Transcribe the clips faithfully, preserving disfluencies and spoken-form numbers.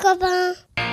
copains.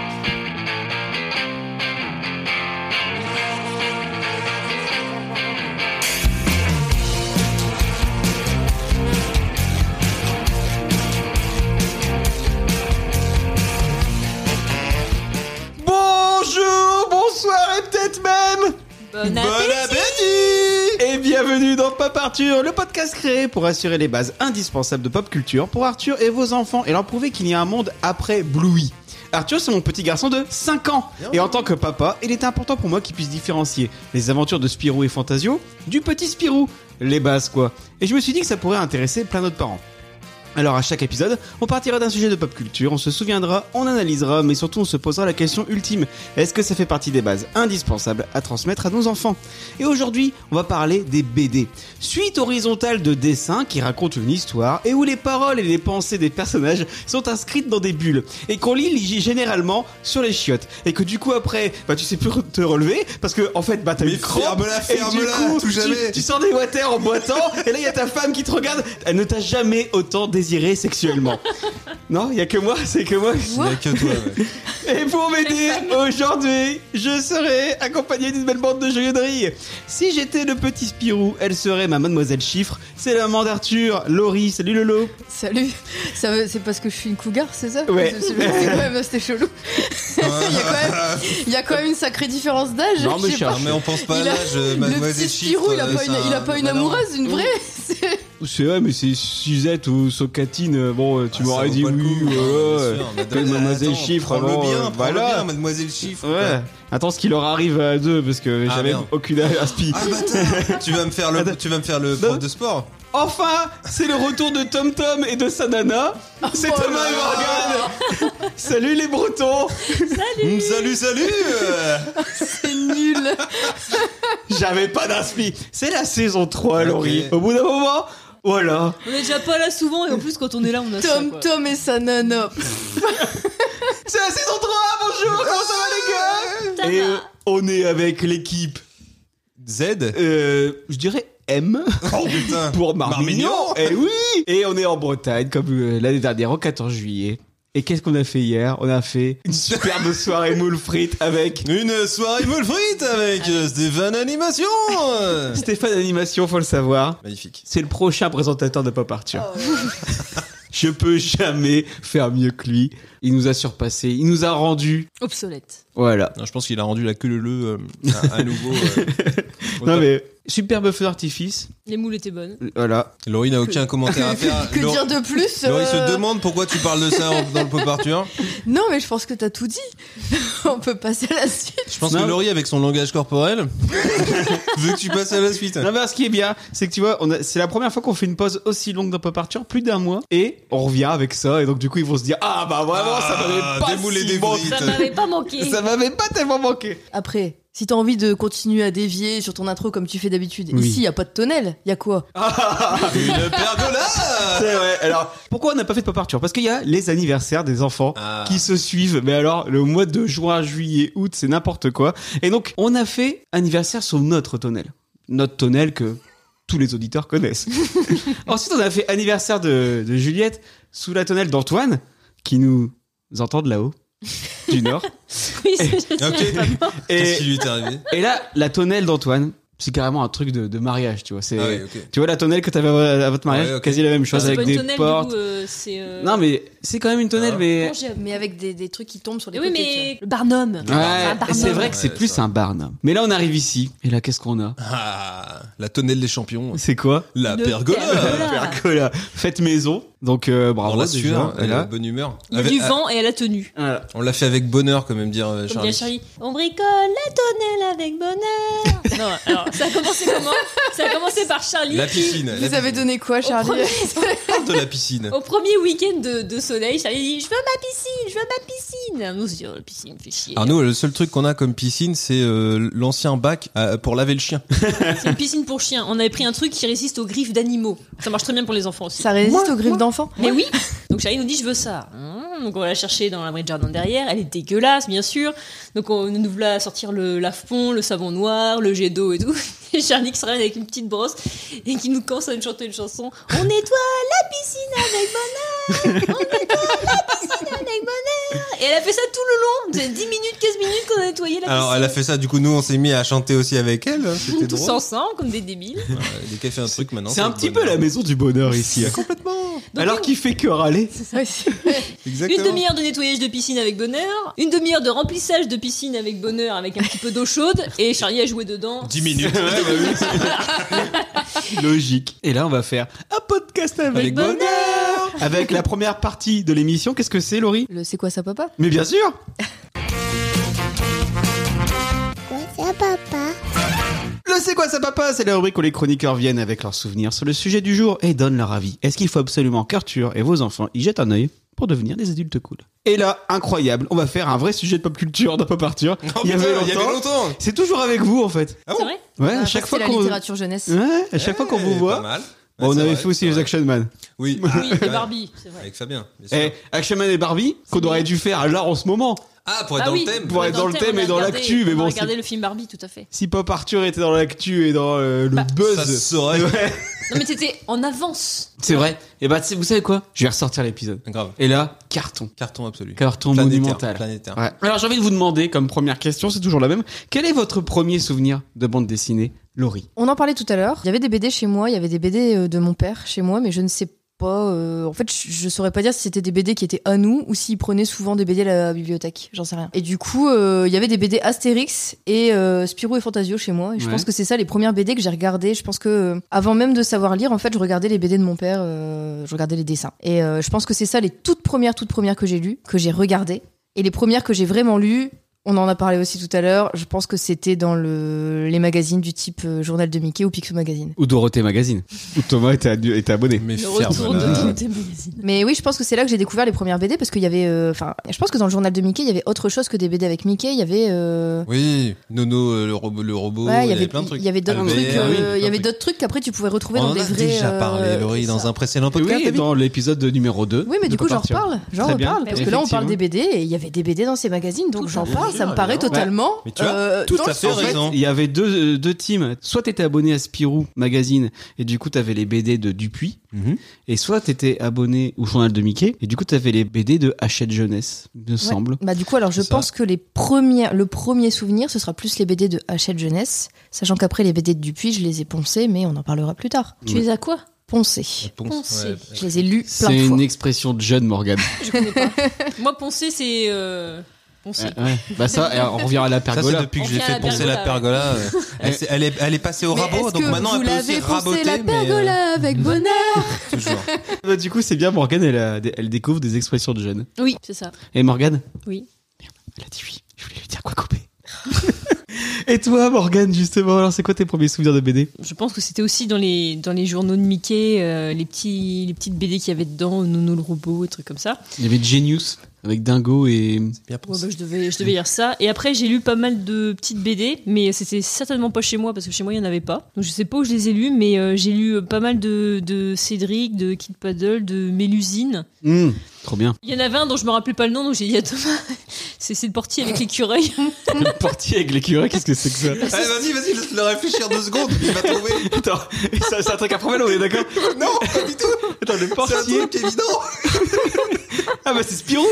Bonjour, bonsoir et peut-être même Bon Bon appétit. appétit Et bienvenue dans Pop Arthur, le podcast créé pour assurer les bases indispensables de pop culture pour Arthur et vos enfants et leur prouver qu'il y a un monde après Bluey. Arthur, c'est mon petit garçon de cinq ans. Et en tant que papa, il est important pour moi qu'il puisse différencier les aventures de Spirou et Fantasio du petit Spirou. Les bases, quoi. Et je me suis dit que ça pourrait intéresser plein d'autres parents. Alors à chaque épisode, on partira d'un sujet de pop culture, on se souviendra, on analysera, mais surtout on se posera la question ultime. Est-ce que ça fait partie des bases indispensables à transmettre à nos enfants ? Et aujourd'hui, on va parler des B D. Suite horizontale de dessins qui racontent une histoire et où les paroles et les pensées des personnages sont inscrites dans des bulles et qu'on lit généralement sur les chiottes. Et que du coup après, bah tu sais plus te relever parce que en fait bah t'as Mais une crampe ferme-la, et du ferme-la, coup tout jamais. tu, tu sors des water en boitant et là il y a ta femme qui te regarde. Elle ne t'a jamais autant désiré sexuellement. Non, il y a que moi, c'est que moi. Il n'y a que toi, ouais. Et pour m'aider aujourd'hui, je serai accompagné d'une belle bande de joyeuneries. Si j'étais le petit Spirou, elle serait ma mademoiselle Chiffre. C'est la maman d'Arthur, Laurie. Salut Lolo. Salut. Ça veut- c'est parce que je suis une cougar, c'est ça ? Ouais. C'est, c'est- c'est quand même, c'était chelou. il, y a quand même, il y a quand même une sacrée différence d'âge. Non, mais je sais je- pas. Non, mais on pense pas à Il a- l'âge, euh, Le mademoiselle petit Chiffre. Spirou, il a euh, pas une, c'est il a un- pas une bah non. amoureuse, une vraie. C'est- C'est vrai, mais c'est Suzette ou Socatine. Bon, tu Ah, m'aurais ça dit vaut pas le oui. coup, ouais, hein, ouais. bien sûr. Appelle Madame- mademoiselle attends, Chiffre. prends-le bon, bien, euh, prends-le voilà. bien, mademoiselle Chiffre. Ouais. Attends ce qui leur arrive à deux parce que Ah, j'avais merde. aucune aspi. Ah bâtard, tu vas me faire le, tu vas me faire le prof de sport. Enfin, c'est le retour de Tom Tom et de sa nana. C'est Oh Thomas là et Morgane. Salut les Bretons. Hum, salut, salut. euh. C'est nul. J'avais pas d'inspi. C'est la saison trois, Ok. Laurie. Au bout d'un moment, voilà. On est déjà pas là souvent et en plus quand on est là on a ça Tom quoi. Tom et sa nana. C'est la saison trois. Bonjour, comment ça va les gars? Ça Et va. euh, on est avec l'équipe, Z. euh, je dirais M. Oh putain. Pour Marmignon. Marmignon. Et oui. Et on est en Bretagne comme euh, l'année dernière au quatorze juillet. Et qu'est-ce qu'on a fait hier? On a fait une superbe soirée moules frites avec Une soirée moule frite avec euh, Stéphane Animation. euh. Stéphane Animation, faut le savoir. Magnifique. C'est le prochain présentateur de Pop Arthur. Je peux jamais faire mieux que lui. Il nous a surpassé, il nous a rendu. Obsolète. Voilà. Non, je pense qu'il a rendu la queue leu euh, à, à nouveau. euh, au Non top. mais superbe feu d'artifice. Les moules étaient bonnes. Voilà. Laurie n'a aucun commentaire à faire. Que Laure- dire de plus Laurie euh, se demande pourquoi tu parles de ça en- dans le Pop Arthur. Non, mais je pense que t'as tout dit. On peut passer à la suite. Je pense Non. que Laurie, avec son langage corporel, veut que tu passes à la suite. Non mais ce qui est bien, c'est que tu vois, on a, c'est la première fois qu'on fait une pause aussi longue dans Pop Arthur, plus d'un mois, et on revient avec ça, et donc du coup ils vont se dire ah bah vraiment ça Ah, m'avait pas démouler si des manqué. frites. Ça m'avait pas manqué. Ça m'avait pas tellement manqué. Après, si t'as envie de continuer à dévier sur ton intro comme tu fais d'habitude, Oui. ici y a pas de tonnelle, y a quoi? Une pergola. C'est vrai. Alors pourquoi on n'a pas fait de Pop Arthur? Parce qu'il y a les anniversaires des enfants Ah. qui se suivent. Mais alors le mois de juin, juillet, août, c'est n'importe quoi. Et donc on a fait anniversaire sur notre tonnelle, notre tonnelle que tous les auditeurs connaissent. Ensuite on a fait anniversaire de, de Juliette sous la tonnelle d'Antoine qui nous entend de là-haut du nord. Oui, c'est Ok. Qu'est-ce qui Et, lui est arrivé? et là la tonnelle d'Antoine, c'est carrément un truc de, de mariage, tu vois. C'est Ah ouais, ok. tu vois la tonnelle que t'avais à votre mariage, Ouais, ok. quasi la même chose c'est avec pas une des tonnelle portes. du coup, euh, c'est. euh, Non mais c'est quand même une tonnelle, Ah. mais comment j'ai- Mais avec des, des trucs qui tombent sur les Mais oui, côtés. mais le Barnum. ouais, Un et Barnum. c'est vrai que c'est Ouais, plus ça. un Barnum. Mais là on arrive ici, et là qu'est-ce qu'on a? Ah, la tonnelle des champions. C'est quoi? La Une pergola. pergola. Pergola. Fête maison. Donc euh, bravo Dans la déjà. sueur, Et et la là, bonne humeur. Il y a Avec- du ah, vent et elle a tenu. voilà. On l'a fait avec bonheur, comme aime dire euh, Comme Charlie. dit Charlie. On bricole la tonnelle avec bonheur. Non, alors ça a commencé comment? Ça a commencé par Charlie. La qui- piscine. la Vous avez piscine. donné quoi, Au Charlie? premier, Parle de la piscine. au premier week-end de, de soleil, Charlie dit je veux ma piscine, je veux ma piscine. Nous on se dit oh, la piscine me fait chier. Alors nous, le seul truc qu'on a comme piscine, c'est euh, l'ancien bac euh, pour laver le chien. C'est une piscine pour chiens. On avait pris un truc qui résiste aux griffes d'animaux. Ça marche très bien pour les enfants aussi. Ça résiste aux griffes d'enfants? Mais oui. Donc Charlie nous dit je veux ça. Hum, Donc on va la chercher dans l'abri de jardin derrière. Elle est dégueulasse bien sûr. Donc on nous voulait sortir le lave-pont, le savon noir, le jet d'eau et tout. Et Charlie qui se réveille avec une petite brosse et qui nous commence à nous chanter une chanson. On nettoie la piscine avec bonheur. On nettoie la piscine avec bonheur. Et elle a fait ça tout le long. C'est dix minutes, quinze minutes qu'on a nettoyé la Alors, elle a fait ça, du coup, nous, on s'est mis à chanter aussi avec elle. hein, C'était tous drôle. ensemble comme des débiles. Ouais, dès qu'elle fait un truc maintenant. C'est un le petit peu bonheur. la maison du bonheur ici. hein. Complètement. Donc, Alors une- qu'il fait que râler. Ouais, c'est- Une Exactement. demi-heure de nettoyage de piscine avec bonheur, une demi-heure de remplissage de piscine avec bonheur avec un petit peu d'eau chaude et Charlie a joué dedans. dix minutes. Logique. Et là, on va faire un podcast avec, Avec bonheur. bonheur. Avec la première partie de l'émission. Qu'est-ce que c'est, Laurie? Le c'est quoi ça, papa? Mais bien sûr. Quoi ça, papa? Le C'est quoi ça, papa? C'est la rubrique où les chroniqueurs viennent avec leurs souvenirs sur le sujet du jour et donnent leur avis. Est-ce qu'il faut absolument qu'Arthur et vos enfants y jettent un œil pour devenir des adultes cool? Et là, incroyable, on va faire un vrai sujet de pop culture dans Pop Arthur. Oh, il y putain, avait il y avait longtemps. longtemps. C'est toujours avec vous, en fait. Ah C'est bon vrai? Ouais, Ah, à chaque c'est fois la qu'on... littérature jeunesse. Ouais, à chaque fois qu'on vous Pas voit. mal. Bon, on Ouais, c'est avait vrai, fait aussi c'est les vrai. Action Man. Oui. Oui, et Barbie, c'est vrai. Avec Fabien. bien sûr. Eh, Action Man et Barbie, qu'on aurait dû faire là en ce moment. Ah, pour être Ah dans oui, le thème. Pour être dans le thème on a et dans regardé- l'actu, mais on a bon, regardé c'est- le film Barbie, tout à fait. Si Pop Arthur était dans l'actu et dans euh, le Bah, buzz. Ça se saurait. Ouais. Non mais t'étais en avance. C'est vrai. Et bah, tu sais- vous savez quoi? Je vais ressortir l'épisode. Grave. Et là, carton. Carton absolu. Carton Planétaire, monumental. planétaire. Ouais. Alors j'ai envie de vous demander, comme première question, c'est toujours la même. Quel est votre premier souvenir de bande dessinée, Laurie? On en parlait tout à l'heure. Il y avait des B D chez moi, il y avait des B D euh, de mon père chez moi, mais je ne sais pas. euh, En fait, je, je saurais pas dire si c'était des B D qui étaient à nous ou s'ils prenaient souvent des B D à la bibliothèque. J'en sais rien. Et du coup, euh, il y avait des B D Astérix et euh, Spirou et Fantasio chez moi. Et je Ouais. pense que c'est ça les premières B D que j'ai regardées. Je pense que euh, avant même de savoir lire, en fait, je regardais les B D de mon père. euh, je regardais les dessins. Et euh, je pense que c'est ça les toutes premières, toutes premières que j'ai lues, que j'ai regardées. Et les premières que j'ai vraiment lues. On en a parlé aussi tout à l'heure. Je pense que c'était dans le, les magazines du type euh, Journal de Mickey ou Picsou Magazine. Ou Dorothée Magazine. Où Thomas était, ad- était abonné. Mais Le retour ferme-la. de Dorothée Magazine. Mais oui, je pense que c'est là que j'ai découvert les premières B D parce qu'il y avait. euh, Enfin, je pense que dans le Journal de Mickey, il y avait autre chose que des B D avec Mickey. Il y avait. euh, Oui, Nono, euh, le robot, le robot. ouais, il y avait, avait plein de trucs. il y avait d'autres Albert, trucs. oui, euh, plein il y de avait trucs. d'autres trucs qu'après tu pouvais retrouver On dans en des a vrais. déjà euh, parlé, Laurie, c'est dans ça. un précédent podcast. Oui, t'as vu dans l'épisode numéro deux. Oui, mais de du coup, Pop j'en Arthur. reparle. J'en Très bien. reparle parce que là, on parle des B D et il y avait des B D dans ces magazines, donc Tout j'en à fait. parle. Ça me paraît Bien, totalement. Mais tu vois, euh, tout dans à le fait sens. En fait, raison. il y avait deux, deux teams. Soit t'étais abonné à Spirou Magazine et du coup t'avais les B D de Dupuis. Mhm. Et soit t'étais abonné au Journal de Mickey et du coup t'avais les B D de Hachette Jeunesse, il me semble. Bah du coup alors je C'est ça. pense que les premières, le premier souvenir ce sera plus les B D de Hachette Jeunesse, sachant qu'après les B D de Dupuis je les ai poncés mais on en parlera plus tard. Tu les as quoi? Poncés. Ponce, Ponce. ouais. Je les ai lus plein C'est de fois. une expression de jeune, Morgane. Je connais pas. Moi, poncer, c'est. Euh... Poncer. Ouais, ouais. Bah ça, et on revient à la Ça, c'est pergola. depuis que On j'ai vient à fait la poncer la pergola, pergola. euh, elle, s'est- elle est, elle est passée au Mais rabot, est-ce donc que maintenant vous elle peut l'avez aussi poncé raboter. la mais, euh, pergola avec bonheur. toujours. Bah, du coup, c'est bien, Morgane, elle, a- elle découvre des expressions de jeunes. Oui, c'est ça. Et Morgane? Oui. Elle a dit oui. Je voulais lui dire quoi couper. Et toi, Morgane, justement, alors c'est quoi tes premiers souvenirs de B D? Je pense que c'était aussi dans les, dans les journaux de Mickey, euh, les, petits, les petites B D qu'il y avait dedans, Nono le robot, et trucs comme ça. Il y avait Genius avec Dingo et. Bien Ouais, pensé. bah, je, devais, je devais lire ça. Et après, j'ai lu pas mal de petites B D, mais c'était certainement pas chez moi, parce que chez moi, il n'y en avait pas. Donc je sais pas où je les ai lus, mais euh, j'ai lu pas mal de, de Cédric, de Kid Paddle, de Mélusine. Mmh, trop bien. Il y en avait un dont je me rappelais pas le nom, donc j'ai dit à Thomas, c'est c'est le portier avec l'écureuil. Le portier avec l'écureuil, qu'est-ce que c'est que ça? Allez, vas-y, vas-y, laisse-le réfléchir deux secondes, il va trouver. Attends, ça, c'est un truc à promène, on est d'accord? Non, pas du tout. Attends, le C'est un portier. truc évident. Ah bah c'est Spirou.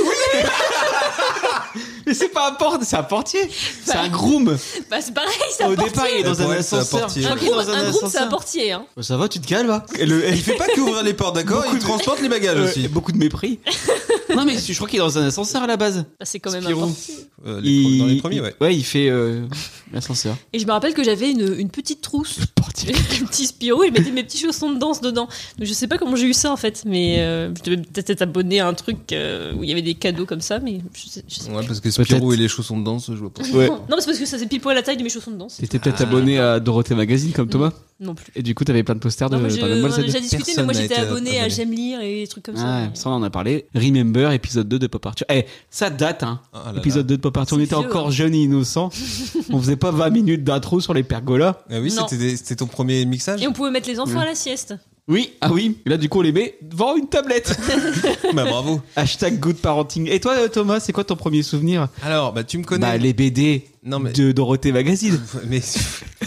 Mais c'est pas un portier, c'est un portier. C'est un groom. Bah c'est pareil, c'est un Au portier. départ, il est dans Ouais, un c'est un ascenseur. portier. Je Un crois qu'il est groupe, dans un un groupe, c'est un ascenseur. portier. Hein. Ça va, tu te calmes, hein. Et le- Il fait pas qu'ouvrir les portes, d'accord? Beaucoup Il de- transporte les bagages Euh, aussi. beaucoup de mépris. Non mais je crois qu'il est dans un ascenseur à la base. Bah, c'est quand même Spirou. un portier. Euh, les premiers- Dans les premiers, ouais. Ouais, il fait euh, l'ascenseur. Et je me rappelle que j'avais une, une petite trousse Portier. avec un petit Spirou et je mettais mes petits chaussons de danse dedans. Donc je sais pas comment j'ai eu ça en fait, mais euh, je devais peut-être être abonné à un truc euh, où il y avait des cadeaux comme ça, mais je sais, je sais Ouais, parce que Peut-être. Spirou et les chaussons de danse, je vois pas. Ouais. Non, mais c'est parce que ça c'est pile poil la taille de mes chaussons de danse. T'étais peut-être Ah. abonné à Dorothée Magazine comme Thomas. Non plus. Et du coup, t'avais plein de posters de Non, mais je- Dragon on Ball en a Z. déjà discuté, mais moi Personne j'étais n'a été abonné à abonné. J'aime lire et des trucs comme ça. Ouais, mais- ça on en a parlé. Remember, épisode deux de Pop Arthur. Eh, ça date, hein. Ah là là. Épisode deux de Pop Arthur. On C'est était vieux, encore hein. jeunes et innocents. On faisait pas vingt minutes d'intro sur les pergolas. Ah oui, Non. c'était des- c'était ton premier mixage. Et on pouvait mettre les enfants à la sieste. Oui, ah oui. Là, du coup, on les met devant une tablette. Bah bravo. Hashtag good parenting. Et toi, Thomas, c'est quoi ton premier souvenir? Alors, bah tu me connais. Bah, les B D Non mais. de Dorothée Magazine. Mais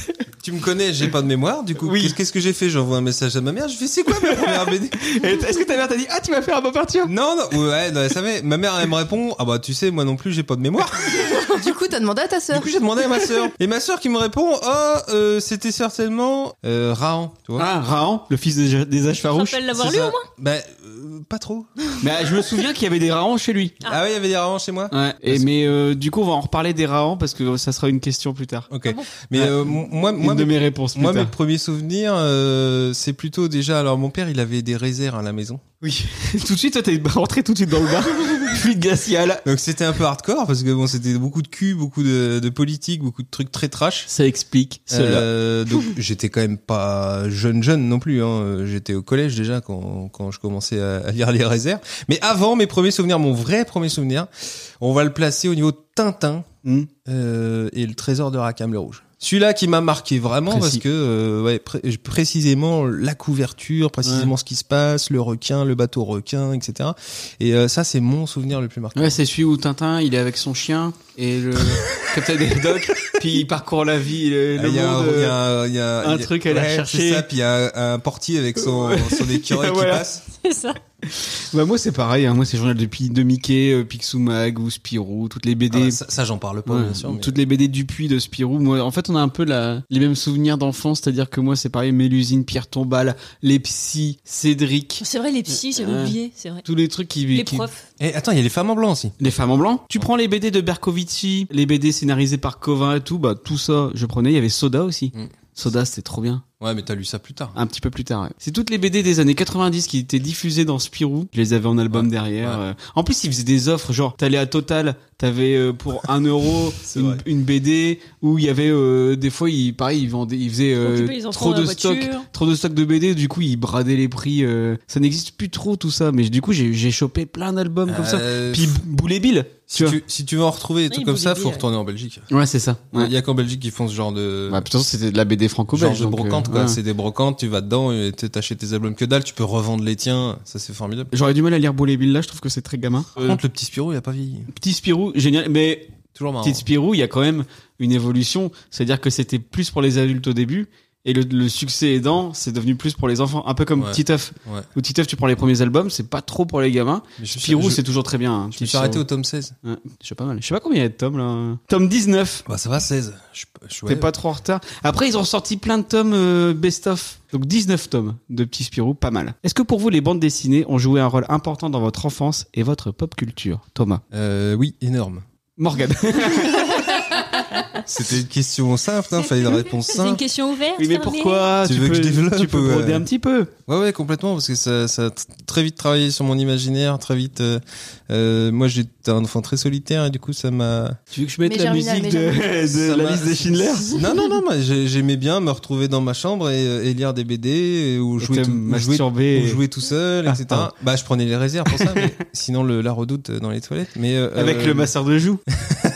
Tu me connais, j'ai pas de mémoire, du coup, Oui. qu'est-ce, qu'est-ce que j'ai fait? J'envoie un message à ma mère, je fais, c'est quoi ma première B D? Est-ce que ta mère t'a dit, ah, tu vas faire un Pop Arthur? Non, non, ouais, non, ça va. Ma mère, elle me répond, ah bah, tu sais, moi non plus, j'ai pas de mémoire. Du coup, t'as demandé à ta Du sœur. coup, j'ai demandé à ma sœur. Et ma sœur qui me répond, oh, euh, c'était certainement, euh, Rahan, tu vois. Ah, Rahan, le fils des, des âges Tu te farouches. rappelles l'avoir C'est lu ça. au moins? Bah, euh, pas trop. Mais je me souviens qu'il y avait des Rahans chez lui. Ah, ouais, il y avait des Rahan chez moi. Ouais. Et, mais, euh, du coup, on va en reparler des Rahans parce que ça sera une question plus tard. Ok. Ah bon Mais, Ouais. euh, moi, Une moi, de mes- mes réponses plus moi, mes tard. premiers souvenirs, euh, c'est plutôt déjà, alors mon père, il avait des réserves à la maison. Oui. Tout de suite, toi, t'es rentré tout de suite dans le bar. Fluide glacial. Donc c'était un peu hardcore parce que bon, c'était beaucoup de cul, beaucoup de, de politique, beaucoup de trucs très trash. Ça explique cela. Euh, donc j'étais quand même pas jeune jeune non plus, hein. J'étais au collège déjà quand, quand je commençais à, à lire les réserves. Mais avant mes premiers souvenirs, mon vrai premier souvenir, on va le placer au niveau de Tintin Hmm. euh, et le trésor de Rackham le Rouge. Celui-là qui m'a marqué vraiment Précis. parce que euh, ouais pré- précisément la couverture, précisément Ouais. ce qui se passe, le requin, le bateau requin, et cetera. Et euh, ça c'est mon souvenir le plus marquant. Ouais, c'est celui où Tintin, il est avec son chien et le Capitaine Haddock, puis il parcourt la vie, le, Ah, le Il y a un, monde. il y a euh, un, il y a un il y a- truc à aller ouais, chercher. c'est ça, puis il y a un, un portier avec son, son écureuil Voilà. qui passe. C'est ça. Bah moi c'est pareil, hein. Moi c'est journal de, Pi- de Mickey, euh, Picsou Mag ou Spirou, toutes les B D. Ah, ça, ça, j'en parle pas, Ouais, bien sûr. Mais... toutes les B D Dupuis de Spirou. Moi, en fait, on a un peu la, les mêmes souvenirs d'enfance, c'est-à-dire que moi, c'est pareil, Mélusine, Pierre Tombal, les psys, Cédric, C'est vrai, les psys, j'avais Ouais. oublié, c'est vrai. tous les trucs qui, Les qui- profs. Eh, attends, il y a les femmes en blanc aussi. les femmes en blanc. Tu prends les B D de Berkovici, les B D scénarisés par Covin et tout, bah tout ça, je prenais. Il y avait Soda aussi. Mm. Soda, c'était trop bien. Ouais, mais t'as lu ça plus tard. Un petit peu plus tard, ouais. C'est toutes les B D des années quatre-vingt-dix qui étaient diffusées dans Spirou. Je les avais en album Ouais, derrière. ouais. euh. En plus, ils faisaient des offres, genre, t'allais à Total, t'avais euh, pour un euro C'est une, vrai. une B D où il y avait, euh, des fois, ils, pareil, ils vendaient, ils faisaient euh, Occuper les enfants trop dans de la stock, voiture. trop de stock de B D. Du coup, ils bradaient les prix. euh. Ça n'existe plus trop tout ça, mais du coup, j'ai, j'ai chopé plein d'albums comme ça. Euh, Puis Boulet Bill. si tu vois. tu, si tu veux en retrouver des Oui, trucs comme Boulet ça, Bill, faut ouais. retourner en Belgique. Ouais, c'est ça. Il Ouais. y a qu'en Belgique qui font ce genre de, Bah, de toute façon, c'était de la B D genre franco-belge. de donc, brocante, euh, quoi. ouais. C'est des brocantes, tu vas dedans et t'achètes tes albums que dalle, tu peux revendre les tiens. Ça, c'est formidable. J'aurais du mal à lire Boulet Bill là, je trouve que c'est très gamin. Par Euh, contre, le petit Spirou, il a pas vieilli. Petit Spirou, génial, mais Toujours marrant. Petit Spirou, il y a quand même une évolution. C'est-à-dire que c'était plus pour les adultes au début. Et le, le succès aidant, c'est devenu plus pour les enfants. Un peu comme Ouais. Titeuf. Ouais. Où Titeuf, tu prends les premiers albums, c'est pas trop pour les gamins. Mais je, Spirou, je- c'est toujours très bien. Hein. je me suis arrêté au tome seize. Ouais, je sais pas mal. Je sais pas combien il y a de tomes, là. Tome dix-neuf. Bah, ça va, seize. Je, je, T'es ouais. pas trop en retard. Après, ils ont sorti plein de tomes euh, best-of. Donc dix-neuf tomes de Petit Spirou, pas mal. Est-ce que pour vous, les bandes dessinées ont joué un rôle important dans votre enfance et votre pop culture? Thomas. Euh, oui, énorme. Morgane. C'était une question simple, hein, fallait une réponse C'est une simple. question ouverte. Oui, mais fermée. pourquoi? Tu veux que peux, je développe Tu peux ou, euh, broder un petit peu. Ouais, ouais, complètement, parce que ça, ça a t- très vite travaillé sur mon imaginaire, très vite. Euh, euh, moi, j'étais un enfant très solitaire et du coup, ça m'a. Tu veux que je mette Mais la Germinal, musique mais de, de Ça la m'a- liste des Schindler? Non, non, non, moi, j'ai- j'aimais bien me retrouver dans ma chambre et, et lire des B D ou Et jouer, te tout, ou jouer, masturber. ou jouer tout seul, Ah, et cetera. pardon. Bah, je prenais les réserves pour ça, mais sinon le, la redoute dans les toilettes. Mais euh, Avec euh, le masseur de joue.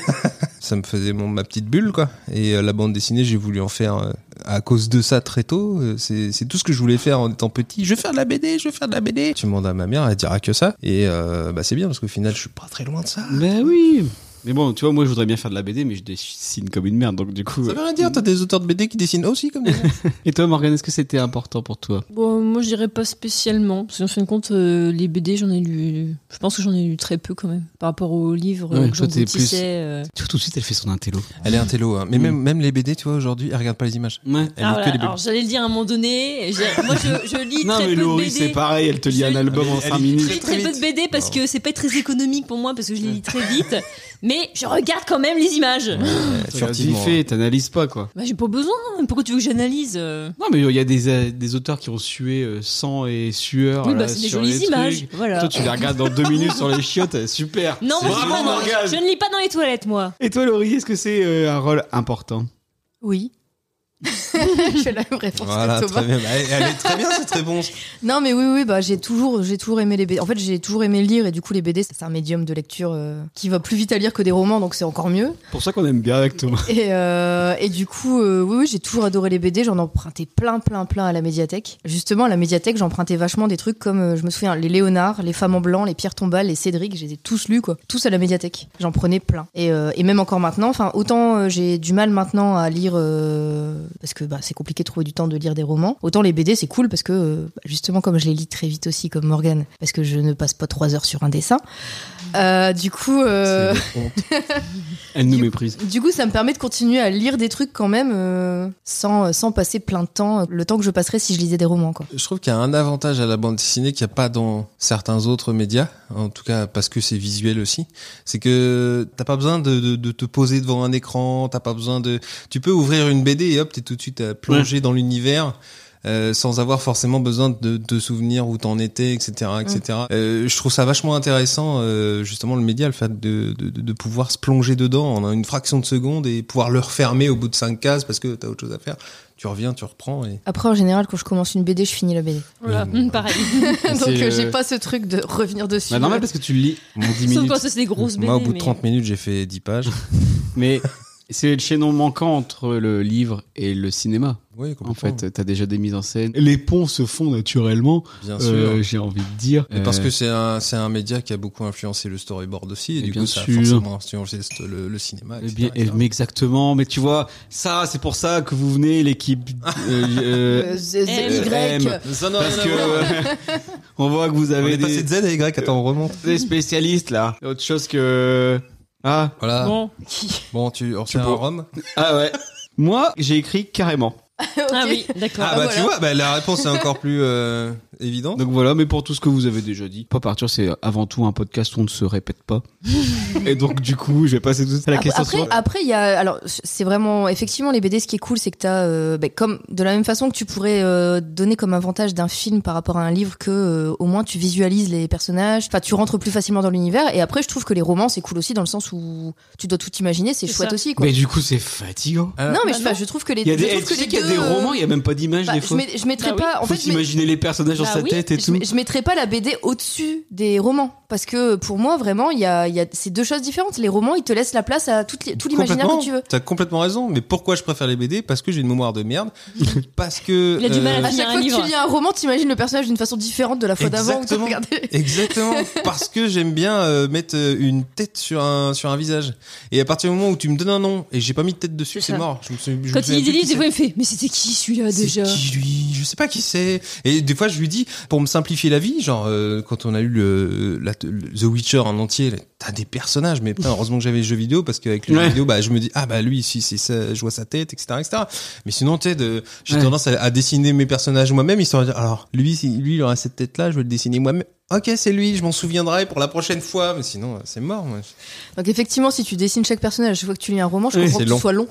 ça me faisait mon, ma petite bulle, quoi. Et euh, la bande dessinée, j'ai voulu en faire euh, à cause de ça très tôt. Euh, C'est, c'est tout ce que je voulais faire en étant petit. Je veux faire de la B D, je veux faire de la B D. Tu demandes à ma mère, elle dira que ça. Et euh, bah, c'est bien parce qu'au final, je suis pas très loin de ça. Ben oui. Mais bon, tu vois, moi, je voudrais bien faire de la B D, mais je dessine comme une merde, donc du coup. Ça veut rien dire, t'as des auteurs de B D qui dessinent aussi comme des gens. Et toi, Morgane, est-ce que c'était important pour toi? Bon, moi je dirais pas spécialement, parce qu'en fin de compte, euh, les B D j'en ai lu, je pense que j'en ai lu très peu quand même, par rapport aux livres Ouais, euh, que toi, t'es j'emboutissais. euh. Tu vois, tout de suite, elle fait son intello. Elle est un télo, hein. Mais Mm. même, même les B D, tu vois, aujourd'hui, elle regarde pas les images. Ouais. Elle Ah, lit voilà. que les B D. Alors j'allais le dire à un moment donné, j'ai- moi je, je lis Non, très mais peu Laurie, de B D. c'est pareil, elle te lit Je un lis- album en Elle cinq lit Je minutes. lis très très peu vite. de B D parce que c'est pas très économique pour moi, parce que je les lis très vite, mais je regarde quand même les images. Ouais, Furtivement. furtivement. fait, t'analyses pas, quoi. Bah j'ai pas besoin, pourquoi tu veux que j'analyse euh Non, mais il y a des, euh, des auteurs qui ont sué euh, sang et sueur. Oui, là, bah c'est des sur jolies les images, trucs. voilà. Toi, tu les regardes dans deux minutes sur les chiottes, super. Non, C'est moi, je, lis bravo, pas dans- Morgane. je ne lis pas dans les toilettes, moi. Et toi, Laurie, est-ce que c'est euh, un rôle important? Oui. J'ai la même réponse Voilà, que Thomas. très bien. Bah, Elle, elle est très bien cette réponse. Non, mais oui, oui, bah j'ai toujours, j'ai toujours aimé les B D. En fait, j'ai toujours aimé lire et du coup les B D, c'est un médium de lecture euh, qui va plus vite à lire que des romans, donc c'est encore mieux. Pour ça qu'on aime bien avec Thomas. Et, euh, et du coup, euh, oui, oui, j'ai toujours adoré les B D. J'en empruntais plein, plein, plein à la médiathèque. Justement, à la médiathèque, j'empruntais vachement des trucs comme, euh, je me souviens, les Léonard, les Femmes en blanc, les Pierre Tombal, les Cédric. Je les ai tous lus, quoi. Tous à la médiathèque. J'en prenais plein. Et, euh, et même encore maintenant, enfin, autant euh, j'ai du mal maintenant à lire euh, parce que bah, c'est compliqué de trouver du temps de lire des romans. Autant les B D, c'est cool parce que euh, justement, comme je les lis très vite aussi, comme Morgane, parce que je ne passe pas trois heures sur un dessin. Euh, du coup, euh... Elle nous du, méprise. Du coup, ça me permet de continuer à lire des trucs quand même euh, sans sans passer plein de temps, le temps que je passerais si je lisais des romans, quoi. Je trouve qu'il y a un avantage à la bande dessinée qu'il n'y a pas dans certains autres médias, en tout cas parce que c'est visuel aussi. C'est que t'as pas besoin de, de, de te poser devant un écran, t'as pas besoin de. Tu peux ouvrir une B D et hop, t'es tout de suite plongé ouais. dans l'univers. Euh, sans avoir forcément besoin de te souvenir où t'en étais, et cetera, et cetera. Mmh. Euh, je trouve ça vachement intéressant, euh, justement le média, le fait de, de, de pouvoir se plonger dedans en une fraction de seconde et pouvoir le refermer au bout de cinq cases parce que t'as autre chose à faire. Tu reviens, tu reprends. Et... Après, en général, quand je commence une B D, je finis la B D. Voilà, oui, mmh, pareil. Donc, euh, j'ai euh... pas ce truc de revenir dessus. Bah, normal, parce que tu le lis en dix minutes. Sauf quand c'est des grosses B D. Moi, au bout de mais... trente minutes, j'ai fait dix pages. Mais c'est le chaînon manquant entre le livre et le cinéma. Oui, en fait, t'as déjà des mises en scène. Les ponts se font naturellement. Bien euh, sûr. J'ai envie de dire. Et parce que c'est un, c'est un média qui a beaucoup influencé le storyboard aussi, et, et du bien coup, sûr. ça a forcément influencé le, le cinéma. Et bien, et, mais exactement. Mais tu vois, ça, c'est pour ça que vous venez, l'équipe euh, euh, M. Ça n'a parce que euh, on voit que vous avez on est des passé de Z à Y. Attends, on remonte. Des spécialistes là. Autre chose que ah. Voilà. Bon, bon tu refais un rhum. Ah ouais. Moi, j'ai écrit carrément. Okay. Ah oui, d'accord. Ah, bah, bah voilà. Tu vois, bah, la réponse est encore plus euh, évidente. Donc voilà, mais pour tout ce que vous avez déjà dit, Pop Arthur, c'est avant tout un podcast où on ne se répète pas. Et donc du coup, je vais passer tout de suite à la après, question après, suivante. Après, il y a, alors c'est vraiment, effectivement, les B D, ce qui est cool, c'est que t'as, euh, bah, comme de la même façon que tu pourrais euh, donner comme avantage d'un film par rapport à un livre, que euh, au moins tu visualises les personnages, enfin tu rentres plus facilement dans l'univers. Et après, je trouve que les romans, c'est cool aussi dans le sens où tu dois tout imaginer, c'est, c'est chouette ça. Aussi, quoi. Mais du coup, c'est fatigant. Euh, non, mais bah je, non. je trouve que les, il y a des, je trouve que les qu'il y a deux, des romans, il y a même pas d'image bah, des fois. Je, met, je mettrais bah pas. oui. En Faut fait, s'imaginer les personnages dans bah sa oui, tête et je, tout. je mettrais pas la B D au-dessus des romans parce que pour moi vraiment il y a, y a c'est deux choses différentes. Les romans ils te laissent la place à tout, tout l'imaginaire que tu veux. T'as complètement raison. Mais pourquoi je préfère les B D? Parce que j'ai une mémoire de merde. Parce que il a du mal à à chaque fois que tu lis un roman, t'imagines le personnage d'une façon différente de la fois d'avant. Exactement. Exactement. Parce que j'aime bien euh, mettre une tête sur un sur un visage. Et à partir du moment où tu me donnes un nom et j'ai pas mis de tête dessus, c'est, c'est mort. Je me suis, je Quand il lit des livres, des fois il me fait mais c'était qui celui-là déjà? C'est qui lui? Je sais pas qui c'est. Et des fois je lui dis pour me simplifier la vie, genre euh, quand on a eu le, la, le The Witcher en entier, t'as des personnages, mais putain, heureusement que j'avais le jeu vidéo parce qu'avec le ouais. jeu vidéo, bah je me dis ah bah lui ici c'est ça, je vois sa tête, et cetera, et cetera. Mais sinon tu sais, de, j'ai ouais. tendance à, à dessiner mes personnages moi-même, histoire de dire alors lui, lui il aura cette tête-là, je vais le dessiner moi-même. Ok, c'est lui, je m'en souviendrai pour la prochaine fois, mais sinon c'est mort. Moi. Donc effectivement, si tu dessines chaque personnage à chaque fois que tu lis un roman, je comprends ouais, que ce soit long.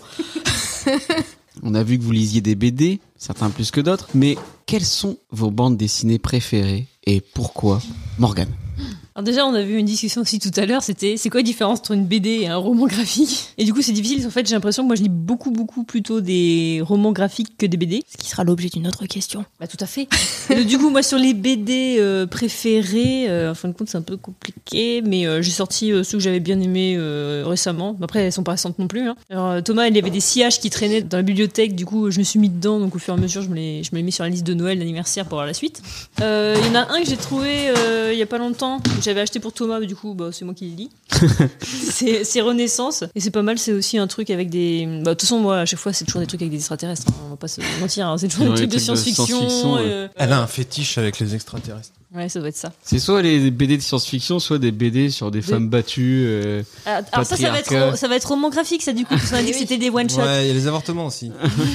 On a vu que vous lisiez des B D, certains plus que d'autres, mais quelles sont vos bandes dessinées préférées et pourquoi, Morgane? Alors déjà, on a vu une discussion aussi tout à l'heure, c'était c'est quoi la différence entre une B D et un roman graphique? Et du coup, c'est difficile, en fait, j'ai l'impression que moi je lis beaucoup, beaucoup plutôt des romans graphiques que des B D. Ce qui sera l'objet d'une autre question. Bah tout à fait. Et du coup, moi sur les B D euh, préférés, euh, en fin de compte, c'est un peu compliqué, mais euh, j'ai sorti euh, ceux que j'avais bien aimés euh, récemment. Après, elles sont pas récentes non plus. Hein. Alors euh, Thomas, il y avait des sillages qui traînaient dans la bibliothèque, du coup, je me suis mis dedans, donc au fur et à mesure, je me les, je me les mis sur la liste de Noël, d'anniversaire pour avoir la suite. Il euh, y en a un que j'ai trouvé euh, il y a pas longtemps. J'avais acheté pour Thomas, mais du coup, bah, c'est moi qui le lis. c'est, c'est Renaissance. Et c'est pas mal, c'est aussi un truc avec des. Bah, de toute façon, moi, à chaque fois, c'est toujours des trucs avec des extraterrestres. Hein, on va pas se mentir. Hein, c'est toujours des trucs de science-fiction. De science-fiction euh, Elle a un fétiche avec les extraterrestres. Ouais, ça doit être ça. C'est soit les B D de science-fiction, soit des B D sur des de... femmes battues. Euh, alors, alors ça, ça va, être, ça va être roman graphique, ça, du coup, parce qu'on a dit que c'était des one-shots. Ouais, il y a les avortements aussi.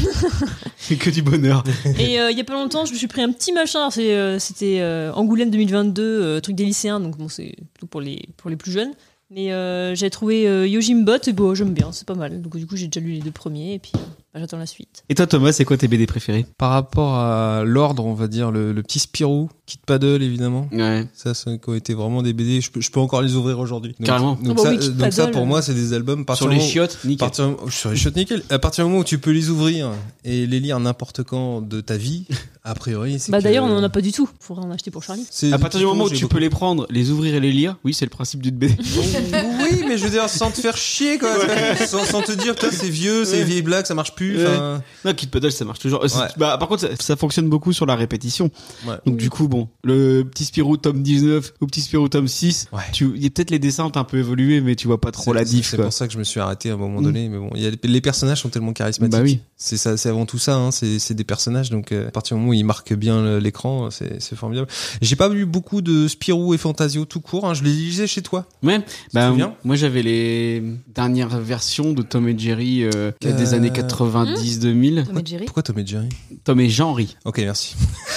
C'est que du bonheur. Et euh, il y a pas longtemps, je me suis pris un petit machin. Alors, c'est, euh, c'était euh, Angoulême deux mille vingt-deux, euh, truc des lycéens, donc bon, c'est plutôt pour les, pour les plus jeunes. Mais euh, j'ai trouvé euh, Yojimbot, et bon, j'aime bien, c'est pas mal. Donc du coup, j'ai déjà lu les deux premiers, et puis bah, j'attends la suite. Et toi, Thomas, c'est quoi tes B D préférés? Par rapport à l'ordre, on va dire le, le petit Spirou, Kid Paddle, évidemment. Ouais. Ça, ça qui ont été vraiment des B D. Je peux, je peux encore les ouvrir aujourd'hui. Donc, carrément. Donc, oh, ça, bah oui, donc ça, pour moi, c'est des albums. Sur les chiottes, nickel. Partir, sur les chiottes, nickel. À partir du moment où tu peux les ouvrir et les lire n'importe quand de ta vie, a priori, c'est bah que... d'ailleurs, on en a pas du tout. Faudrait en acheter pour Charlie. C'est à partir du moment où tu beaucoup. peux les prendre, les ouvrir et les lire, oui, c'est le principe d'une B D. Oui, mais je veux dire, sans te faire chier, quoi. Ouais. Sans, sans te dire, toi, c'est vieux, c'est ouais. vieille blague, ça marche plus. Ouais. Non, Kid Paddle, ça marche toujours. Ouais. Bah, par contre, ça, ça fonctionne beaucoup sur la répétition. Ouais. Donc, du coup, bon, le petit Spirou tome dix-neuf au petit Spirou tome six, ouais. tu, y a peut-être les dessins ont un peu évolué, mais tu vois pas trop c'est, la diff. C'est quoi. pour ça que je me suis arrêté à un moment donné. Mm. Mais bon, y a, les personnages sont tellement charismatiques. Bah oui. C'est ça, c'est avant tout ça. Hein, c'est, c'est des personnages. Donc euh, à partir du moment où ils marquent bien l'écran, c'est, c'est formidable. J'ai pas lu beaucoup de Spirou et Fantasio tout court. Hein, je les lisais chez toi. Ouais. Bah souviens moi j'avais les dernières versions de Tom et Jerry euh, Euh, des années quatre-vingt-dix deux mille. Tom et Jerry. Pourquoi Tom et Jerry? Tom et Jean-Ry Ok, merci.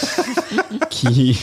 qui.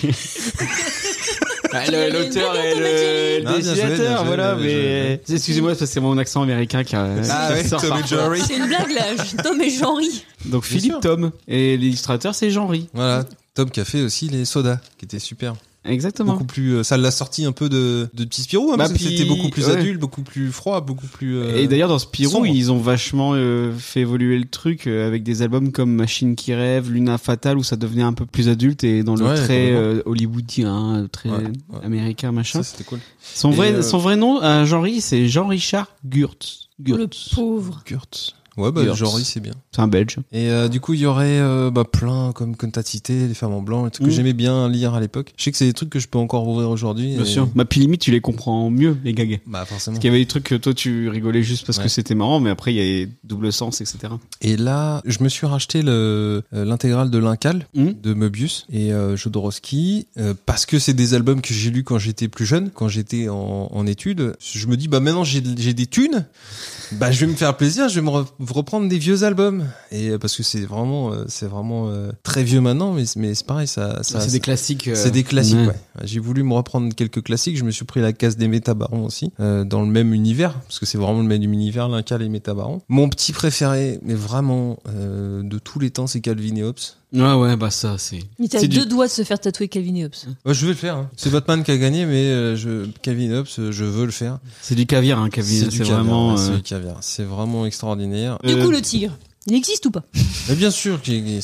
Ah, Tu l'avais le- l'auteur aimé, et Tom et Jerry le Non, bien joué, bien dessinateur, joué, voilà, bien mais excusez-moi, ça c'est mon accent américain qui a. Ah qui ouais, ressort Tom et parfois. Jerry. C'est une blague là, je- Tom et Jean-Ry. Donc Bien Philippe sûr. Tom et l'illustrateur c'est Jean-Ry. Voilà, Tom qui a fait aussi les sodas, qui étaient super. Exactement. Beaucoup plus, euh, ça l'a sorti un peu de, de Petit Spirou, hein, Bah, parce que puis- c'était beaucoup plus ouais. adulte, beaucoup plus froid, beaucoup plus. euh, Et d'ailleurs dans Spirou, sombre. ils ont vachement euh, fait évoluer le truc euh, avec des albums comme Machine qui rêve, Luna Fatale où ça devenait un peu plus adulte et dans le Ouais, très complètement. euh, hollywoodien, hein, très Ouais, ouais. américain machin. ça c'était cool. Son Et, vrai euh, son vrai nom à Jean-Ry, c'est Jean-Richard Gurtz. Le Gurtz. pauvre. Kurtz. Ouais, bah, Kurtz. Jory, c'est bien. C'est un Belge. Et euh, du coup, il y aurait euh, bah, plein comme Contatité, Les Femmes en Blanc, les trucs Mm. que j'aimais bien lire à l'époque. Je sais que c'est des trucs que je peux encore ouvrir aujourd'hui. Bien et- sûr. Bah puis limite tu les comprends mieux les gags. Bah, forcément. Parce qu'il y avait des trucs que toi tu rigolais juste parce Ouais. que c'était marrant, mais après il y a double sens, et cetera. Et là, je me suis racheté le, euh, l'intégrale de l'Incal Mm. de Möbius et euh, Jodorowsky euh, parce que c'est des albums que j'ai lus quand j'étais plus jeune, quand j'étais en, en études. Je me dis, bah maintenant j'ai, j'ai des thunes, bah je vais me faire plaisir, je vais me re- reprendre des vieux albums. Et euh, parce que c'est vraiment, euh, c'est vraiment euh, très vieux maintenant, mais, mais c'est pareil, ça, ça c'est ça- des classiques. euh, C'est des classiques, ouais. ouais. J'ai voulu me reprendre quelques classiques. Je me suis pris la case des Métabarons aussi, euh, dans le même univers, parce que c'est vraiment le même univers, l'Incal et les Métabarons. Mon petit préféré, mais vraiment euh, de tous les temps, c'est Calvin et Hobbes. Ouais ouais bah ça c'est. Il était à C'est du- deux doigts de se faire tatouer Calvin et Hobbes. Ouais, je vais le faire. Hein. C'est Batman qui a gagné, mais euh, je, Calvin et Hobbes, euh, je veux le faire. C'est du caviar, hein, Calvin. C'est C'est, du caviar, vraiment. ouais, c'est euh, du caviar. C'est vraiment extraordinaire. Du euh, coup, le tigre, il existe ou pas? Mais bien sûr qu'il existe.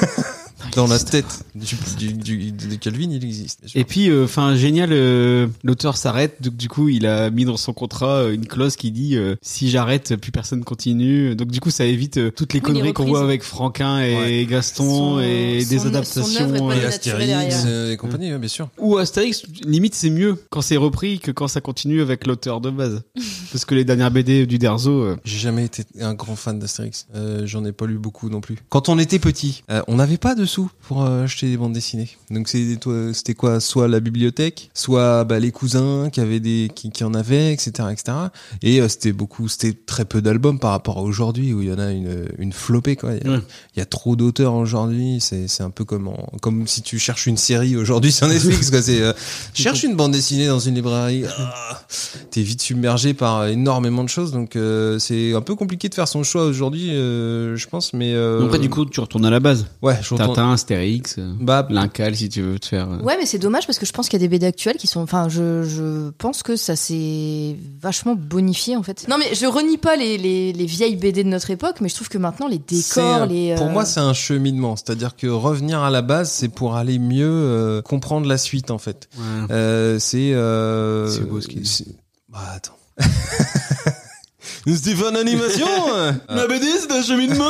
Dans la tête du, du, du- de Calvin, il existe. bien sûr. Et puis, enfin, génial, euh, l'auteur s'arrête. Donc, du coup, il a mis dans son contrat euh, une clause qui dit euh, si j'arrête, plus personne continue. Donc, du coup, ça évite euh, toutes les Oui, les conneries qu'on reprises. voit avec Franquin et Ouais. Gaston Son- et son- des son œuvre est adaptations. pas euh, Et naturelle Astérix derrière. euh, et compagnie, ouais, bien sûr. Ou Astérix, limite, c'est mieux quand c'est repris que quand ça continue avec l'auteur de base. Parce que les dernières B D du Derzo. euh, J'ai jamais été un grand fan d'Astérix. Euh, j'en ai pas lu beaucoup non plus. Quand on était petit, euh, on n'avait pas de sous pour euh, acheter des bandes dessinées. Donc c'est, toi, c'était quoi? Soit la bibliothèque, soit bah, les cousins qui avaient des, qui, qui en avaient, et cetera, et cetera. Et euh, c'était beaucoup, c'était très peu d'albums par rapport à aujourd'hui où il y en a une, une flopée quoi. Il y a, Ouais. il y a trop d'auteurs aujourd'hui. C'est, c'est un peu comme, en- comme si tu cherches une série aujourd'hui sur Netflix quoi. C'est, euh, cherche une bande dessinée dans une librairie. Ah, t'es vite submergé par énormément de choses. Donc euh, c'est un peu compliqué de faire son choix aujourd'hui, euh, je pense. Mais euh, Donc, après, du coup, tu retournes à la base. ouais, je retourne- Tintin, Astérix, euh, Bah, L'Incal, si tu veux te faire. euh, Ouais, mais c'est dommage parce que je pense qu'il y a des B D actuelles qui sont. Enfin, je, je pense que ça s'est vachement bonifié en fait. Non, mais je renie pas les, les, les vieilles B D de notre époque, mais je trouve que maintenant les c'est, décors, euh, les. pour euh, moi, c'est un cheminement. C'est-à-dire que revenir à la base, c'est pour aller mieux euh, comprendre la suite, en fait. ouais. Euh, c'est. Euh, C'est beau ce qu'il dit. c'est- Bah, attends. Stéphane Animation euh. Ma B D, c'est un cheminement.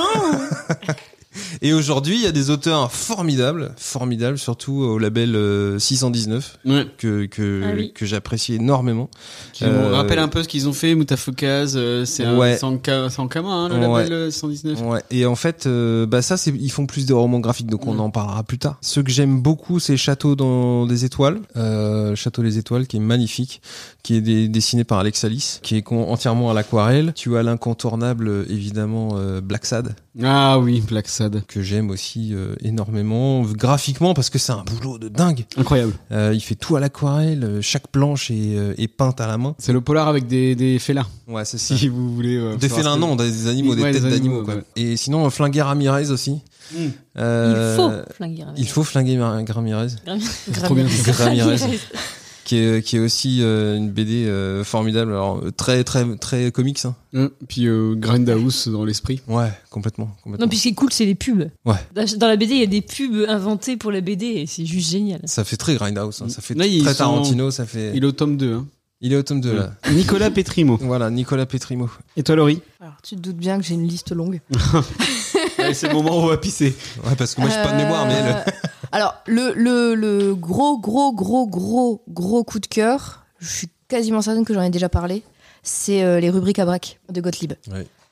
Et aujourd'hui, il y a des auteurs formidables, formidables, surtout au label euh, six cent dix-neuf, Ouais. que que, Ah oui. que j'apprécie énormément. Qui nous Euh, rappelle un peu ce qu'ils ont fait, Moutafukaz, euh, c'est un, Ouais. c'est en, Ka- c'est en Kama, hein, le Ouais. label euh, cent dix-neuf. Ouais. Et en fait, euh, bah ça, c'est ils font plus de romans graphiques, donc on Mm. en parlera plus tard. Ce que j'aime beaucoup, c'est Château dans des étoiles, euh, Château des étoiles, qui est magnifique, qui est dé- dessiné par Alex Alice, qui est con- entièrement à l'aquarelle. Tu as l'incontournable, euh, évidemment, euh, Black Sad, Ah oui, Black Sad. que j'aime aussi euh, énormément graphiquement parce que c'est un boulot de dingue. Incroyable. Euh, il fait tout à l'aquarelle, euh, chaque planche est, euh, est peinte à la main. C'est le polar avec des, des félins, Ouais, c'est ça. si vous voulez. euh, Des savoir félins, ce que- non, des animaux, des Ouais, des têtes d'animaux. animaux, Quoi. ouais. Et sinon, euh, flinguer Ramirez aussi. Mm. Euh, Il faut flinguer. Il faut flinguer Mar- Ramirez, Trop bien. Ramirez. qui est qui est aussi euh, une B D euh, formidable. Alors euh, très très très comics. Hein. Hein, Puis euh, Grindhouse dans l'esprit. Ouais, complètement, complètement. Non, puis ce qui est cool, c'est les pubs. Ouais. Dans la B D, il y a des pubs inventées pour la B D et c'est juste génial. Ça fait très Grindhouse. Hein. Ça fait Là, ils très sont- Tarantino. Ça fait. Il est au tome deux. Hein. Il est au tome deux là. Nicolas Petrimo. Voilà, Nicolas Petrimo. Et toi, Laurie? Alors, tu te doutes bien que j'ai une liste longue. Ouais, c'est le moment où on va pisser. Ouais, parce que moi, j'ai pas de mémoire, mais elle. Euh, Alors, le, le, le gros, gros, gros, gros, gros coup de cœur, je suis quasiment certaine que j'en ai déjà parlé, c'est euh, les rubriques à braque de Gottlieb. Ouais.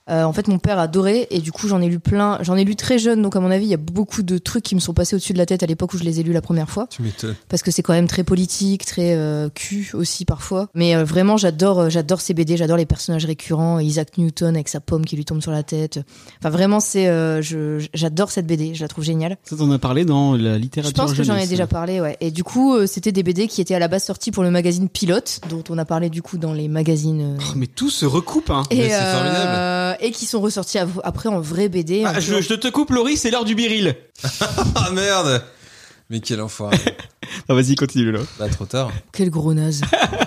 Euh, en fait, mon père adorait et du coup, j'en ai lu plein. J'en ai lu très jeune, donc à mon avis, il y a beaucoup de trucs qui me sont passés au-dessus de la tête à l'époque où je les ai lus la première fois. Tu m'étonnes. Parce que c'est quand même très politique, très euh, cul aussi parfois. Mais euh, vraiment, j'adore, euh, j'adore ces B D, j'adore les personnages récurrents. Isaac Newton avec sa pomme qui lui tombe sur la tête. Enfin, vraiment, c'est, euh, je, j'adore cette B D, je la trouve géniale. Ça, t'en as parlé dans la Je littérature pense que j'en ai jeunesse. déjà parlé, ouais. Et du coup, euh, c'était des B D qui étaient à la base sortis pour le magazine Pilote, dont on a parlé du coup dans les magazines. euh, Oh, mais tout se recoupe, hein. Et, Mais c'est euh, formidable. et qui sont ressortis av- après en vrai B D. Ah, en je, je te coupe, Laurie, c'est l'heure du biril. Ah merde. Mais quel enfoiré. Ah, vas-y, continue, là. Bah, trop tard. Quel gros naze.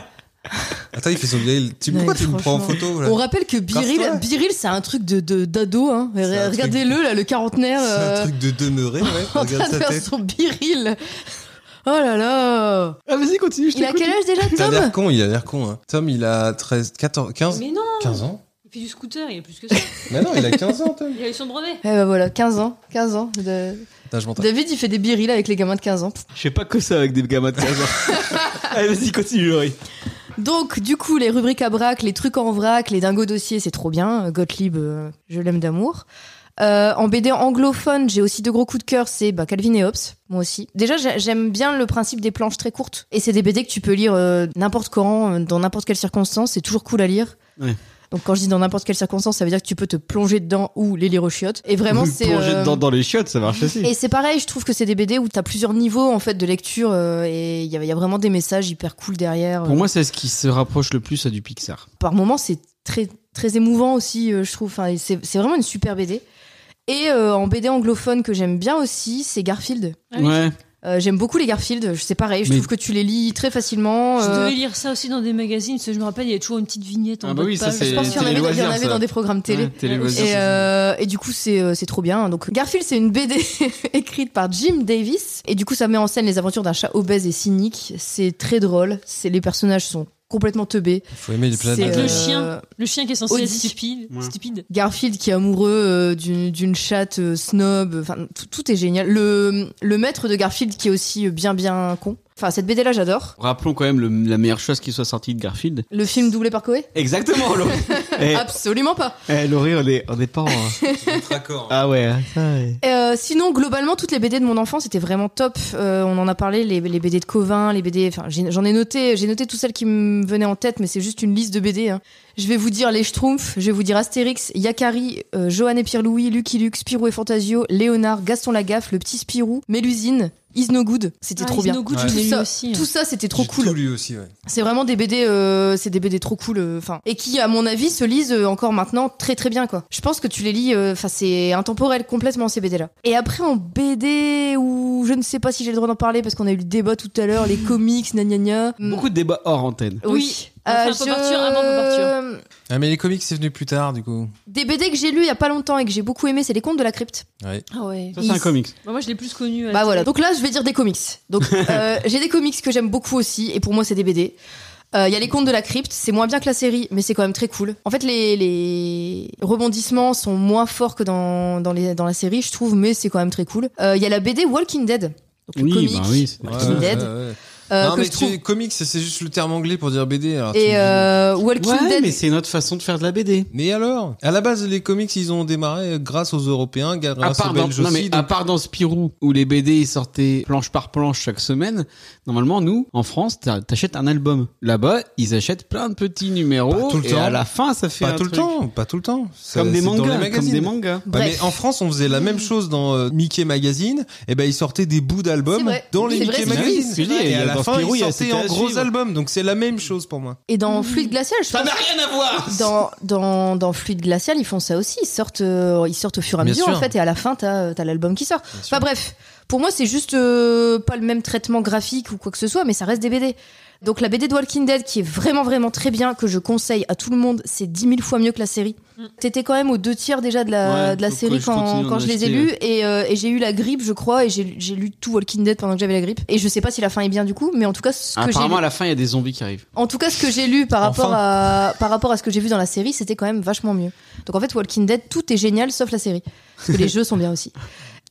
Attends, il fait son vieil. Tu, Non, pourquoi mais tu me prends en franchement. photo là On rappelle que Biril, Casse-toi. Biril c'est un truc de, de d'ado. Hein. un truc- Regardez-le là, le quarantenaire C'est euh, un truc de demeuré, ouais. en Regarde train de sa faire tête. son Biril. Oh là là. Ah, vas-y, continue, je Il a t'écoute. quel âge déjà, Il a l'air Tom? con, il a l'air con. Hein. Tom, il a treize, quatorze, quinze, Mais non, quinze ans. il fait du scooter, il a plus que ça. Mais non, il a quinze ans, Tom. Il a eu son brevet. Eh ben voilà, quinze ans, quinze ans. De- Attends, je m'entends. David, il fait des birils avec les gamins de quinze ans. Je fais pas que ça avec des gamins de quinze ans. Allez, vas-y, continue, Laurie. Donc, du coup, les rubriques à braque, les trucs en vrac, les dingos dossiers, c'est trop bien. Gottlieb, euh, je l'aime d'amour. Euh, en B D anglophone, j'ai aussi deux gros coups de cœur, c'est bah, Calvin et Hobbes, moi aussi. Déjà, j'ai- j'aime bien le principe des planches très courtes. Et c'est des B D que tu peux lire euh, n'importe quand, euh, dans n'importe quelle circonstance, c'est toujours cool à lire. Ouais. Donc quand je dis dans n'importe quelle circonstance, ça veut dire que tu peux te plonger dedans ou les lire aux chiottes. Et vraiment, c'est... Plonger euh, dedans dans les chiottes, ça marche aussi. Et c'est pareil, je trouve que c'est des B D où t'as plusieurs niveaux en fait de lecture euh, et il y, a- il y a vraiment des messages hyper cool derrière. Pour moi, c'est ce qui se rapproche le plus à du Pixar. Par moments, c'est très très émouvant aussi, euh, je trouve. Enfin, c'est c'est vraiment une super B D. Et euh, en B D anglophone que j'aime bien aussi, c'est Garfield. Ah oui. Ouais. Euh, j'aime beaucoup les Garfield. C'est pareil, je Mais- trouve que tu les lis très facilement. Je euh, devais lire ça aussi dans des magazines, parce que je me rappelle, il y avait toujours une petite vignette en Ah bah bas oui, de ça, page. c'est- je pense qu'il y en télé avait, il y en loisirs, avait ça. dans des programmes télé. Ouais, télé Et, loisirs, Et, c'est- euh, et du coup, c'est euh, c'est trop bien. Donc, Garfield, c'est une B D écrite par Jim Davis. Et du coup, ça met en scène les aventures d'un chat obèse et cynique. C'est très drôle. C'est les personnages sont complètement teubés. Il faut aimer les C'est, planètes. Avec le euh, chien. Le chien qui est censé Audi. être stupide. Ouais. stupide. Garfield qui est amoureux euh, d'une d'une chatte euh, snob. Enfin, tout, tout est génial. Le le maître de Garfield qui est aussi euh, bien bien con. Enfin, cette B D là, j'adore. Rappelons quand même le- la meilleure chose qui soit sortie de Garfield. Le film doublé par Koé. Exactement, Laurie. eh, Absolument pas. eh, Laurie, on est, on est pas en... Notre accord. Ah ouais, ça, ouais. Euh, sinon, globalement, toutes les B D de mon enfance étaient vraiment top. Euh, on en a parlé, les, les B D de Covin, les B D. Enfin, j'ai- j'en ai noté, j'ai noté toutes celles qui me venaient en tête, mais c'est juste une liste de B D. Hein. Je vais vous dire les Schtroumpfs, je vais vous dire Astérix, Yakari, euh, Johan et Pierre-Louis, Lucky Luke, Spirou et Fantasio, Léonard, Gaston Lagaffe, le petit Spirou, Mélusine, Is No Good. C'était Ah, trop Is bien. No Good, Ouais. je l'ai Tout lu ça, aussi. tout ça, c'était trop J'ai cool. tout lu aussi, ouais. C'est vraiment des B D, euh, c'est des B D trop cool, euh, enfin, et qui, à mon avis, se lisent euh, encore maintenant très très bien, quoi. Je pense que tu les lis, enfin, c'est intemporel complètement ces B D là. Et après en B D où je ne sais pas si j'ai le droit d'en parler parce qu'on a eu le débat tout à l'heure, les comics, gna gna gna. Beaucoup de débats hors antenne. Oui. On va faire Euh, Pop Arthur avant Pop Arthur. Ah, mais les comics, c'est venu plus tard, du coup. Des B D que j'ai lus il y a pas longtemps et que j'ai beaucoup aimé, c'est les Contes de la Crypte. Ouais. Ah ouais. Ça, c'est un Is- comics. Bah, moi, je l'ai plus connu. à Bah la voilà. télé. Donc là, je vais dire des comics. Donc euh, j'ai des comics que j'aime beaucoup aussi et pour moi c'est des B D. Il y a les Contes de la Crypte, c'est moins bien que la série, mais c'est quand même très cool. En fait, les, les rebondissements sont moins forts que dans, dans, les, dans la série, je trouve, mais c'est quand même très cool. Il y a la B D Walking Dead. Donc le Oui, comic, bah oui. c'est- Walking Dead. ouais, ouais. euh, non, que mais je trouve. tu- comics, c'est juste le terme anglais pour dire B D. Alors tu Et me dis- euh, Walking Ouais, Dead. mais c'est notre façon de faire de la B D. Mais alors, à la base, les comics, ils ont démarré grâce aux Européens, À grâce part, aux dans, Belges non, mais aussi. à donc- part dans Spirou, où les B D ils sortaient planche par planche chaque semaine, normalement, nous, en France, t'as- t'achètes un album. Là-bas, ils achètent plein de petits numéros. Pas tout le et temps. à la fin, ça fait Pas un tout le truc. temps, pas tout le temps. Ça- Comme des c'est dans les mangas, comme magazines. des mangas. Ouais, Bref. mais en France, on faisait la même chose dans euh, Mickey Magazine. Et ben, ils sortaient des bouts C'est d'albums vrai. dans les C'est vrai, Mickey c'est vrai. Magazine. C'est vrai. Et à Dans la fin, Spirou, il y ils a- sortaient c'était en à gros suivre. albums. Donc c'est la même chose pour moi. Et dans Fluide Glacial, je Ça pense. n'a rien à voir! Dans, dans, dans Fluide Glacial, ils font ça aussi. Ils sortent, euh, ils sortent au fur et à Bien mesure, sûr. en fait, et à la fin, t'as, t'as l'album qui sort. Bien sûr. Enfin bref, pour moi, c'est juste euh, pas le même traitement graphique ou quoi que ce soit, mais ça reste des B D. Donc la B D de Walking Dead, qui est vraiment, vraiment très bien, que je conseille à tout le monde, c'est dix mille fois mieux que la série. Mm. T'étais quand même aux deux tiers déjà de la, Ouais, de la faut série que je quand, continue d'en quand je les ai acheter, lus, et, euh, et j'ai eu la grippe, je crois, et j'ai, j'ai lu tout Walking Dead pendant que j'avais la grippe. Et je sais pas si la fin est bien du coup, mais en tout cas, ce que j'ai Apparemment, lu- à la fin, il y a des zombies qui arrivent. en tout cas, ce que j'ai lu par rapport, Enfin. à, par rapport à ce que j'ai vu dans la série, c'était quand même vachement mieux. Donc en fait, Walking Dead, tout est génial sauf la série. Parce que les jeux sont bien aussi.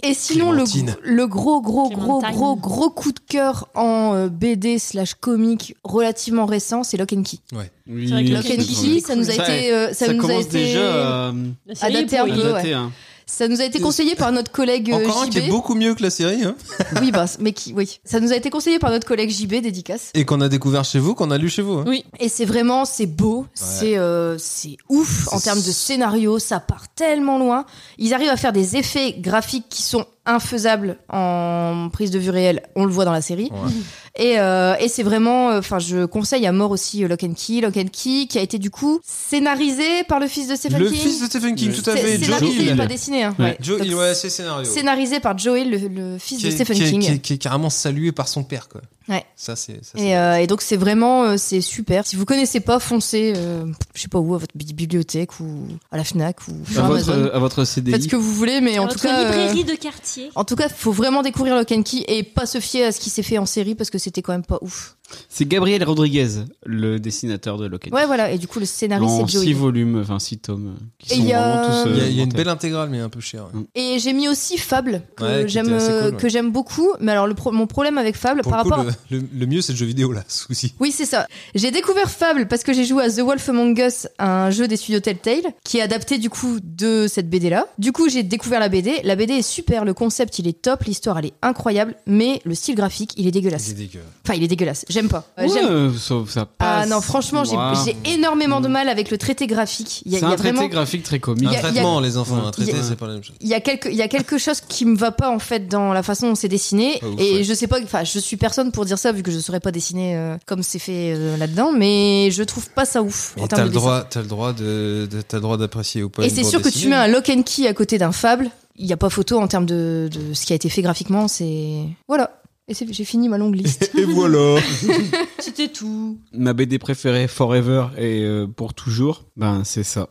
Et sinon, le, Clémentine. le gros, gros, gros, Clémentine. gros, gros coup de cœur en euh, B D slash comique relativement récent, c'est Lock and Key. Ouais. Oui, C'est vrai que Lock and Key, ça nous a Ça- été, euh, ça Ça nous a commence été, déjà à, La série est adapté un pourrie. peu, à ouais. dater, hein. ça nous a été conseillé par notre collègue euh, Encore un qui est J B. beaucoup mieux que la série, hein. Oui, bah, mais qui, oui, ça nous a été conseillé par notre collègue J B, dédicace. Et qu'on a découvert chez vous, qu'on a lu chez vous. Hein. Oui. Et c'est vraiment, c'est beau, c'est euh, c'est ouf en C'est- termes de scénario, ça part tellement loin. Ils arrivent à faire des effets graphiques qui sont infaisables en prise de vue réelle, on le voit dans la série. Ouais. Et, euh, et c'est vraiment, enfin, je conseille à mort aussi euh, Lock and Key, Lock and Key, qui a été du coup scénarisé par le fils de Stephen Le King. fils de Stephen King, Le- tout à C'est fait. Joe scénarisé, Hill. pas dessiné. Hein. Ouais. Ouais. Joe Donc, Hill, ouais, c'est scénario. scénarisé par Joe Hill, le, le fils Qui de est, Stephen qui est- King. qui est- qui est carrément salué par son père, quoi. Ouais. Ça, c'est. ça, c'est- Et, euh, et donc c'est vraiment euh, c'est super. Si vous connaissez pas, foncez, euh, je sais pas où, à votre bi- bibliothèque ou à la Fnac ou À sur Amazon. votre, à votre C D I. Faites ce que vous voulez, mais en Votre tout cas, euh, librairie de quartier. en tout cas, faut vraiment découvrir Lock and Key et pas se fier à ce qui s'est fait en série parce que c'était quand même pas ouf. C'est Gabriel Rodriguez, le dessinateur de Lock and Key. Ouais, voilà. Et du coup, le scénariste En c'est Joe six Hill. volumes, enfin six tomes, euh, qui Et sont il y a- vraiment tous. euh, Il y a, il y a une mortels. belle intégrale, mais un peu chère. ouais. Et j'ai mis aussi Fable que Ouais, qui j'aime était assez euh, cool, ouais. que j'aime beaucoup. Mais alors le pro- mon problème avec Fable Pour par le coup, rapport le, le- le mieux, c'est le jeu vidéo, là, souci. Oui, c'est ça. J'ai découvert Fable parce que j'ai joué à The Wolf Among Us, un jeu des studios Telltale, qui est adapté du coup de cette B D-là. Du coup, j'ai découvert la B D. La B D est super, le concept il est top, l'histoire elle est incroyable, mais le style graphique il est dégueulasse. C'est dégueu. Enfin, il est dégueulasse. J'aime pas. Euh, Ouais, j'aime- euh, ça, ça Ah passe. non, franchement, j'ai Moi. j'ai énormément de mal avec le traité graphique. Il y a, C'est il y a un traité vraiment. graphique très comique. Un y a- traitement, les enfants, un Ouais. traité, Il y a- c'est pas la même chose. Il y a quelque, il y a quelque chose qui me va pas en fait dans la façon dont c'est dessiné Pas ouf, et ouais. je sais pas, enfin je suis personne pour dire ça vu que je saurais pas dessiner euh, comme c'est fait euh, là-dedans, mais je trouve pas ça ouf en Mais termes t'as de le dessin. droit, t'as le droit de, de- t'as le droit d'apprécier ou pas. Et une c'est bande sûr que tu dessinée. mets un Lock and Key à côté d'un Fable, il y a pas photo en termes de, de ce qui a été fait graphiquement, c'est voilà. Et c'est- j'ai fini ma longue liste. Et voilà. C'était tout. Ma B D préférée forever et euh, pour toujours, ben c'est ça.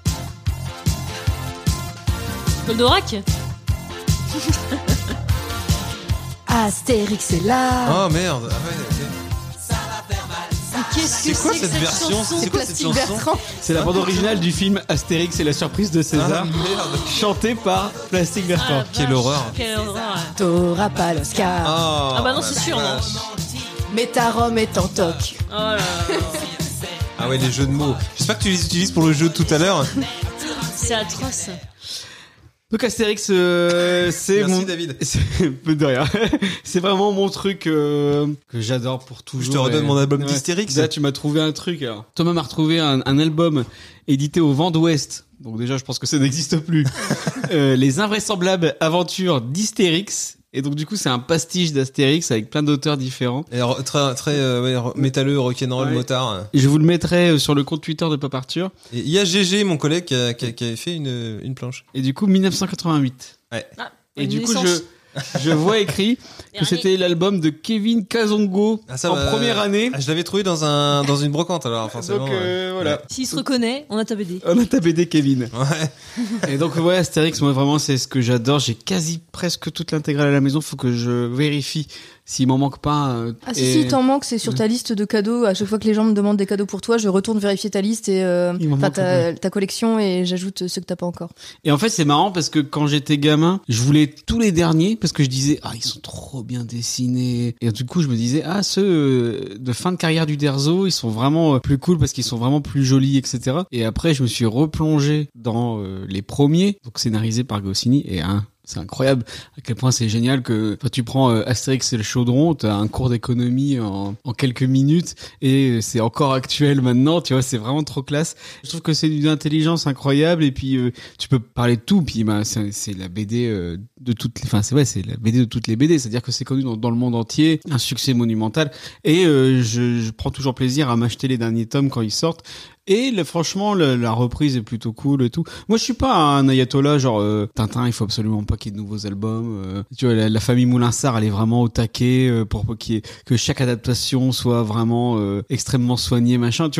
Goldorak. Astérix est là. Oh merde. Ah ouais, ok. Qu'est-ce C'est quoi cette version chanson C'est quoi cette Plastique chanson Bertrand. C'est la bande originale du film Astérix et la surprise de César, Ah, merde. chantée par Plastic Bertrand. Ah, Quelle vache, horreur. Quelle horreur. T'auras pas l'Oscar, Oh, Ah bah non, la c'est sûr, non. vache. mais ta Rome est en toc. Oh là là. Ah ouais, les jeux de mots. J'espère que tu les utilises pour le jeu de tout à l'heure. C'est atroce. Donc Astérix, euh, c'est Merci mon... David. C'est peu de rien. C'est vraiment mon truc euh, que j'adore pour toujours. Je te redonne et- mon album Ouais. d'Hystérix. Là, tu m'as trouvé un truc. Alors. Thomas m'a retrouvé un, un album édité au Vent d'Ouest. Donc déjà, je pense que ça n'existe plus. euh, les invraisemblables aventures d'Hystérix. Et donc du coup, c'est un pastiche d'Astérix avec plein d'auteurs différents. Et alors, très, très euh, ouais, ro- métalleux, rock'n'roll, Ouais. motard. Et je vous le mettrai euh, sur le compte Twitter de Pop Arthur. Et il y a G G, mon collègue, qui, a- qui a- qui avait fait une, une planche. Et du coup, mille neuf cent quatre-vingt-huit. Ouais. Ah, Et une du coup, naissance. je, je vois écrit que c'était l'album de Kevin Kazongo Ah, ça, en bah, première année. Ah, je l'avais trouvé dans un dans une brocante alors forcément. Donc euh, voilà. S'il se reconnaît, on a ta B D. On a ta B D Kevin. Ouais. Et donc ouais, Astérix, moi vraiment c'est ce que j'adore. J'ai quasi presque toute l'intégrale à la maison. Faut que je vérifie s'il m'en manque pas. euh, Ah si, et- si, il t'en manque, c'est sur ta liste de cadeaux. À chaque fois que les gens me demandent des cadeaux pour toi, je retourne vérifier ta liste et euh, Il m'en enfin, manque ta, ta collection et j'ajoute ceux que t'as pas encore. Et en fait, c'est marrant parce que quand j'étais gamin, je voulais tous les derniers parce que je disais ah ils sont trop bien dessinés. Et du coup, je me disais ah ceux euh, de fin de carrière du Derzo, ils sont vraiment euh, plus cool parce qu'ils sont vraiment plus jolis, et cetera. Et après, je me suis replongé dans euh, les premiers, donc scénarisés par Goscinny et un. C'est incroyable à quel point c'est génial que enfin, tu prends euh, Astérix et le chaudron, t'as un cours d'économie en, en quelques minutes et c'est encore actuel maintenant, tu vois, c'est vraiment trop classe. Je trouve que c'est d'une intelligence incroyable et puis euh, tu peux parler de tout, puis bah, c'est, c'est la B D euh, de toutes les, enfin c'est ouais, c'est la B D de toutes les B D, c'est-à-dire que c'est connu dans, dans le monde entier, un succès monumental et euh, je, je prends toujours plaisir à m'acheter les derniers tomes quand ils sortent. Et le, franchement, le, la reprise est plutôt cool et tout. Moi, je suis pas un ayatollah genre euh, Tintin. Il faut absolument pas qu'il y ait de nouveaux albums. Euh, tu vois, la, la famille Moulinsart, elle est vraiment au taquet euh, pour qu'il y ait, que chaque adaptation soit vraiment euh, extrêmement soignée, machin. Tu vois.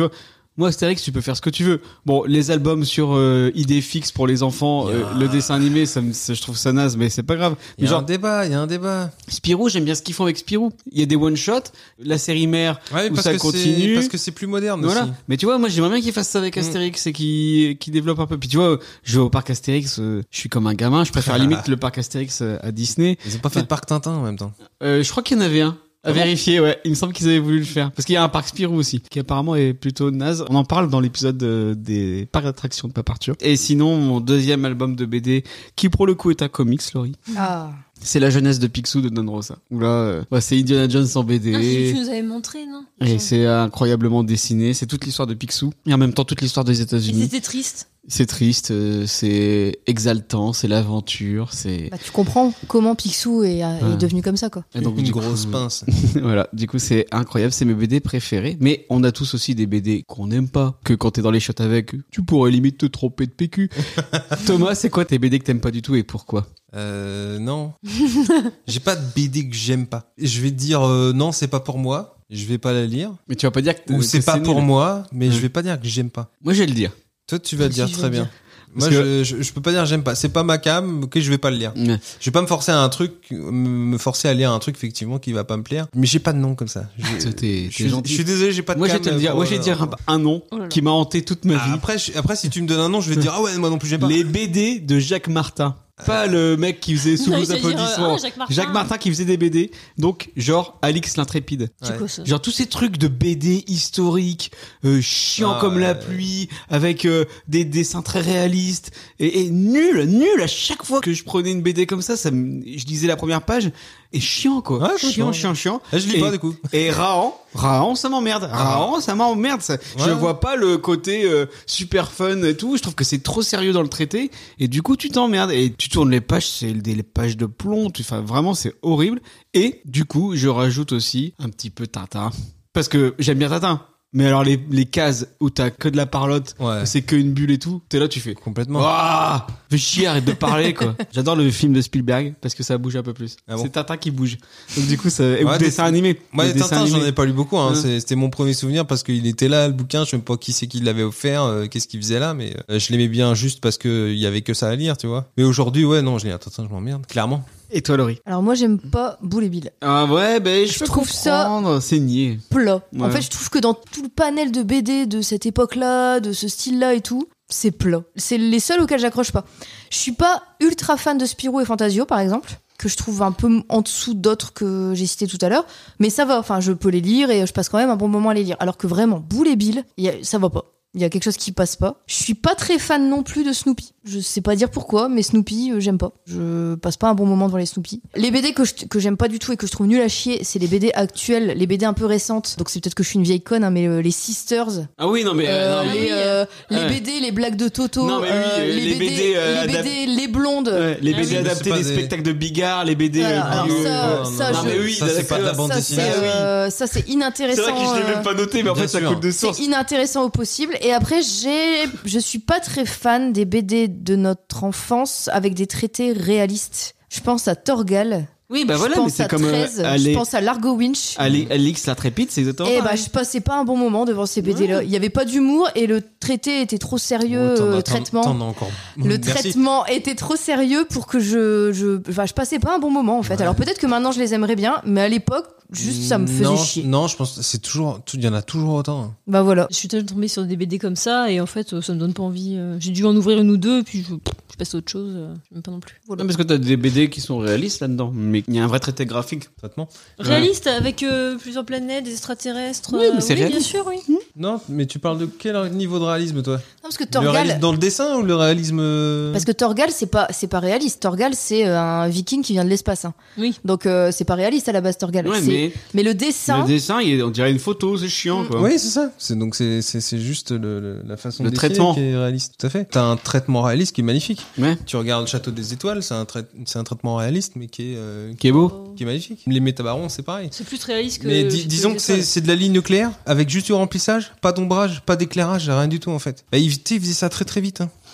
Moi, Astérix, tu peux faire ce que tu veux. Bon, les albums sur euh, idée fixe pour les enfants, euh, le dessin animé, ça, me- ça, je trouve ça naze, mais c'est pas grave. Il y Mais a genre, un débat, il y a un débat. Spirou, j'aime bien ce qu'ils font avec Spirou. Il y a des one-shots, la série mère, Ouais, où parce ça que continue. c'est parce que c'est plus moderne Voilà. aussi. Mais tu vois, moi, j'aimerais bien qu'ils fassent ça avec Mm. Astérix et qu'ils qu'ils développent un peu. Puis tu vois, je vais au parc Astérix, euh, je suis comme un gamin, je préfère limite le parc Astérix euh, à Disney. Ils ont pas fait de parc Tintin en même temps. Euh, je crois qu'il y en avait un. À Ah bon vérifier, ouais. Il me semble qu'ils avaient voulu le faire. Parce qu'il y a un parc Spirou aussi, qui apparemment est plutôt naze. On en parle dans l'épisode euh, des parcs d'attractions de Papa Arthur. Et sinon, mon deuxième album de B D, qui pour le coup est un comics, Laurie. Ah. C'est La jeunesse de Picsou de Don Rosa. Où là, euh, ouais, c'est Indiana Jones en B D. Ah, tu, tu nous avais montré, non? Et c'est incroyablement dessiné. C'est toute l'histoire de Picsou. Et en même temps, toute l'histoire des Et États-Unis. c'était triste. C'est triste, euh, c'est exaltant, c'est l'aventure, c'est... Bah, tu comprends comment Picsou est, est Ouais. devenu comme ça, quoi. Et donc, Une du grosse coup, pince. Voilà, du coup c'est incroyable, c'est mes B D préférés. Mais on a tous aussi des B D qu'on n'aime pas, que quand t'es dans les shots avec, tu pourrais limite te tromper de P Q. Thomas, c'est quoi tes B D que t'aimes pas du tout et pourquoi? Euh, non. J'ai pas de B D que j'aime pas. Je vais te dire euh, non, c'est pas pour moi. Je vais pas la lire. Mais tu vas pas dire que Ou que c'est pas pour nul. moi, mais Ouais. je vais pas dire que j'aime pas. Moi je vais le dire. Toi, tu vas Moi le dire aussi, je très vais le bien. dire. Moi, Parce je, je, je peux pas dire j'aime pas. C'est pas ma cam, ok, je vais pas le lire. Ouais. Je vais pas me forcer à un truc, me me forcer à lire un truc effectivement qui va pas me plaire. Mais j'ai pas de nom comme ça. Je, Toi, t'es- je t'es suis, gentil. je suis désolé, j'ai pas de Moi je vais cam te le dire, pour, moi je vais te euh, dire un, un nom Oh là là. qui m'a hanté toute ma vie. Ah, après, je- après, si tu me donnes un nom, je vais te dire ah ouais, moi non plus j'aime pas. Les B D de Jacques Martin. Pas le mec qui faisait sous Non, vos j'allais dire, applaudissements. ah, Jacques Martin. Jacques Martin qui faisait des B D. Donc, genre, Alix l'intrépide. C'est Ouais. quoi ça? Genre tous ces trucs de B D historiques, euh, chiants Ah, comme la ouais. pluie, avec euh, des dessins très réalistes et, et nul, nul. À chaque fois que je prenais une B D comme ça, ça me, je lisais la première page et chiant quoi, Ouais, chiant, complètement. chiant, chiant. Là, je lis Et- pas du coup. Et Rahan, Rahan, ça m'emmerde. Rahan, ça m'emmerde. Ça. Je Ouais. vois pas le côté euh, super fun et tout. Je trouve que c'est trop sérieux dans le traité. Et du coup, tu t'emmerdes. Et tu tournes les pages, c'est des les pages de plomb. Tu, enfin, vraiment, c'est horrible. Et du coup, je rajoute aussi un petit peu Tintin. Parce que j'aime bien Tintin. Mais alors, les, les cases où t'as que de la parlotte, Ouais. c'est qu'une bulle et tout, t'es là, tu fais. Complètement. Waouh, fais chier, arrête de parler quoi. J'adore le film de Spielberg parce que ça bouge un peu plus. Ah bon C'est Tintin qui bouge. Donc du coup, ça. Et Ouais, ou des- dessin animé. Moi, Les les dessins Tintin, j'en animés. ai pas lu beaucoup. Hein. Hein. C'est- C'était mon premier souvenir parce qu'il était là, le bouquin. Je sais même pas qui c'est qui l'avait offert, euh, qu'est-ce qu'il faisait là, mais euh, je l'aimais bien juste parce que il y avait que ça à lire, tu vois. Mais aujourd'hui, ouais, non, je lis un Tintin, je m'emmerde, clairement. Et toi, Laurie? Alors moi, j'aime pas Boule et Bill. Ah ouais, ben je, Je peux trouve ça- comprendre. C'est niais. Plat. En Ouais. fait, je trouve que dans tout le panel de B D de cette époque-là, de ce style-là et tout, c'est plat. C'est les seuls auxquels j'accroche pas. Je suis pas ultra fan de Spirou et Fantasio, par exemple, que je trouve un peu en dessous d'autres que j'ai cités tout à l'heure. Mais ça va, enfin, je peux les lire et je passe quand même un bon moment à les lire. Alors que vraiment, Boule et Bill, y a- ça va pas. Il y a quelque chose qui passe pas. Je suis pas très fan non plus de Snoopy. Je sais pas dire pourquoi, mais Snoopy, euh, j'aime pas. Je passe pas un bon moment devant les Snoopy. Les B D que je- que j'aime pas du tout et que je trouve nul à chier, c'est les B D actuelles, les B D un peu récentes. Donc c'est peut-être que je suis une vieille conne, hein, mais euh, les Sisters, Ah oui, non mais. euh, euh, non, mais- les, euh, les Ouais. B D, les blagues de Toto, Non, mais oui, euh, euh, les B D, euh, les B D, les blondes. Ouais, les Ah B D oui. adaptés C'est pas des des- spectacles de Bigard, les B D. Voilà, euh, alors du- ça, euh, ça, non, je- mais oui, ça, c'est pas de la bande ça, dessinée. c'est, Ah oui. euh, ça c'est C'est inintéressant. vrai que je l'ai euh, même pas noté, mais en bien fait ça sûr. coule de source. C'est inintéressant au possible. Et après, j'ai, je suis pas très fan des B D de notre enfance avec des traités réalistes. Je pense à Torgal. Oui, bah voilà, je mais pense c'est à comme. euh, treize. Je aller- pense à Largo Winch. aller- Alix l'intrépide, c'est exactement Et bah, pareil. je passais pas un bon moment devant ces B D-là. Il y avait pas d'humour et le traité était trop sérieux. Oh, t'en as- euh, t'en- traitement. T'en as encore. Le Merci. traitement était trop sérieux pour que je, je, enfin, je passais pas un bon moment en fait. Ouais. Alors peut-être que maintenant je les aimerais bien, mais à l'époque, juste ça me faisait non, chier. Non, je pense que c'est toujours, tout- il y en a toujours autant. Bah voilà. Je suis tellement tombée sur des B D comme ça et en fait, euh, ça me donne pas envie. euh, J'ai dû en ouvrir une ou deux, puis je, je passe à autre chose. euh, J'aime pas non plus. Non, parce que t'as des B D qui sont réalistes là-dedans, mais il y a un vrai traité graphique. Traitement. Réaliste avec euh, plusieurs planètes, des extraterrestres. Oui, mais euh, c'est bien réaliste. sûr, oui. Non, mais tu parles de quel niveau de réalisme, toi? Non, parce que Le Torgal, réalisme dans le dessin ou le réalisme euh, parce que Torgal c'est pas, c'est pas réaliste. Torgal c'est euh, un Viking qui vient de l'espace. Hein. Oui. Donc euh, c'est pas réaliste à la base Torgal. Ouais, C'est- mais mais le dessin. le dessin, il est- on dirait une photo, c'est chiant quoi. Oui, c'est ça. C'est donc c'est c'est c'est juste le, le- la façon Le de dessiner traitement. qui est réaliste. Tout à fait. T'as un traitement réaliste qui est magnifique. Ouais. Tu regardes le Château des Étoiles, c'est un trai- c'est un traitement réaliste, mais qui est euh, Qui est beau. qui est magnifique. Les métabarons, c'est pareil. C'est plus réaliste que. Mais dis- que disons les que c'est étoiles. c'est de la ligne claire avec juste du remplissage, pas d'ombrage, pas d'éclairage, rien du tout en fait. Bah, il, tu sais, il faisait ça très très vite. Hein.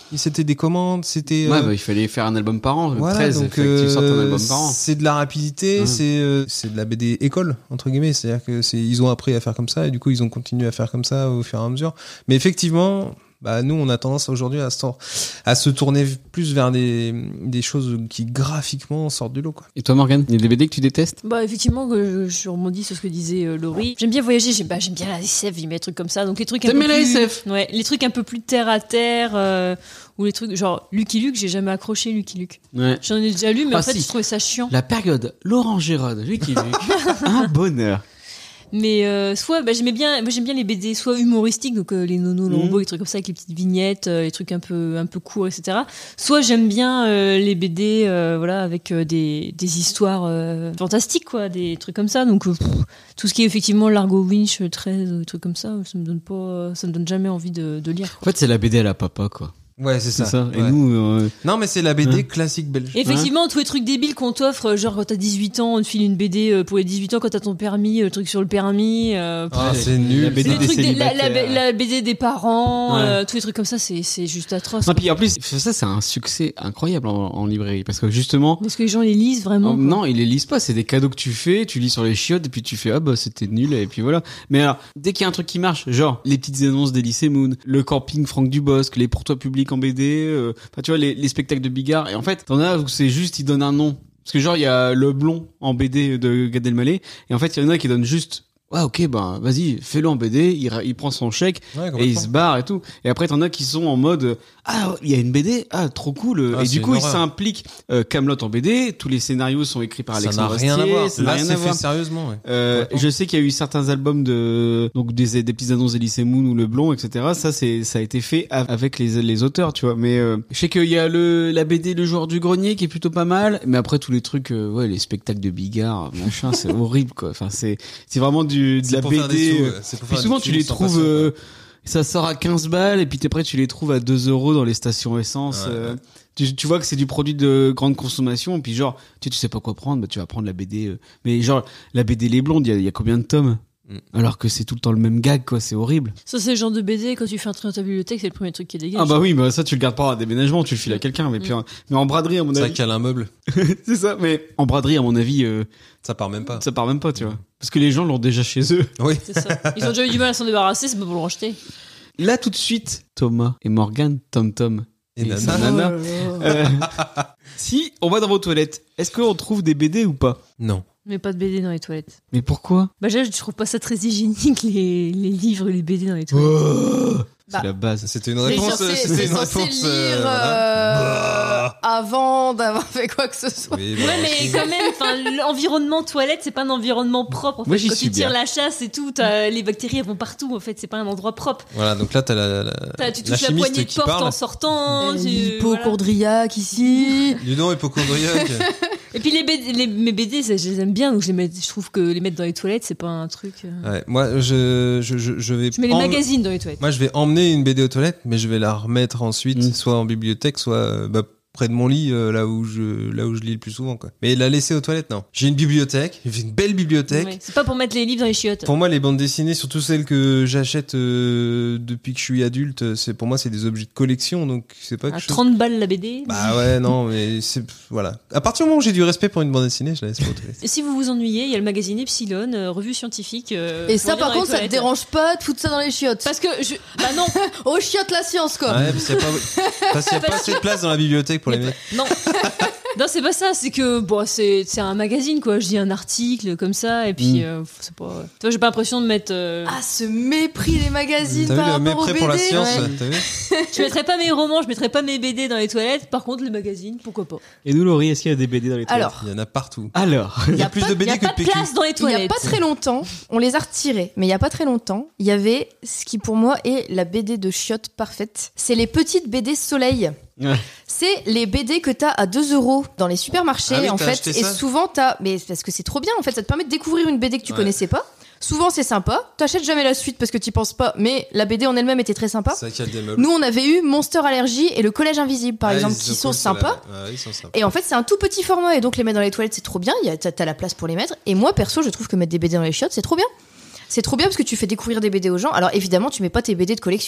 C'était des commandes, c'était. Ouais, euh, bah, il fallait faire un album par an. Voilà, treize, donc fait que tu sortes un euh, album par an. c'est de la rapidité, Ouais. c'est euh, c'est de la B D école entre guillemets, c'est-à-dire que c'est ils ont appris à faire comme ça et du coup ils ont continué à faire comme ça au fur et à mesure. Mais effectivement, bah nous on a tendance aujourd'hui à se à se tourner plus vers des des choses qui graphiquement sortent du lot quoi. Et toi, Morgane, il y a des B D que tu détestes? Bah effectivement, je, je rebondis sur ce que disait euh, Laurie. J'aime bien voyager, j'aime, bah, j'aime bien la S F, j'aime bien les trucs comme ça. Donc les trucs un T'aimes peu bien la plus... S F? Ouais, les trucs un peu plus terre à terre, euh, ou les trucs genre Lucky Luke, j'ai jamais accroché Lucky Luke. Ouais. J'en ai déjà lu, mais Ah, en fait si. je trouvais ça chiant. La période Laurent Gérard, Lucky Luke, un bonheur. Mais euh, soit bah, j'aimais bien, moi j'aime bien les B D soit humoristiques, donc euh, les nonos, Mhm. lambos, les trucs comme ça avec les petites vignettes, euh, les trucs un peu un peu courts, et cetera. Soit j'aime bien euh, les B D, euh, voilà, avec euh, des des histoires euh, fantastiques, quoi, des trucs comme ça. Donc euh, pff, tout ce qui est effectivement Largo Winch, treize, des trucs comme ça, ça me donne pas, ça me donne jamais envie de, de lire. En fait, c'est la B D à la papa, quoi. Ouais, c'est C'est ça. ça. Et Ouais. nous, euh, Non, mais c'est la B D Hein classique belge. Et effectivement, tous les trucs débiles qu'on t'offre, genre quand t'as dix-huit ans, on te file une B D euh, pour les dix-huit ans quand t'as ton permis, le truc sur le permis. Euh, Ah, Ouais, c'est la nul. B D c'est les des trucs des- la, la, célibataires. la B D des parents, Ouais. euh, tous les trucs comme ça, c'est c'est juste atroce. non, puis en plus, ça, c'est un succès incroyable en, en librairie. Parce que justement, Est-ce que les gens les lisent vraiment oh, quoi non, ils les lisent pas. C'est des cadeaux que tu fais, tu lis sur les chiottes, et puis tu fais, ah bah, c'était nul, et puis voilà. Mais alors, dès qu'il y a un truc qui marche, genre, les petites annonces d'Elysée Moon, le camping Franck Dubosc, les pour toi publics en B D, euh, enfin, tu vois, les, les spectacles de Bigard. Et en fait, t'en as où c'est juste, ils donnent un nom. Parce que genre, il y a le blond en B D de Gad Elmaleh, et en fait, il y en a qui donnent juste, ouais, ok, ben, vas-y, fais-le en B D, il, ra- il prend son chèque, Ouais, et il complètement. se barre et tout. Et après, t'en as qui sont en mode, ah, il y a une B D, ah, trop cool. Ah, et c'est du coup, une ils horreur. s'impliquent euh, Camelot en B D, tous les scénarios sont écrits par Ça n'a Alexandre rien à Astier, voir. ça n'a Là, rien c'est à fait voir. sérieusement, ouais. Euh, Complètement. je sais qu'il y a eu certains albums de donc des, des petites annonces d'Elysée Moon ou Le Blond, et cetera. Ça c'est ça a été fait av- avec les les auteurs, tu vois. Mais euh, je sais qu'il y a le la B D Le Joueur du Grenier qui est plutôt pas mal. Mais après tous les trucs, euh, ouais, les spectacles de Bigard, machin, c'est horrible quoi. Enfin c'est c'est vraiment du de C'est la pour B D. faire des sous, euh, ouais. C'est pour Puis faire souvent des tu thunes les sans trouves. passion, quoi. euh, ça sort à quinze balles et puis après tu les trouves à deux euros dans les stations essence. Ouais, euh, ouais. tu, tu vois que c'est du produit de grande consommation et puis genre tu, tu sais pas quoi prendre, bah tu vas prendre la B D. euh. Mais genre la B D Les Blondes, il y a, il y a combien de tomes? Mm. Alors que c'est tout le temps le même gag quoi, c'est horrible. Ça, c'est le genre de B D, quand tu fais un tri dans ta bibliothèque, c'est le premier truc qui dégage. Ah bah oui, bah ça tu le gardes pas à déménagement, tu le files à quelqu'un. Mais, puis, en- mais en braderie à mon C'est vrai avis, qu'il y a un meuble. c'est ça. Mais en braderie à mon avis, euh, Ça part même pas. ça part même pas, tu vois, parce que les gens l'ont déjà chez eux. Oui. C'est ça. Ils ont déjà eu du mal à s'en débarrasser, c'est pas pour le racheter. Là tout de suite, Thomas et Morgane, Tom Tom Et et Nana. sa nana. Euh, si on va dans vos toilettes, est-ce qu'on trouve des B D ou pas? Non. Mais pas de B D dans les toilettes. Mais pourquoi? Bah, déjà, je trouve pas ça très hygiénique, les, les livres et les B D dans les toilettes. C'est Bah, la base. C'était une T'es réponse. censé, C'était t'es une censé réponse. lire euh, euh, voilà. avant d'avoir fait quoi que ce soit. Oui, Ouais, bah, mais quand même, enfin, l'environnement toilette, c'est pas un environnement propre. En fait. Moi, j'y Quand suis tu tires bien. la chasse et tout, t'as- les bactéries elles vont partout. En fait, c'est pas un endroit propre. Voilà, donc là, t'as la, la, T'as- tu la touches la, chimiste poignée de qui porte parle. en sortant. Euh, tu- L'hypochondriaque ici. Dis donc, hypochondriaque. voilà. Et puis les B D, les, mes B D, ça, je les aime bien, donc je, les mets, je trouve que les mettre dans les toilettes, c'est pas un truc. euh. Ouais, moi, je, je, je, je vais. Je mets les em- magazines dans les toilettes. Moi, je vais emmener une B D aux toilettes, mais je vais la remettre ensuite, Mm. soit en bibliothèque, soit euh, bah, près de mon lit, euh, là où je, là où je lis le plus souvent, quoi. Mais la laisser aux toilettes, non. J'ai une bibliothèque, j'ai une belle bibliothèque. Ouais. C'est pas pour mettre les livres dans les chiottes. Pour moi, les bandes dessinées, surtout celles que j'achète euh, depuis que je suis adulte, c'est pour moi c'est des objets de collection, donc c'est pas À quelque chose. trente balles la B D. Bah ouais, non, mais c'est voilà. À partir du moment où j'ai du respect pour une bande dessinée, je la laisse pas aux toilettes. Et si vous vous ennuyez, il y a le magazine Epsilon, euh, revue scientifique. euh, Et pour ça, lire par dans les contre, ça te toilettes. dérange pas de foutre ça dans les chiottes. Parce que je. Bah non, Aux chiottes, la science, quoi. Ouais, parce qu'il y a pas, parce qu'il y a pas assez de place dans la bibliothèque pour les mecs. non. Non, c'est pas ça, c'est que bon, c'est c'est un magazine quoi. Je lis un article comme ça et puis Mm. euh, c'est pas. Tu vois, j'ai pas l'impression de mettre. euh, Ah, ce mépris des magazines T'as vu par le rapport aux mépris B D. pour la science, ouais. là, t'as vu? Je mettrais pas mes romans, je mettrais pas mes B D dans les toilettes. Par contre, les magazines, pourquoi pas. Et nous, Laurie, est-ce qu'il y a des B D dans les toilettes? Alors, Il y en a partout. Alors. Il y a, a plus pas- de Il B y a D que pas de de P Q. place dans les il y a toilettes. pas très longtemps, on les a retirés, mais il y a pas très longtemps, il y avait ce qui pour moi est la B D de chiottes parfaite. C'est les petites B D Soleil. Ouais. C'est les B D que t'as à deux euros dans les supermarchés, Ah oui, en t'as fait. acheté Et ça souvent, t'as. Mais parce que c'est trop bien, en fait. Ça te permet de découvrir une B D que tu Ouais. connaissais pas. Souvent, c'est sympa. T'achètes jamais la suite parce que t'y penses pas, mais la B D en elle-même était très sympa. C'est vrai qu'il y a des meubles. Nous, on avait eu Monster Allergy et le Collège Invisible, par Ah, exemple, ils qui sont cool, ceux-là. sympas. Ouais, ils sont sympas. Et en fait, c'est un tout petit format, et donc les mettre dans les toilettes, c'est trop bien. Il y a, t'as, t'as la place pour les mettre. Et moi, perso, je trouve que mettre des B D dans les chiottes, c'est trop bien. C'est trop bien parce que tu fais découvrir des B D aux gens. Alors évidemment, tu mets pas tes B D de collection.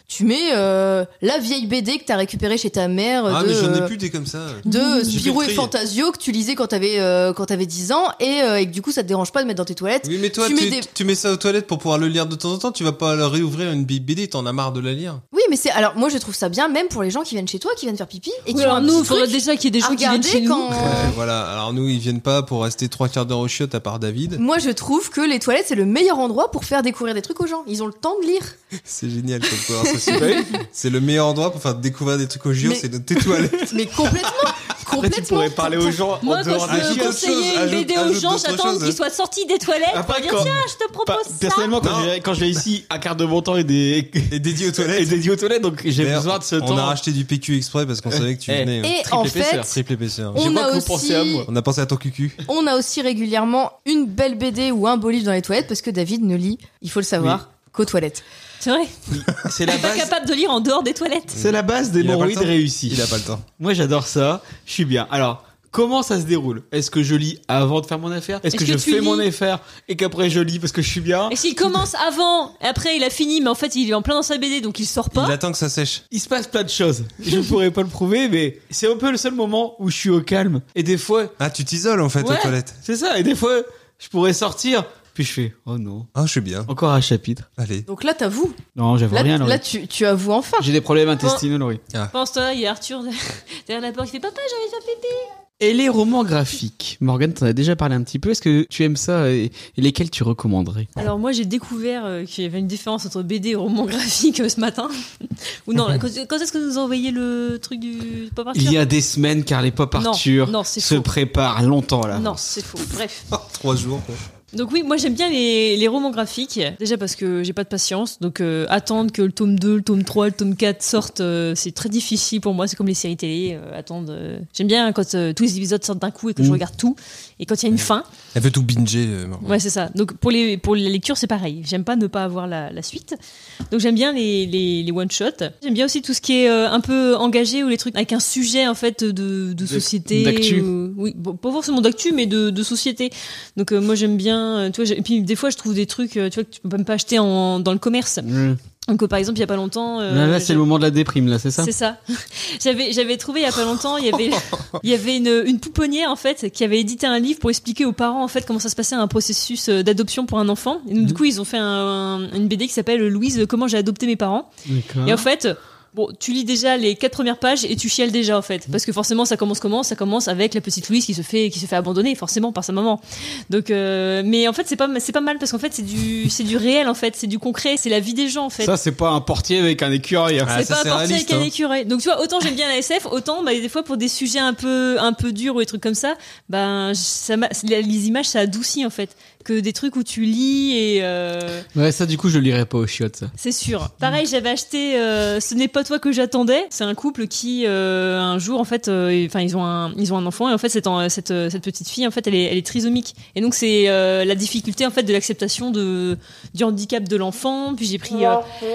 tu mets euh, la vieille B D que t'as récupérée chez ta mère Ah, de, mais j'en ai euh, plus des comme ça. de J'ai Spirou fait et le tri. Fantasio que tu lisais quand t'avais euh, quand t'avais dix ans et, euh, et que du coup ça te dérange pas de mettre dans tes toilettes. Oui, mais toi, Tu tu, mets des- tu mets ça aux toilettes pour pouvoir le lire de temps en temps. Tu vas pas le réouvrir une B D, t'en as marre de la lire. Oui, mais c'est alors moi je trouve ça bien même pour les gens qui viennent chez toi, qui viennent faire pipi et qui Oui, ont alors un nous, petit il faudrait truc déjà qu'il y ait des à gens qui viennent regarder chez nous. quand. Ouais, voilà. Alors nous, ils viennent pas pour rester trois quarts d'heure au chiottes à part David. Moi je trouve que les toilettes c'est le meilleur endroit pour faire découvrir des trucs aux gens. Ils ont le temps de lire. C'est génial comme conversation. C'est le meilleur endroit pour faire découvrir des trucs aux G I O, Mais- c'est de tes toilettes. Mais complètement, Après, complètement. tu pourrais parler aux gens Moi, en quand dehors je des veux ajoute autre conseiller chose, une B D ajoute- aux ajoute gens, d'autres j'attends choses. qu'ils soient sortis des toilettes Après, pour dire quand- tiens, je te Pas- propose ça. personnellement, quand Non. je, viens- quand je viens ici, un quart de mon temps est, des... Et dédié aux est toilettes. dédié aux toilettes, donc j'ai D'ailleurs, besoin de ce on temps. a racheté du P Q exprès parce qu'on savait que tu Eh. venais. Et Triple en épaisseur, fait, Triple épaisseur. Je on vois a que vous aussi, pensez à moi. On a pensé à ton cucu. on a aussi régulièrement une belle B D ou un beau livre dans les toilettes parce que David ne lit, il faut le savoir, qu'aux toilettes. C'est vrai. C'est la Pas base. capable de lire en dehors des toilettes. C'est la base des Il a pas le hémorroïdes temps. réussies. Il a pas le temps. Moi, j'adore ça. Je suis bien. Alors, comment ça se déroule? Est-ce que je lis avant de faire mon affaire? Est-ce Est-ce que, que je tu fais lis mon affaire et qu'après je lis parce que je suis bien? Et s'il commence avant, et après il a fini, mais en fait il est en plein dans sa B D donc il sort pas. Il attend que ça sèche. Il se passe plein de choses. Je ne pourrais pas le prouver, mais c'est un peu le seul moment où je suis au calme. Et des fois, Ah, tu t'isoles en fait Ouais. aux toilettes. c'est ça. Et des fois, je pourrais sortir. Puis je fais, oh non. Ah, je suis bien. Encore un chapitre. Allez. Donc là, t'avoues. Non, j'avais Là, rien. Laurie. là tu, tu avoues enfin. J'ai des problèmes intestinaux, Laurie. Pense toi, il y a Arthur derrière la porte qui fait papa, j'ai envie de faire pipi. Et les romans graphiques. Morgane, t'en as déjà parlé un petit peu. Est-ce que tu aimes ça et, et lesquels tu recommanderais? Alors moi j'ai découvert euh, qu'il y avait une différence entre B D et roman graphique euh, ce matin. Ou non, là, quand, quand est-ce que vous envoyez le truc du Pop Arthur? Il y a des semaines car les Pop Non, Arthur non, c'est se faux. préparent longtemps là. Non, c'est faux. Bref. Trois jours. Quoi. Donc oui, moi j'aime bien les, les romans graphiques, déjà parce que j'ai pas de patience, donc euh, attendre que le tome deux, le tome trois, le tome quatre sortent, euh, c'est très difficile pour moi, c'est comme les séries télé, euh, attendre... euh, J'aime bien quand euh, tous les épisodes sortent d'un coup et que je Mm. regarde tout, et quand il y a une fin, Elle veut tout binger. euh, Morgane. ouais c'est ça. Donc pour, les, pour la lecture c'est pareil, j'aime pas ne pas avoir la, la suite, donc j'aime bien les, les, les one-shots, j'aime bien aussi tout ce qui est euh, un peu engagé ou les trucs avec un sujet en fait de, de société, d'actu. ou- oui, bon, pas forcément d'actu mais de, de société, donc euh, moi j'aime bien, euh, tu vois, j'ai- et puis des fois je trouve des trucs euh, tu vois que tu peux même pas acheter en, dans le commerce. Mmh. Donc euh, par exemple il y a pas longtemps euh, là, là, c'est j'ai- le moment de la déprime, là, c'est ça? c'est ça. j'avais j'avais trouvé il y a pas longtemps, il y avait il y avait une une pouponnière en fait qui avait édité un livre pour expliquer aux parents en fait comment ça se passait un processus euh, d'adoption pour un enfant. Et donc, du coup ils ont fait un, une B D qui s'appelle Louise comment j'ai adopté mes parents. D'accord. Et en fait, bon, tu lis déjà les quatre premières pages et tu chiales déjà en fait, parce que forcément ça commence comment? Ça commence avec la petite Louise qui se fait qui se fait abandonner forcément par sa maman. Donc, euh, mais en fait c'est pas c'est pas mal parce qu'en fait c'est du c'est du réel en fait, c'est du concret, c'est la vie des gens en fait. Ça, c'est pas un portier avec un écureuil. Ah, C'est ça, pas c'est apporté réaliste, avec un hein. écureuil. Donc tu vois, autant j'aime bien la S F, autant bah, des fois pour des sujets un peu un peu durs ou des trucs comme ça, ben ça m'a- les images ça adoucit en fait que des trucs où tu lis et euh, Ouais, ça, du coup, je lirai pas aux chiottes, ça. c'est sûr. Pareil, j'avais acheté euh, Ce n'est pas toi que j'attendais. C'est un couple qui euh, un jour en fait, euh, enfin ils ont un ils ont un enfant et en fait cette en- cette euh, cette petite fille en fait elle est elle est trisomique et donc c'est euh, la difficulté en fait de l'acceptation de du handicap de l'enfant. Puis j'ai pris euh,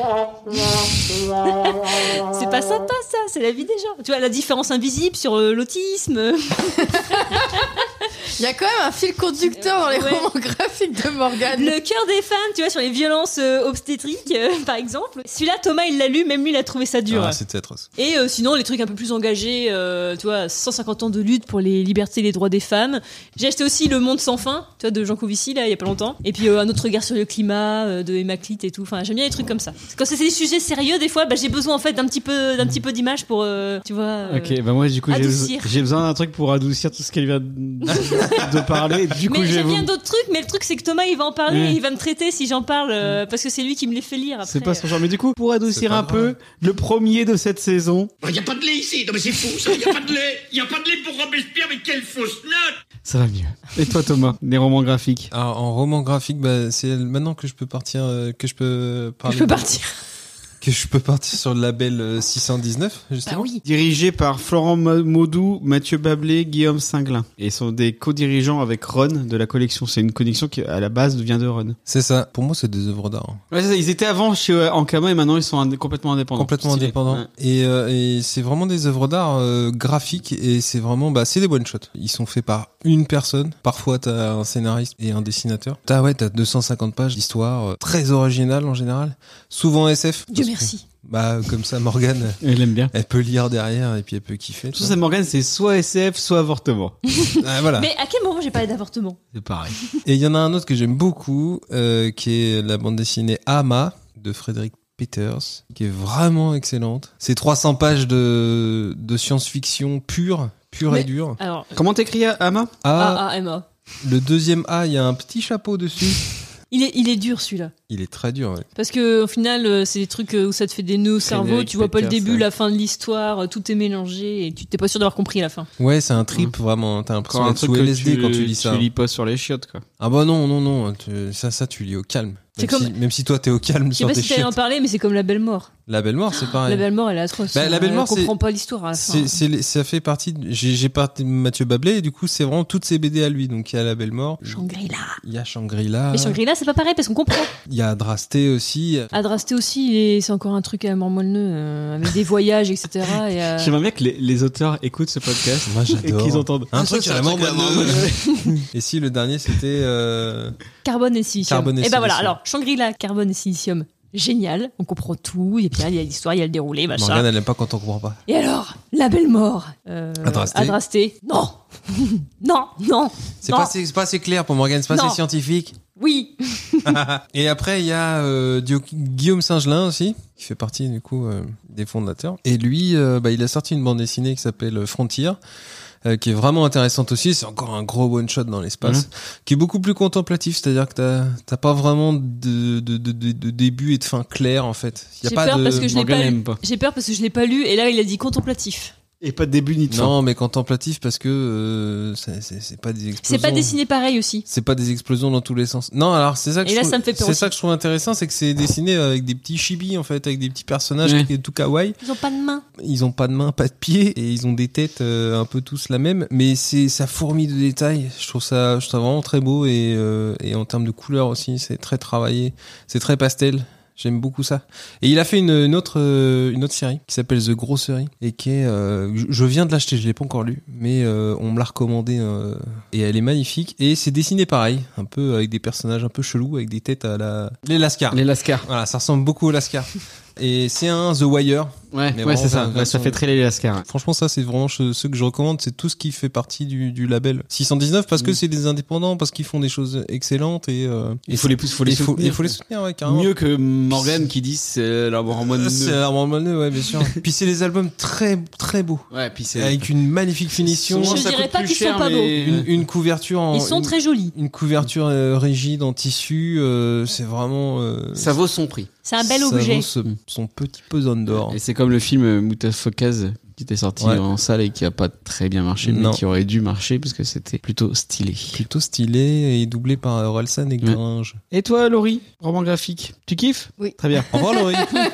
c'est pas sympa ça, c'est la vie des gens. Tu vois la différence invisible sur euh, l'autisme. Il y a quand même un fil conducteur dans les Ouais. romans graphiques de Morgane. Le cœur des femmes, tu vois, sur les violences euh, obstétriques, euh, par exemple. Celui-là, Thomas, il l'a lu, même lui, il a trouvé ça dur. Ah, c'était atroce. Et euh, sinon, les trucs un peu plus engagés, euh, tu vois, cent cinquante ans de lutte pour les libertés et les droits des femmes. J'ai acheté aussi Le Monde sans fin, tu vois, de Jean Covici, là, il y a pas longtemps. Et puis euh, Un autre regard sur le climat, euh, de Emma Clit et tout. Enfin, j'aime bien les trucs comme ça. Quand c'est des sujets sérieux, des fois, bah, j'ai besoin, en fait, d'un petit peu, d'un petit peu d'image pour, euh, tu vois. euh, Ok, bah moi, du coup, j'ai adoucir. j'ai besoin d'un truc pour adoucir tout ce qu'elle vient de, de parler. Du coup, Mais j'ai j'aime bien vous- d'autres trucs, mais le truc c'est que Thomas il va en parler, Ouais. et il va me traiter si j'en parle, euh, parce que c'est lui qui me les fait lire après. C'est pas son genre. Mais du coup, pour adoucir C'est pas un peu, le premier de cette saison, Il n'y a pas de lait ici. Non mais c'est fou ça. Il n'y a pas de lait. Il n'y a pas de lait pour Robespierre. Mais quelle fausse note. ça va mieux. Et toi, Thomas, les romans graphiques? Alors, en roman graphique, bah, c'est maintenant que je peux partir, euh, que je peux parler. Je peux de- partir. Que je peux partir sur le label euh, six cent dix-neuf, justement. Ah oui. Dirigé par Florent Ma- Maudou, Mathieu Bablé, Guillaume Singlin. Et ils sont des co-dirigeants avec Ron de la collection. C'est une collection qui, à la base, vient de Ron. C'est ça. Pour moi, c'est des œuvres d'art. Ouais, c'est ça. Ils étaient avant chez euh, Ankama et maintenant ils sont indé- complètement indépendants. Complètement Stylé. indépendants. Ouais. Et, euh, et c'est vraiment des œuvres d'art euh, graphiques et c'est vraiment, bah, c'est des one shots. Ils sont faits par une personne. Parfois, t'as un scénariste et un dessinateur. T'as, ouais, t'as deux cent cinquante pages d'histoire, euh, très originale en général. Souvent S F. Dieu parce que- merci. Bah, comme ça, Morgane, Elle aime bien. elle peut lire derrière et puis elle peut kiffer. Tout ça, Morgane, c'est soit S F, soit avortement. Ah, voilà. Mais à quel moment j'ai parlé d'avortement? C'est pareil. Et il y en a un autre que j'aime beaucoup, euh, qui est la bande dessinée Ama de Frédéric Peters, qui est vraiment excellente. C'est trois cents pages de, de science-fiction pure, pure Mais- et dure. Alors, Comment t'écris, Ama? A, A A M A. le deuxième A, il y a un petit chapeau dessus. Il est, il est dur celui-là. Il est très dur, ouais. Parce que au final, euh, c'est des trucs euh, où ça te fait des nœuds au cerveau, Frédéric tu vois pas le Peters, début, ouais. la fin de l'histoire, euh, tout est mélangé et tu t'es pas sûr d'avoir compris la fin. Ouais, c'est un trip, vraiment. T'as l'impression Quand un d'être truc sous que L S D tu, quand tu lis ça. Tu lis pas sur les chiottes, quoi. Ah bah non, non, non. tu- ça, ça, tu lis au calme. C'est Même, comme- si, même si toi, t'es au calme Je sais sur pas tes si t'allais en chiottes. parler, mais c'est comme La Belle Mort. La Belle Mort, c'est pareil. La Belle Mort, elle est atroce. Bah, La Belle On Mort, comprend c'est- pas l'histoire à la fin. C'est, c'est, les- ça fait partie. de- j'ai, j'ai parti de Mathieu Bablé et du coup, c'est vraiment toutes ses B D à lui. Donc, il y a La Belle Mort. Shangri-La. Il y a Shangri-La. Mais Shangri-La, c'est pas pareil parce qu'on comprend. Il y a Adrasté aussi. Adrasté aussi, et c'est encore un truc à mormoneux, euh, avec des voyages, et cetera. Et, euh, J'aimerais bien que les, les auteurs écoutent ce podcast Moi, et j'adore. qu'ils entendent. Un Ça, truc c'est à la mort truc à la moelle. Et si, le dernier, c'était. Euh... Carbone et silicium. Carbone et et ben voilà, silicium. alors, Shangri-La, carbone et silicium. Génial, on comprend tout, et puis il y a l'histoire, il y a le déroulé, machin. Morgane, elle aime pas quand on comprend pas. Et alors, La Belle Mort. Euh, Adrasté. Adrasté. Non. non, non. C'est non. pas, assez, c'est pas assez clair pour Morgane, c'est pas Non. assez scientifique. Oui. Et après, il y a euh, Dio- Guillaume Singelin aussi, qui fait partie du coup euh, des fondateurs. Et lui, euh, bah, il a sorti une bande dessinée qui s'appelle Frontier, euh, qui est vraiment intéressante aussi. C'est encore un gros one shot dans l'espace, Mhm. qui est beaucoup plus contemplatif. C'est-à-dire que t'as, t'as pas vraiment de, de, de, de, de début et de fin clair en fait. Il y a J'ai pas peur de parce que je l'ai Morgane pas lu. aime pas. J'ai peur parce que je l'ai pas lu, et là, il a dit contemplatif. Et pas de début ni de fin. non, mais contemplatif parce que euh, c'est, c'est, c'est pas des explosions. C'est pas dessiné pareil aussi. C'est pas des explosions dans tous les sens. Non, alors c'est ça que Et je là, trouve, ça me fait peur c'est aussi. ça que je trouve intéressant, c'est que c'est dessiné avec des petits chibis en fait, avec des petits personnages Ouais. qui est tout kawaii. Ils ont pas de main. Ils ont pas de mains, pas de pieds et ils ont des têtes euh, un peu tous la même, mais c'est ça fourmille de détails. Je trouve ça, je trouve ça vraiment très beau et euh, et en termes de couleurs aussi, c'est très travaillé, c'est très pastel. J'aime beaucoup ça. Et il a fait une, une autre euh, une autre série qui s'appelle The Grossery et qui est euh, je- je viens de l'acheter, je l'ai pas encore lu, mais euh, on me l'a recommandé euh, et elle est magnifique et c'est dessiné pareil, un peu avec des personnages un peu chelous avec des têtes à la les Lascar. Les Lascars. Voilà, ça ressemble beaucoup aux Lascar. Et c'est un The Wire. Ouais, Mais ouais, vraiment, c'est ça. enfin, Ouais, ça version- fait très les Lascars. Franchement, ça, c'est vraiment ce ce que je recommande. C'est tout ce qui fait partie du, du label six cent dix-neuf parce que Mm. c'est des indépendants, parce qu'ils font des choses excellentes et, euh, Il faut les, faut les il faut, soutenir. il faut les soutenir, ouais, carrément. Mieux que Morgane qui dit c'est leur hormone. Euh, C'est l'arbre en mollet, ouais, bien sûr. Puis c'est des albums très, très beaux. Ouais, puis c'est. Avec une magnifique finition. Je Ça dirais coûte pas plus qu'ils sont cher, pas mais- Une, une couverture en. Ils sont une, très jolis. Une couverture euh, rigide en tissu, euh, c'est vraiment. euh, Ça vaut son prix. C'est un bel ça objet. vaut ce- son petit pesant d'or. Et c'est comme le film euh, Moutafokaz qui était sorti Ouais. en salle et qui a pas très bien marché, Non. mais qui aurait dû marcher parce que c'était plutôt stylé. Plutôt stylé et doublé par Orelsan et Ouais. Gringe. Et toi, Laurie, roman graphique, tu kiffes? Oui. Très bien. Au revoir, Laurie.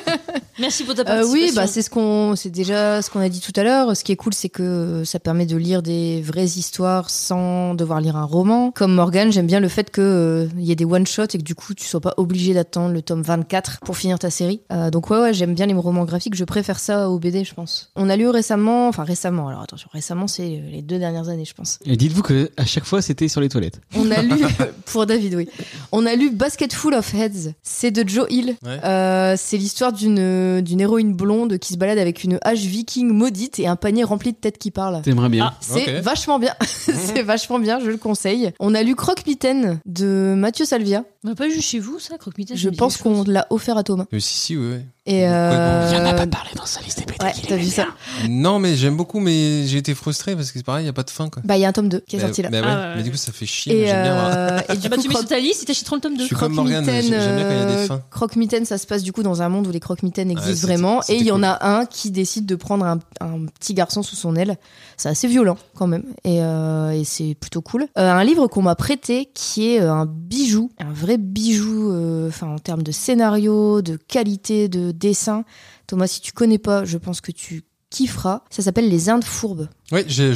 Merci pour ta Euh, participation. oui, bah c'est ce qu'on, c'est déjà ce qu'on a dit tout à l'heure. Ce qui est cool, c'est que ça permet de lire des vraies histoires sans devoir lire un roman. Comme Morgane, j'aime bien le fait que euh, il y ait des one shots et que du coup tu sois pas obligé d'attendre le tome vingt-quatre pour finir ta série. Euh, donc ouais, ouais, j'aime bien les romans graphiques. Je préfère ça aux B D, je pense. On a lu récemment, enfin récemment. Alors attention, récemment, c'est les deux dernières années, je pense. Et dites-vous que à chaque fois, c'était sur les toilettes. On a lu pour David, oui. On a lu Basketful of Heads. C'est de Joe Hill. Ouais. Euh, c'est l'histoire d'une d'une héroïne blonde qui se balade avec une hache viking maudite et un panier rempli de têtes qui parlent. T'aimerais bien. Ah. C'est Ok. vachement bien. C'est vachement bien, je le conseille. On a lu Croque-Mitaine de Mathieu Salvia. On n'a pas eu chez vous, ça, Croque-Mitaine? Je pense qu'on l'a offert à Thomas. Euh, si, si, oui, oui. Et euh... Il y en a pas parlé dans sa liste des Ouais, t'as vu ça? Non, mais j'aime beaucoup, mais j'ai été frustré parce que c'est pareil, il n'y a pas de fin, quoi. Bah, il y a un tome deux qui est Bah, sorti là. bah ouais, Ah, ouais, mais ouais. du coup, ça fait chier, mais Et, j'aime bien voir. euh, et Ah du bah coup, tu mets Croque- sur ta liste et t'achètes le tome Je deux. suis comme Morgane, Croque-Mitaine, j'aime bien quand il y a des euh, fins. Croque-Mitaine, ça se passe du coup dans un monde où les croque-mitaines existent c'était- vraiment. c'était Et il y en cool. a un qui décide de prendre un, un petit garçon sous son aile. C'est assez violent quand même. Et, euh, et c'est plutôt cool. Euh, un livre qu'on m'a prêté qui est euh, un bijou. Un vrai bijou euh, enfin, en termes de scénario, de qualité, de dessin. Thomas, si tu connais pas, je pense que tu kifferas. Ça s'appelle Les Indes fourbes. Oui, je, je l'ai.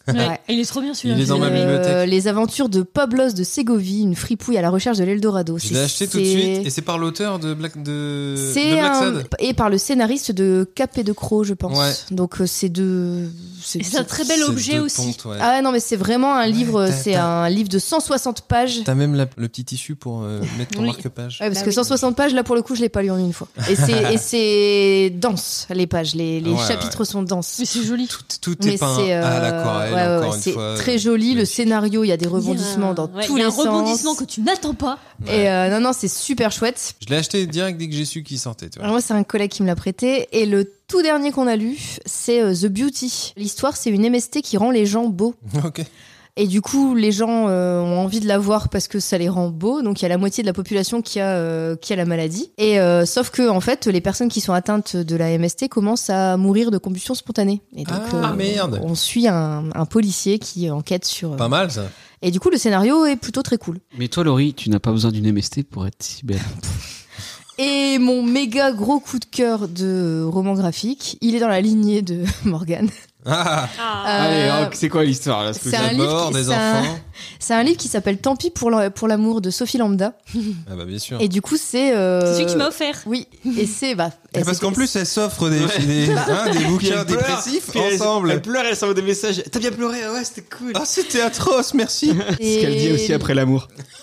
Ouais. Il est trop bien celui-là. Il est dans ma Euh, bibliothèque. les aventures de Pablos de Ségovie, une fripouille à la recherche de l'Eldorado. Je C'est- l'ai acheté tout de c'est- suite et c'est par l'auteur de Black, de, de C'est Black un... Sad. et par le scénariste de Cap et de Croc, je pense. Ouais. Donc euh, c'est de. Et c'est un très bel C'est objet deux aussi. pontes, ouais. Ah non mais c'est vraiment un livre. t'as- C'est t'as- un livre de cent soixante pages. T'as même la- le petit tissu pour euh, mettre ton Oui. marque-page. Ouais, parce Bah que oui. cent soixante pages, là pour le coup, je l'ai pas lu en une fois. Et c'est et c'est dense les pages, les, les Ouais, chapitres sont denses. Mais c'est joli. Tout, tout Mais est peint c'est euh, à l'aquarelle, ouais, ouais, encore ouais, une c'est fois. très joli. Le magnifique. scénario, il y a des Il y a rebondissements un- dans ouais, tous il y a les un rebondissement sens. que tu n'attends pas. Et euh, non non, c'est super chouette. Je l'ai acheté direct dès que j'ai su qu'il sortait. Tu vois. Alors moi, c'est un collègue qui me l'a prêté. Et le tout dernier qu'on a lu, c'est euh, The Beauty. L'histoire, c'est une M S T qui rend les gens beaux. Ok. Et du coup, les gens euh, ont envie de la voir parce que ça les rend beaux. Donc il y a la moitié de la population qui a euh, qui a la maladie. Et euh, sauf que en fait, les personnes qui sont atteintes de la M S T commencent à mourir de combustion spontanée. Et donc Ah, merde. on suit un, un policier qui enquête sur. euh, Pas mal ça. Et du coup, le scénario est plutôt très cool. Mais toi, Laurie, tu n'as pas besoin d'une M S T pour être si belle. Et mon méga gros coup de cœur de roman graphique, il est dans la lignée de Morgane. Ah, Ah. Allez, Euh, oh, c'est quoi l'histoire là c'est la un livre mort qui- des c'est un- enfants. C'est un livre qui s'appelle Tant pis pour la- pour l'amour de Sophie Lambda. Ah bah bien sûr. Et du coup, c'est. euh, C'est celui que tu m'as offert. Oui, et c'est. Bah, Et parce c'était- qu'en plus, elle s'offre des, Ouais. des, hein, des Puis bouquins elle pleure, dépressifs puis elle- ensemble. Elle pleure, elle s'envoie des messages. T'as bien pleuré, ouais, c'était cool. Ah, c'était atroce, merci. Ce qu'elle dit aussi après l'amour.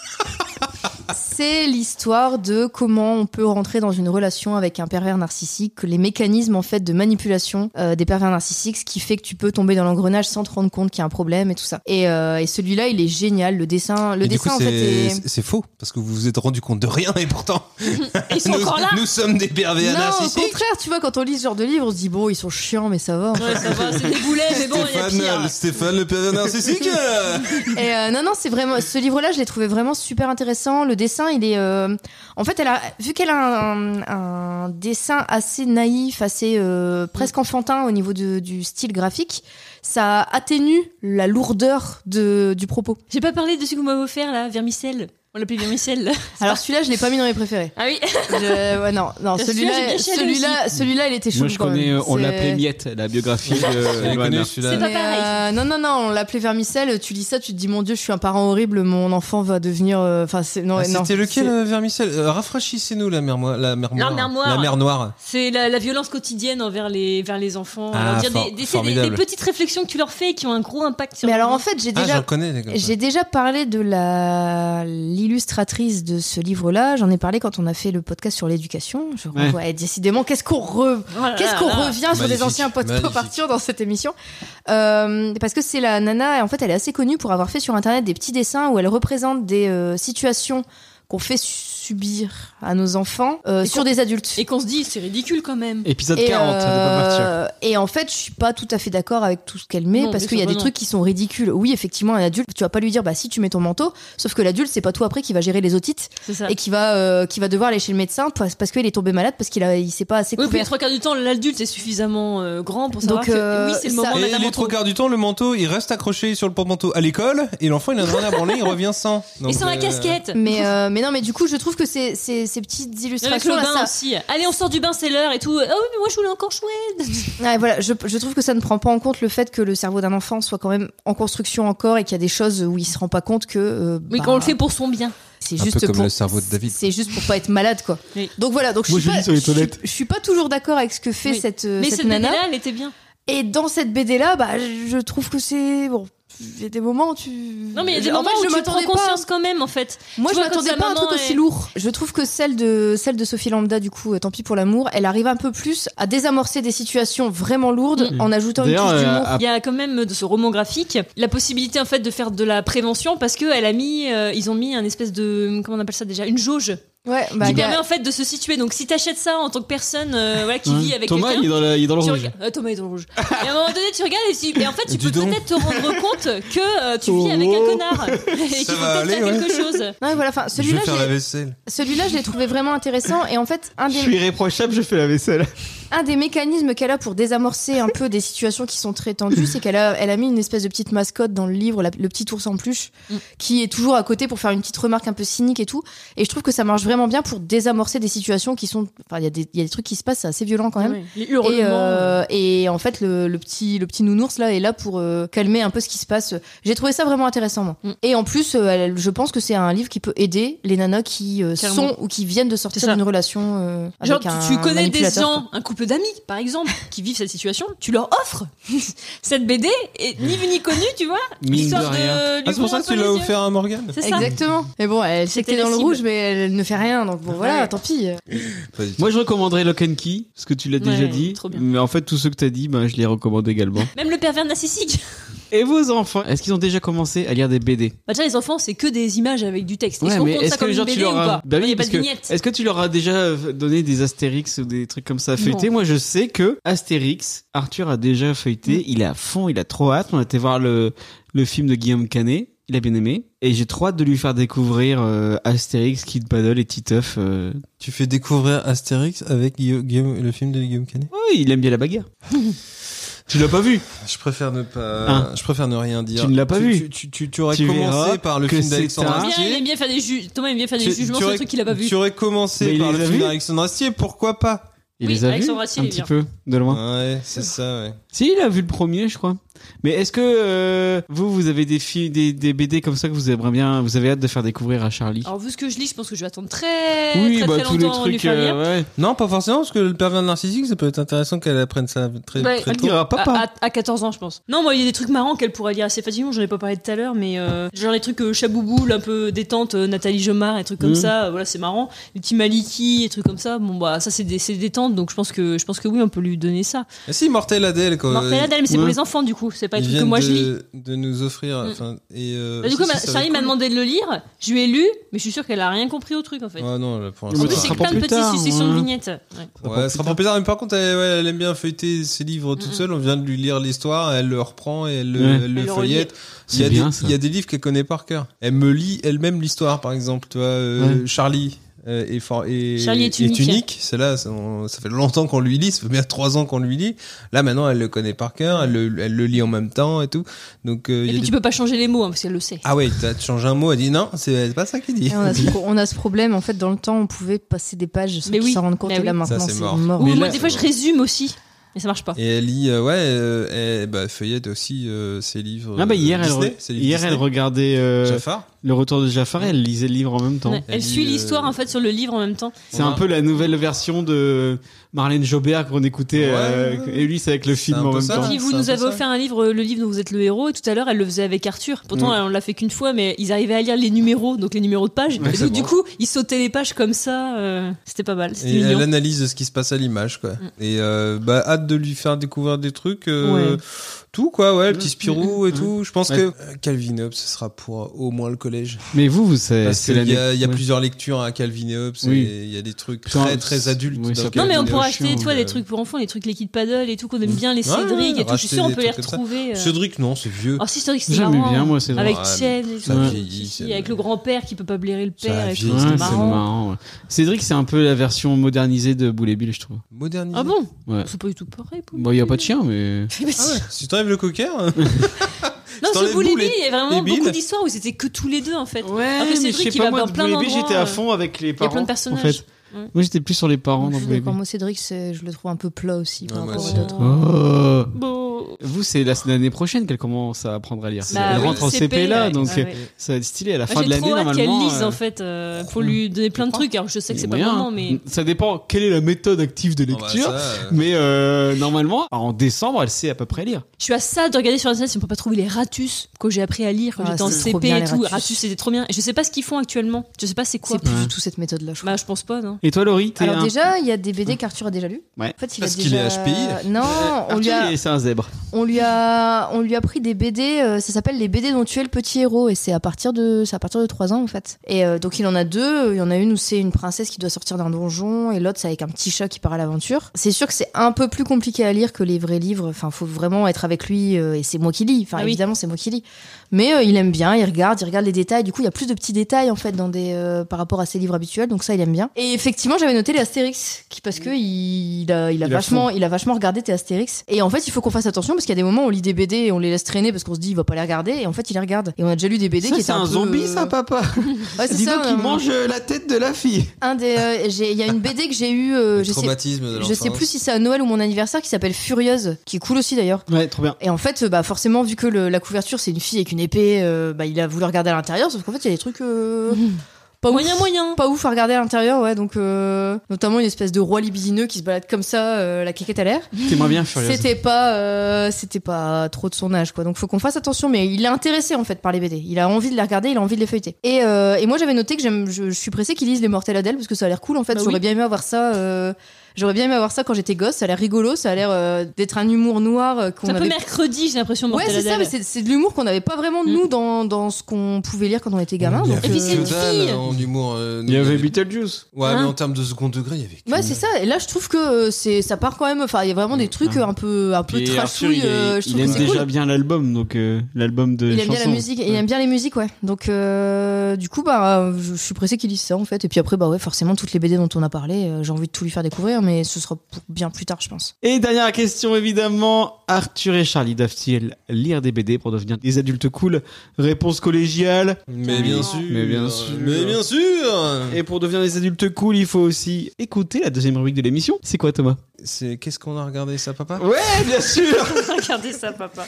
C'est l'histoire de comment on peut rentrer dans une relation avec un pervers narcissique, les mécanismes en fait de manipulation euh, des pervers narcissiques, ce qui fait que tu peux tomber dans l'engrenage sans te rendre compte qu'il y a un problème et tout ça. Et, euh, et celui-là, il est génial. Le dessin, le Et du dessin coup, en fait c'est est. c'est faux parce que vous vous êtes rendu compte de rien et pourtant Ils sont nous, encore là. nous sommes des pervers Non, au narcissiques. contraire, tu vois, quand on lit ce genre de livre, on se dit bon, ils sont chiants, mais ça va. Ouais, ça va, c'est des boulets, mais bon, il y a Stéphane, pire. le Stéphane, le pervers narcissique. Et euh, non, non, c'est vraiment ce livre-là, je l'ai trouvé vraiment super intéressant. Le dessin, il est, euh, en fait, elle a vu qu'elle a un, un dessin assez naïf, assez euh, presque enfantin au niveau de, du style graphique. Ça atténue la lourdeur de, du propos. J'ai pas parlé de ce que vous m'avez offert là, Vermicelle. On l'appelait Vermicelle. Alors celui-là, je l'ai pas mis dans mes préférés. Ah oui. Je- ouais, non, non, Celui-là, j'ai celui-là, bien chialé celui-là, celui-là, il était chaud. Moi, je quand connais, même. euh, on C'est- l'appelait Miette, la biographie Je l'ai de Loana. connu C'est celui-là. pas Mais, pareil. euh, non, non, non, on l'appelait Vermicelle. Tu lis ça, tu te dis, mon Dieu, je suis un parent horrible, mon enfant va devenir. euh, Enfin, c'est non, Ah, non. C'était lequel, c'est- euh, Vermicelle Euh, Rafraîchissez-nous la mer, moi- la mer La noire. mer noire. La mer noire. C'est la, la violence quotidienne envers les, vers les enfants. Ah, Alors, dire for- des, des, c'est des, formidable. des petites réflexions que tu leur fais et qui ont un gros impact sur Mais leur alors, en vie. fait, j'ai Ah, déjà. j'en connais. des comme ça. J'ai déjà parlé de la l'illustratrice de ce livre-là. J'en ai parlé quand on a fait le podcast sur l'éducation. Je Ouais. revois- et décidément, qu'est-ce qu'on re... Oh là qu'est-ce là qu'on là. revient sur des Magnifique, anciens potes magnifique. partir dans cette émission euh, Parce que c'est la nana. Et en fait, elle est assez connue pour avoir fait sur Internet des petits dessins où elle représente des euh, situations qu'on fait subir à nos enfants euh, Et sur qu'on- des adultes. Et qu'on se dit, c'est ridicule quand même. Épisode Et, quarante de Pop Arthur. euh, et en fait, je suis pas tout à fait d'accord avec tout ce qu'elle met Non, parce bien qu'il y a sûr des que non. trucs qui sont ridicules. Oui, effectivement, un adulte, tu vas pas lui dire bah si tu mets ton manteau, sauf que l'adulte c'est pas toi après qui va gérer les otites C'est ça. et qui va euh, qui va devoir aller chez le médecin parce, parce qu'il est tombé malade parce qu'il a il s'est pas assez Oui, puis les couvert. trois quarts du temps, l'adulte est suffisamment euh, grand pour savoir Donc, euh, que oui, c'est le ça- moment de Et mettre un les manteau. trois quarts du temps, le manteau, il reste accroché sur le porte-manteau à l'école, et l'enfant, il a rien à branler, il revient sans. Donc, Et sans la euh, casquette. Mais euh, mais non, mais du coup, je trouve que ces ces, ces petites Avec illustrations le là, bain ça, aussi. Allez, on sort du bain, c'est l'heure et tout. Ah oui, mais moi je voulais encore chouette. ouais, voilà, je, je trouve que ça ne prend pas en compte le fait que le cerveau d'un enfant soit quand même en construction encore et qu'il y a des choses où il se rend pas compte que euh, Oui, bah, quand on le fait pour son bien. c'est Un juste peu comme pour le cerveau de David. c'est juste pour pas être malade quoi. Oui. Donc voilà, donc Moi, je suis je pas lis sur les je suis- toilettes. je suis pas toujours d'accord avec ce que fait Oui. cette euh, Mais cette cette B D nana. là, elle était bien. Et dans cette B D là, bah je je trouve que c'est bon, il y a des moments où tu Non, mais il y a des en moments fait, où je tu m'attendais prends pas. conscience quand même, en fait. Moi, Tu je vois, quand m'attendais sa pas à un maman truc aussi est- lourd. Je trouve que celle de celle de Sophie Lambda, du coup, euh, tant pis pour l'amour, elle arrive un peu plus à désamorcer des situations vraiment lourdes Mm. en ajoutant une D'ailleurs, touche euh, d'humour. à- Il y a quand même de ce roman graphique la possibilité en fait de faire de la prévention parce que elle a mis, euh, ils ont mis un espèce de comment on appelle ça déjà, une jauge Ouais, bah qui gars, permet en fait de se situer. Donc si t'achètes ça en tant que personne euh, voilà, qui Ouais. vit avec Thomas, quelqu'un. il est dans, la- il est dans le tu rouge. regardes- euh, Thomas est dans le rouge. Et à un moment donné, tu regardes et, si- et en fait, tu Dis peux donc. peut-être te rendre compte que euh, tu vis avec un Oh. connard et qu'il faut va peut-être aller, faire ouais. quelque chose. non, mais voilà, enfin, Je vais celui-là, faire je la l'ai- vaisselle. celui-là, je l'ai trouvé vraiment intéressant. Et en fait, un Je des suis irréprochable, je fais la vaisselle. un des mécanismes qu'elle a pour désamorcer un peu des situations qui sont très tendues, c'est qu'elle a, elle a mis une espèce de petite mascotte dans le livre, la- le petit ours en peluche, Mm. qui est toujours à côté pour faire une petite remarque un peu cynique et tout. Et je trouve que ça marche vraiment bien pour désamorcer des situations qui sont, enfin, il y a des, il y a des trucs qui se passent, c'est assez violent quand même. Ouais. Les hurlements. Et, euh, et en fait, le, le petit, le petit nounours là est là pour euh, calmer un peu ce qui se passe. J'ai trouvé ça vraiment intéressant, moi. Mm. Et en plus, euh, elle- je pense que c'est un livre qui peut aider les nanas qui euh, Clairement. sont ou qui viennent de C'est sortir ça. d'une relation euh, Genre, avec un tu, tu connais des manipulateur, gens, un couple d'amis, par exemple, qui vivent cette situation, tu leur offres cette B D, et ni vu ni connu, tu vois, Mine histoire de de, rien. lui Ah, c'est pour ça ouvrir un que peu tu l'as les yeux. offert à Morgane. C'est ça. Exactement. Mais bon, elle sait que C'était t'es dans la le cible. rouge, mais elle ne fait rien. Donc bon, voilà, Ouais. tant pis. Moi, je recommanderais Lock and Key, parce que tu l'as déjà Ouais, dit. trop bien. Mais en fait, tous ceux que t'as dit, ben, je les recommande également. Même le pervers narcissique. Et vos enfants, est-ce qu'ils ont déjà commencé à lire des B D? Bah déjà, les enfants, c'est que des images avec du texte. Est-ce Ouais, qu'on mais compte est-ce ça que comme une genre B D tu leur ou as pas bah Il oui, n'y a pas parce de que vignette. est-ce que tu leur as déjà donné des Astérix ou des trucs comme ça à feuilleter? Non. Moi, je sais que Astérix, Arthur a déjà feuilleté, il est à fond, il a trop hâte. On a été voir le le film de Guillaume Canet, il a bien aimé, et j'ai trop hâte de lui faire découvrir euh, Astérix, Kid Paddle et Titeuf. Euh... Tu fais découvrir Astérix avec Guillaume, Guillaume- le film de Guillaume Canet. Oui, il aime bien la bagarre. Tu l'as pas vu? Je préfère ne pas. Hein. Je préfère ne rien dire. Tu ne l'as pas Tu- vu. Tu, tu, tu, tu aurais Tu verras commencé par le que film c'est d'Alexandre un- Bien, il Astier. aime bien faire des ju- Thomas aime bien faire des Tu- jugements tu sur aurais- des trucs qu'il a pas vu. Tu aurais Mais commencé il par les le a film vus d'Alexandre Astier, pourquoi pas? Il Oui, les a vus Alexandre Astier, un il est petit bien. peu de loin. Ouais, c'est ça, ouais. Si, il a vu le premier, je crois. Mais est-ce que euh, vous, vous avez des, fi- des des B D comme ça que vous aimeriez bien, vous avez hâte de faire découvrir à Charlie? Alors vu ce que je lis, je pense que je vais attendre très Oui, très, bah très tous les longtemps avant de lui trucs. faire lire. euh, ouais. Non, pas forcément, parce que le pervers narcissique, ça peut être intéressant qu'elle apprenne ça très, Ouais. très Elle tôt. dira papa. À, à- à quatorze ans, je pense. Non, moi, il y a des trucs marrants qu'elle pourrait lire assez facilement. J'en ai pas parlé tout à l'heure, mais euh, genre les trucs euh, chabouboule, un peu détente, euh, Nathalie Jomard, et trucs comme Mhm. ça. euh, voilà, c'est marrant. Les petits Maliki, et trucs comme ça. Bon, bah, ça, c'est des, c'est détente. Donc, je pense que, je pense que oui, on peut lui donner ça. Ah si, Mortel Adèle, quoi. Mortel Adèle, mais c'est ouais. pour les enfants, du coup. C'est pas Ils des trucs que viennent moi je lis. de, de nous offrir. Mm. enfin, Et euh, Bah, du si, coup, si, ma- ça va Charlie être m'a cool. demandé de le lire. Je lui ai lu, mais je suis sûre qu'elle a rien compris au truc, en fait. Ouais, non, là, pour Mais En l'instant. plus, ça c'est sera plein pour de plus petites tard, successions de ouais. vignettes. Ouais. Ouais, ça sera pour plaisir, mais par contre, elle, ouais, elle aime bien feuilleter ses livres toute Mm-mm. seule. On vient de lui lire l'histoire, elle le reprend et elle le, Ouais. elle le Elle le feuillette. C'est Il y, a bien, des, ça. il y a des livres qu'elle connaît par cœur. Elle me lit elle-même l'histoire, par exemple. Tu vois, euh, Ouais. Charlie. euh, et, for- et, Charlie est unique. unique. C'est là, ça, on- ça fait longtemps qu'on lui lit, ça fait bien trois ans qu'on lui lit. Là, maintenant, elle le connaît par cœur, elle le, elle le lit en même temps et tout. Donc, euh, il Et y a puis, des- tu peux pas changer les mots, hein, parce qu'elle le sait. Ah ouais, t'as- tu changes un mot, elle dit non, c'est c'est pas ça qu'il dit. Et on, a ce, pro- on a ce problème, en fait, dans le temps, on pouvait passer des pages sans Mais qu'ils oui, s'en rendent compte, bah et là oui. maintenant, Ça, c'est c'est mort. mort. Ou Mais moi, là- des fois, je résume aussi. Mais ça marche pas. Et elle lit, euh, ouais, euh, elle, bah, feuillette aussi euh, ses livres. Ah bah hier, euh, elle, Disney, re- ses livres hier elle Disney. regardait euh, Jafar. le retour de Jafar et elle lisait le livre en même temps. Ouais, Elle Elle suit lit, l'histoire, euh, en fait, sur le livre en même temps. C'est On un a- peu la nouvelle version de Marlène Jobert qu'on écoutait. Ouais, euh, ouais, ouais. et lui, c'est avec le C'est film un en peu même ça. temps. Et puis vous c'est un nous peu avez ça. offert un livre, le livre dont vous êtes le héros, et tout à l'heure elle le faisait avec Arthur. Pourtant Mm. on l'a fait qu'une fois, mais ils arrivaient à lire les numéros, donc les numéros de pages. Ouais, et c'est donc du bon. coup ils sautaient les pages comme ça. euh, C'était pas mal, c'était Et elle mignon. analyse ce qui se passe à l'image, quoi. Et euh, bah, hâte de lui faire découvrir des trucs. euh, Ouais. Tout, quoi, ouais, le petit Spirou et tout. Je pense Ouais. que euh, Calvin et Hobbes, ce sera pour euh, au moins le collège. Mais vous, vous c'est Parce c'est qu'il y a, l'année- il y a ouais. plusieurs lectures à Calvin et Hobbes, Oui. et il y a des trucs Putain, très, très adultes. oui, dans ça peut Non mais Calvin on et pourrait Hobbes. acheter, toi, euh, des trucs pour enfants, les trucs les Kid Paddle et tout qu'on aime bien, les Ouais, Cédric et tout. Je racheter suis sûr on des peut les trucs comme ça. retrouver. euh. Cédric, non, c'est vieux. Oh si Cédric c'est J'aimais marrant. bien, moi, Cédric. Avec Ouais, Tienne et ça tout. vieillit, Si, c'est- avec le grand-père qui peut pas blairer le Ça père et tout. vieillit, Ouais, C'était c'est marrant. marrant. ouais. Cédric, c'est un peu la version modernisée de Boule et Bill, je trouve. Modernisé. Ah bon Ouais. C'est pas du tout pareil. pour Bon, il y a pas de chien, mais. Mais si. Ah ouais, si t'enlèves le cocker. Non, t'enlèves ce Boule et Boule et- Bill, il y a vraiment et Bill. beaucoup d'histoires où c'était que tous les deux en fait. Ouais, Alors que mais je Cédric, sais il pas, va moi, dans de plein Boule et Bill, d'endroits, j'étais à euh, fond avec les y a parents. plein de En personnages. fait. Ouais. Moi, j'étais plus sur les parents Je dans suis Boule et d'accord, Bill. moi Cédric, c'est- je le trouve un peu plat aussi par Ouais, moi rapport aussi. aux autres. Oh. Bon. Vous, c'est la- c'est l'année prochaine qu'elle commence à apprendre à lire. Bah elle oui, rentre en C C P là, ouais. donc Ah ouais. ça va être stylé. À la Moi, fin de j'ai l'année, trop hâte qu'elle normalement. lise euh, en fait euh, pour lui donner plein de trucs. Alors je sais que c'est pas moyen, vraiment, hein. mais Ça dépend quelle est la méthode active de Bon, bah, lecture. ça, euh, Mais euh, normalement, en décembre, elle sait à peu près lire. je suis à ça de regarder sur internet si on peut pas trouver les Ratus que j'ai appris à lire quand Ah, j'étais en c'est C trop P bien, et les tout. Ratus. Ratus c'était trop bien. Et je sais pas ce qu'ils font actuellement. Je sais pas c'est quoi. C'est plus Ouais. du tout cette méthode-là, je crois. Bah je pense pas non. Et toi, Laurie, t'es Alors un- déjà, il y a des B D qu'Arthur a déjà lu. Ouais. En fait, il Parce a qu'il déjà... est H P I. Non, Euh, on lui Arthur, a... il est- c'est un zèbre. livres. On lui a, on lui a pris des B D, euh, ça s'appelle les B D dont tu es le petit héros, et c'est à partir de, c'est à partir de trois ans en fait. Et euh, donc il en a deux, il y en a une où c'est une princesse qui doit sortir d'un donjon, et l'autre c'est avec un petit chat qui part à l'aventure. C'est sûr que c'est un peu plus compliqué à lire que les vrais livres, enfin faut vraiment être avec lui, euh, et c'est moi qui lis, enfin Ah oui. évidemment c'est moi qui lis. Mais euh, il aime bien, il regarde, il regarde les détails, du coup il y a plus de petits détails en fait dans des, euh, par rapport à ses livres habituels, donc ça il aime bien. Et effectivement j'avais noté les Astérix, qui, parce que il, il a, il a Il a vachement, il a vachement regardé tes Astérix. Et en fait il faut qu'on fasse attention, parce qu'il y a des moments où on lit des B D et on les laisse traîner parce qu'on se dit il va pas les regarder, et en fait il les regarde. Et on a déjà lu des B D Ça, qui c'est étaient un, un peu, zombie, euh, ça, papa. Ouais, c'est Dis ça. donc, il euh, mange la tête de la fille. un des, euh, j'ai- il y a une B D que j'ai eu, euh, Le je sais, traumatisme de je sais l'enfance. plus si c'est à Noël ou mon anniversaire, qui s'appelle Furieuse, qui est cool aussi d'ailleurs. Ouais, trop bien. Et en fait, bah forcément, vu que le- la couverture c'est une fille avec une épée, euh, bah il a voulu regarder à l'intérieur, sauf qu'en fait il y a des trucs euh, pas Moyen, ouf. moyen. Pas ouf à regarder à l'intérieur, ouais. Donc euh, notamment une espèce de roi libidineux qui se balade comme ça, euh, la quéquette à l'air. T'aimerais bien Furieuse. C'était pas, euh, c'était pas trop de son âge, quoi. Donc faut qu'on fasse attention. Mais il est intéressé en fait par les B D. Il a envie de les regarder, il a envie de les feuilleter. Et, euh, et moi j'avais noté que j'aime, je, je suis pressée qu'il lise Les Mortels Adèle parce que ça a l'air cool en fait. Bah J'aurais oui. bien aimé avoir ça. Euh, J'aurais bien aimé avoir ça quand j'étais gosse. Ça a l'air rigolo, ça a l'air euh, d'être un humour noir euh, qu'on C'est un peu avait. mercredi, j'ai l'impression. Ouais, Mortel c'est ça, Adèle. mais c'est, c'est de l'humour qu'on n'avait pas vraiment nous dans, dans ce qu'on pouvait lire quand on était gamin. Il y Donc, avait Et puis c'est que une dalle fille. en humour. euh, Il y nous, avait Beetlejuice. Ouais, Hein mais en termes de second degré, il y avait. que Ouais, c'est ça. Et là, je trouve que euh, c'est, ça part quand même. Enfin, il y a vraiment des trucs Ah. un peu, un peu Puis Arthur, trashouille. il, est- euh, je il trouve aime que c'est déjà cool. bien l'album, donc euh, l'album de Il aime bien la chansons. musique, il aime bien les musiques, ouais. Donc, euh, du coup, bah, je, je suis pressée qu'il lise ça, en fait. Et puis après, bah ouais, forcément, toutes les B D dont on a parlé, euh, j'ai envie de tout lui faire découvrir, mais ce sera pour bien plus tard, je pense. Et dernière question, évidemment, Arthur et Charlie doivent-ils lire des B D pour devenir des adultes cool? Réponse collégiale. Mais bien sûr. Mais bien sûr. Mais bien sûr. Et pour devenir des adultes cool, il faut aussi écouter la deuxième rubrique de l'émission. C'est quoi, Thomas? C'est qu'est-ce qu'on a regardé ça, papa? Ouais, bien sûr. Regardez ça, papa.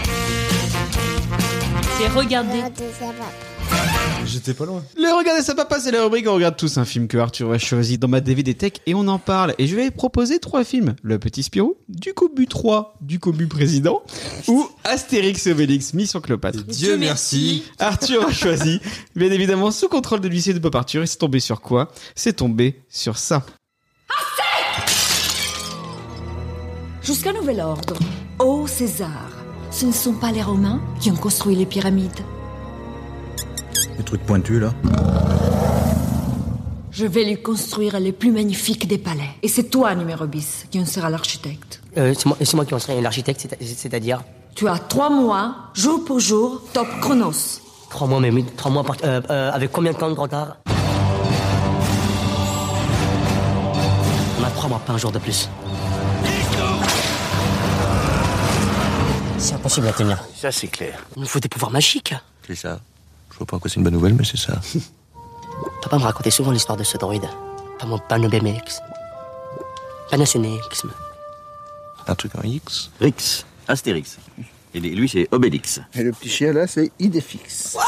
C'est regarder. Regardez ça, papa. J'étais pas loin. Le Regardez ça, papa, c'est la rubrique où on regarde tous un film que Arthur a choisi dans ma D V D Tech et on en parle. Et je vais proposer trois films. Le Petit Spirou, du Cobu trois, du Cobu Président ou Astérix et Obélix, Mission Cléopâtre. Dieu merci. Arthur a choisi, bien évidemment, sous contrôle de l'huissier de Pop Arthur. Et c'est tombé sur quoi? C'est tombé sur ça. Jusqu'à nouvel ordre. Ô César, ce ne sont pas les Romains qui ont construit les pyramides. Les trucs pointus, là. Je vais lui construire les plus magnifiques des palais. Et c'est toi, numéro bis, qui en sera l'architecte. Euh, c'est moi, c'est moi qui en serai l'architecte, c'est- c'est-à-dire Tu as trois mois, jour pour jour, top chronos. trois mois, mais oui, trois mois par- euh, euh, avec combien de temps de retard? On a trois mois, pas un jour de plus. C'est impossible à tenir. Ça, c'est clair. Il nous faut des pouvoirs magiques. C'est ça. Je vois pas en quoi c'est une bonne nouvelle, mais c'est ça. Papa me racontait souvent l'histoire de ce droïde. Pas mon panobémélix. Panasonicisme. Un truc en X. Rix, Astérix. Et lui, c'est Obélix. Et le petit chien là, c'est Idéfix.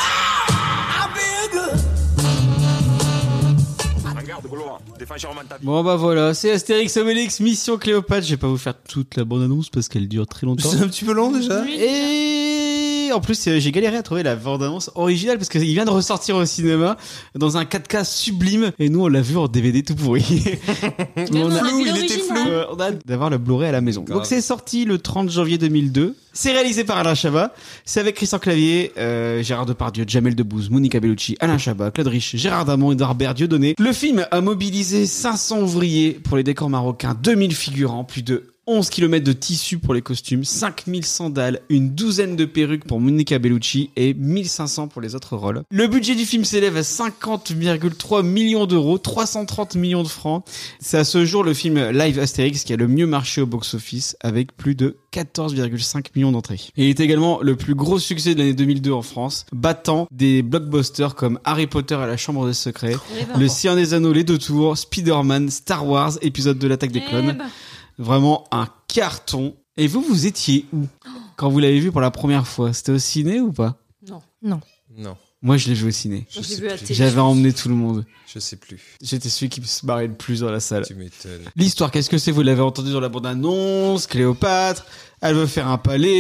Bon bah voilà, c'est Astérix Obélix, Mission Cléopâtre. Je vais pas vous faire toute la bande-annonce parce qu'elle dure très longtemps. C'est un petit peu long déjà. Et en plus, euh, j'ai galéré à trouver la bande-annonce originale parce qu'il vient de ressortir au cinéma dans un quatre K sublime et nous on l'a vu en D V D tout pourri. Mais on non, a, on a vu il était l'original. euh, on a hâte d'avoir le Blu-ray à la maison. Grave. Donc c'est sorti le trente janvier deux mille deux. C'est réalisé par Alain Chabat. C'est avec Christian Clavier, euh, Gérard Depardieu, Jamel Debbouze, Monica Bellucci, Alain Chabat, Claude Rich, Gérard Damon et Norbert Dieudonné. Le film a mobilisé cinq cents ouvriers pour les décors marocains, deux mille figurants, plus de onze kilomètres de tissu pour les costumes, cinq mille sandales, une douzaine de perruques pour Monica Bellucci et mille cinq cents pour les autres rôles. Le budget du film s'élève à cinquante virgule trois millions d'euros, trois cent trente millions de francs. C'est à ce jour le film live Astérix qui a le mieux marché au box-office avec plus de quatorze virgule cinq millions d'entrées. Et il est également le plus gros succès de l'année deux mille deux en France, battant des blockbusters comme Harry Potter et la Chambre des Secrets, Le Seigneur des Anneaux, Les Deux Tours, Spider-Man, Star Wars, épisode de l'Attaque des Eh Clones. bah. Vraiment un carton. Et vous, vous étiez où quand vous l'avez vu pour la première fois? C'était au ciné ou pas? Non. Non. Non, Moi, je l'ai vu au ciné. je Moi, je l'ai sais vu à la plus. télé. J'avais emmené tout le monde. Je sais plus. J'étais celui qui se marrait le plus dans la salle. Tu m'étonnes. L'histoire, qu'est-ce que c'est? Vous l'avez entendu dans la bande-annonce. Cléopâtre, elle veut faire un palais.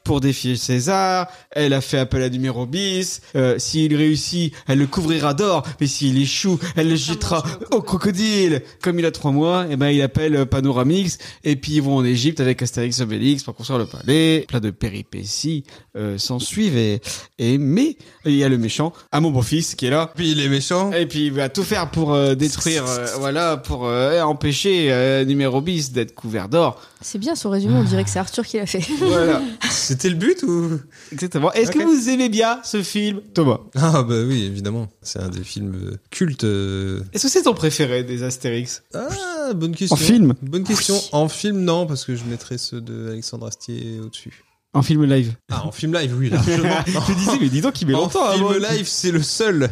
pour défier César. Elle a fait appel à numéro bis. Euh, s'il réussit, elle le couvrira d'or. Mais s'il échoue, elle le jettera au crocodile. Comme il a trois mois, et ben il appelle Panoramix. Et puis ils vont en Égypte avec Astérix Obélix pour construire le palais. Plein de péripéties euh, s'en suivent. Et, et mais il y a le méchant, à mon beau-fils qui est là. Puis il est méchant. Et puis il va tout faire pour euh, détruire, euh, voilà, pour euh, empêcher euh, numéro bis d'être couvert d'or. C'est bien son résumé, on dirait que c'est Arthur qui l'a fait. Voilà. C'était le but ou? Exactement. Est-ce Okay. que vous aimez bien ce film, Thomas? Ah bah oui, évidemment. C'est un des films cultes. euh. Est-ce que c'est ton préféré des Astérix? Ah, bonne question. En film? Bonne question. En film, non, parce que je mettrais ceux de Alexandre Astier au-dessus. En film live. Ah, en film live, oui, largement. Je te disais, mais dis donc qu'il met En longtemps film avant. live, c'est le seul.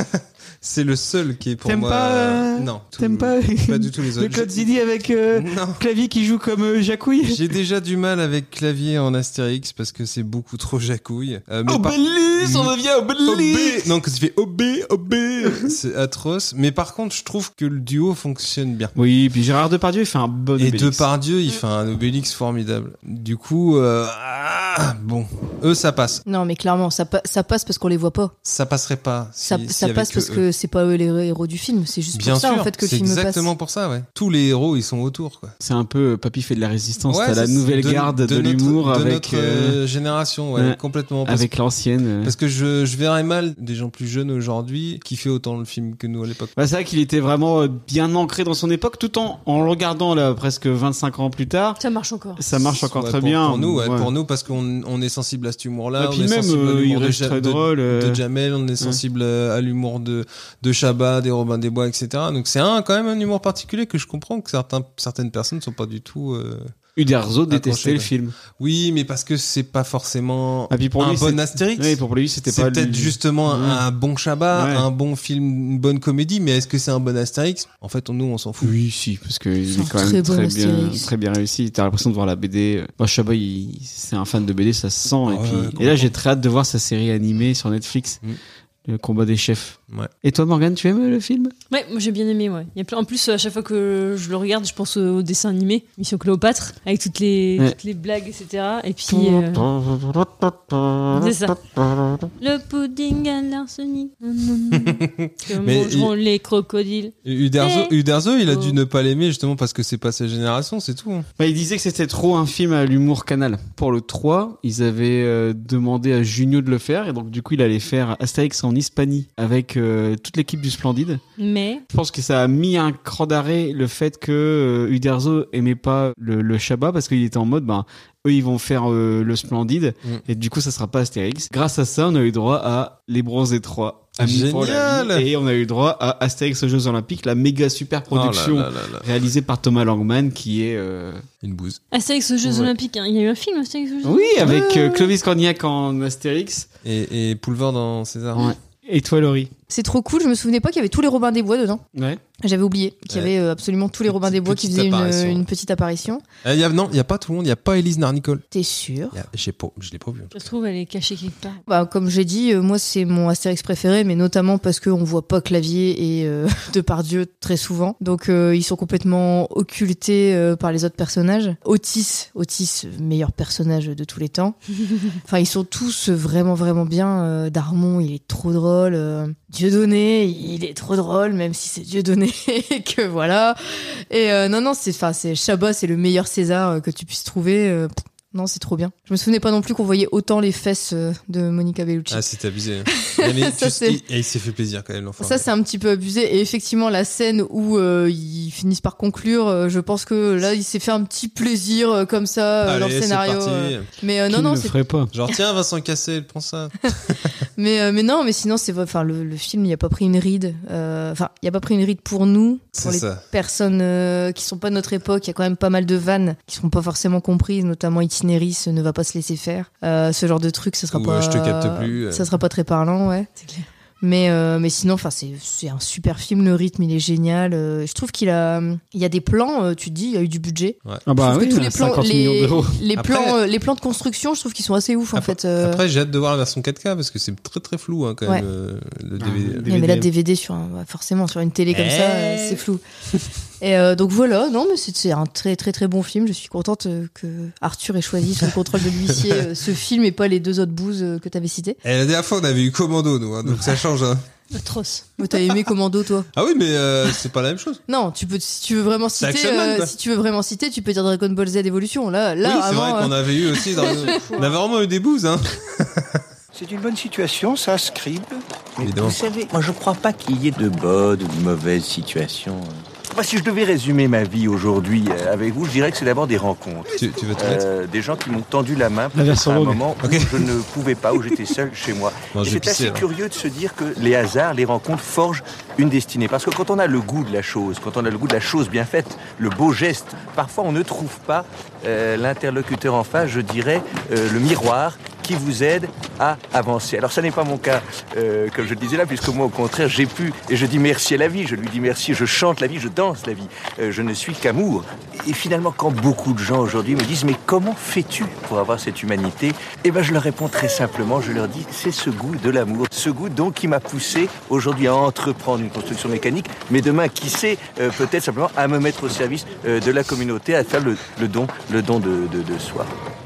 C'est le seul qui est pour T'aimes moi. pas, euh, Non. tout- T'aimes pas, Pas du tout les autres. le Code Zidi avec euh, Non. Clavier qui joue comme euh, Jacouille? J'ai déjà du mal avec Clavier en Astérix parce que c'est beaucoup trop jacouille. Euh, mais par- Obélix, on devient Obélix. Obé Non, que ça fait Obé, Obé C'est atroce. Mais par contre, je trouve que le duo fonctionne bien. Oui, puis Gérard Depardieu, il fait un bon Et Obélix. Depardieu, il fait un Obélix formidable. Du coup, euh, ah, bon, eux, ça passe. Non, mais clairement, ça, pa- ça passe parce qu'on les voit pas. Ça passerait pas. Si, Ça, si ça avec passe parce eux. que c'est pas eux les héros du film, c'est juste Bien pour ça sûr, en fait que le c'est film exactement passe. pour ça, ouais. Tous les héros, ils sont autour, quoi. C'est un peu euh, Papy fait de la résistance. Ouais, T'as la c'est- nouvelle de- garde de, de notre- l'humour de avec notre euh, euh, génération, ouais, ouais, complètement. Parce avec l'ancienne. euh. Parce que je, je verrais mal des gens plus jeunes aujourd'hui qui fait autant le film que nous à l'époque. Bah, c'est vrai qu'il était vraiment euh, bien ancré dans son époque, tout en en le regardant là presque vingt-cinq ans plus tard. Ça marche encore. Ça marche encore Ouais, très pour, bien. Pour nous, ouais, Ouais. pour nous, parce qu'on on est sensible à cet humour-là. Et on puis est même, sensible à euh, l'humour il de, reste Ja- très de- drôle, euh. de Jamel, on est sensible à, à l'humour de, de Chabat, des Robin des Bois, et cetera. Donc c'est un, quand même un humour particulier que je comprends que certains, certaines personnes ne sont pas du tout... Euh, Uderzo détestait accrochées, le quoi. film. Oui, mais parce que c'est pas forcément Ah, puis pour un lui, bon c'est- Astérix. Oui, pour lui, c'était C'est pas peut-être lui. justement Ouais. un bon Chabat, Ouais. un bon film, une bonne comédie, mais est-ce que c'est un bon Astérix? En fait, nous, on s'en fout. Oui, si, parce que il C'est est un quand même très bon très bien, Astérix. très bien réussi. T'as l'impression de voir la B D. Moi, Chabat, il, c'est un fan de B D, ça se sent. et ouais, puis, complètement. et là, j'ai très hâte de voir sa série animée sur Netflix. Mm. Le combat des chefs. Ouais. Et toi, Morgane, tu aimes le film? Ouais, moi j'ai bien aimé, ouais. Il y a plein... En plus, à chaque fois que je le regarde, je pense au dessin animé, Mission Cléopâtre, avec toutes les, Ouais. toutes les blagues, et cetera. Et puis. euh, C'est ça. Le pudding à l'arsenic. Que Mais mangeront les crocodiles. Uderzo, Eh. Uderzo, il a Oh. dû ne pas l'aimer justement parce que c'est pas sa génération, c'est tout. hein. Bah, il disait que c'était trop un film à l'humour canal. Pour le trois, ils avaient euh, demandé à Junio de le faire. Et donc, du coup, il allait faire Astérix en Hispanie avec euh, toute l'équipe du Splendide. Mais. Je pense que ça a mis un cran d'arrêt le fait que euh, Uderzo aimait pas le, le Chabat parce qu'il était en mode, ben, eux, ils vont faire euh, le Splendide. Mm. Et du coup, ça sera pas Astérix. Grâce à ça, on a eu droit à Les Bronzés trois. Amis pour la Génial. vie. Et on a eu droit à Astérix aux Jeux Olympiques, la méga super production Oh là là là là. réalisée par Thomas Langman, qui est... euh, Une bouse. Astérix aux Jeux Ouais. Olympiques, hein. Il y a eu un film Astérix aux Jeux Oui, Olympiques. avec Ouais, euh, ouais. Clovis Cornillac en Astérix. Et, et Poulvord dans César. Ouais. Et toi, Laurie? C'est trop cool, je me souvenais pas qu'il y avait tous les Robins des Bois dedans. Ouais. J'avais oublié qu'il y Ouais. avait euh, absolument tous les Robins des Bois qui Petite faisaient une, apparition. une petite apparition. Euh, y a, non, il y a pas tout le monde. Il y a pas Élise Narnicole. T'es sûr? Y a- j'ai pas, je l'ai pas vu. Ça se trouve, elle est cachée quelque part. Bah, comme j'ai dit, euh, moi c'est mon Astérix préféré, mais notamment parce qu'on voit pas Clavier et euh, Depardieu très souvent. Donc euh, ils sont complètement occultés euh, par les autres personnages. Otis, Otis, meilleur personnage de tous les temps. Enfin, ils sont tous vraiment vraiment bien. Euh, Darmon, il est trop drôle. Euh, Dieudonné, il est trop drôle, même si c'est Dieudonné et que voilà. Et euh, non non, c'est enfin c'est Chabat, c'est le meilleur César euh, que tu puisses trouver. Euh, pff, non, c'est trop bien. Je me souvenais pas non plus qu'on voyait autant les fesses euh, de Monica Bellucci. Ah, c'est abusé. hein. Mais les- Ça, tu- c'est- il, il s'est fait plaisir quand même, l'enfant. Ça, c'est un petit peu abusé. Et effectivement, la scène où euh, ils finissent par conclure, euh, je pense que là, il s'est fait un petit plaisir euh, comme ça euh, dans le Allez, c'est scénario. parti. euh. Mais euh, Qui non, ne non, le c'est. ferait pas? Genre, tiens, Vincent Cassel, prends ça. Mais euh, mais non, mais sinon, c'est enfin le, le film, il y a pas pris une ride. euh, Enfin, il y a pas pris une ride pour nous, C'est pour les ça. personnes euh, qui sont pas de notre époque. Il y a quand même pas mal de vannes qui seront pas forcément comprises, notamment Itinéris ne va pas se laisser faire. Euh, ce genre de truc, ça sera Ou, pas. euh, Je te capte plus, euh. Ça sera pas très parlant, ouais. C'est clair. Mais euh, mais sinon, enfin c'est c'est un super film. Le rythme, il est génial. Euh, je trouve qu'il a il y a des plans. euh, tu te dis, il y a eu du budget. Ouais. Ah bah Je trouve oui, que tous les plans, cinquante millions les, d'euros. les Après- plans, euh, les plans de construction, je trouve qu'ils sont assez ouf en Après, fait. euh. après, j'ai hâte de voir la version quatre K parce que c'est très très flou hein, quand Ouais. même euh, le Ah, D V D. le Ouais, mais là, D V D. D V D sur un- bah, forcément sur une télé comme Eh. ça, euh, c'est flou. Et euh, donc voilà, non, mais c'est, c'est un très très très bon film. Je suis contente euh, que Arthur ait choisi sous le contrôle de l'huissier euh, ce film et pas les deux autres bouses euh, que t'avais cités. Et la dernière fois, on avait eu Commando, nous, hein, donc ça change. Hein. Atroce. Mais t'as aimé Commando, toi? Ah oui, mais euh, c'est pas la même chose. Non, tu peux, si tu veux vraiment C'est citer, Action Man, euh, quoi. si tu veux vraiment citer, tu peux dire Dragon Ball Z Evolution. Là, là, oui, c'est vraiment, vrai qu'on euh, avait eu aussi. Dans... on avait vraiment eu des bouses, hein. C'est une bonne situation, ça, Scribe. Mais Évidemment. vous savez, Moi, je crois pas qu'il y ait de bonnes ou de mauvaises situations. moi, si je devais résumer ma vie aujourd'hui euh, avec vous, je dirais que c'est d'abord des rencontres. Tu, tu veux te mettre Euh, des gens qui m'ont tendu la main La version à un longue. moment où Ok. je ne pouvais pas, où j'étais seul chez moi. Non, Et je vais c'est pisser, assez alors. curieux de se dire que les hasards, les rencontres forgent une destinée. Parce que quand on a le goût de la chose, quand on a le goût de la chose bien faite, le beau geste, parfois on ne trouve pas euh, l'interlocuteur en face, je dirais, euh, le miroir qui vous aide à avancer. Alors ça n'est pas mon cas, euh, comme je le disais là, puisque moi au contraire j'ai pu, et je dis merci à la vie, je lui dis merci, je chante la vie, je danse la vie, euh, je ne suis qu'amour. Et finalement quand beaucoup de gens aujourd'hui me disent mais comment fais-tu pour avoir cette humanité, eh ben je leur réponds très simplement, je leur dis c'est ce goût de l'amour, ce goût donc qui m'a poussé aujourd'hui à entreprendre une construction mécanique, mais demain qui sait euh, peut-être simplement à me mettre au service euh, de la communauté, à faire le, le don, le don de, de, de soi.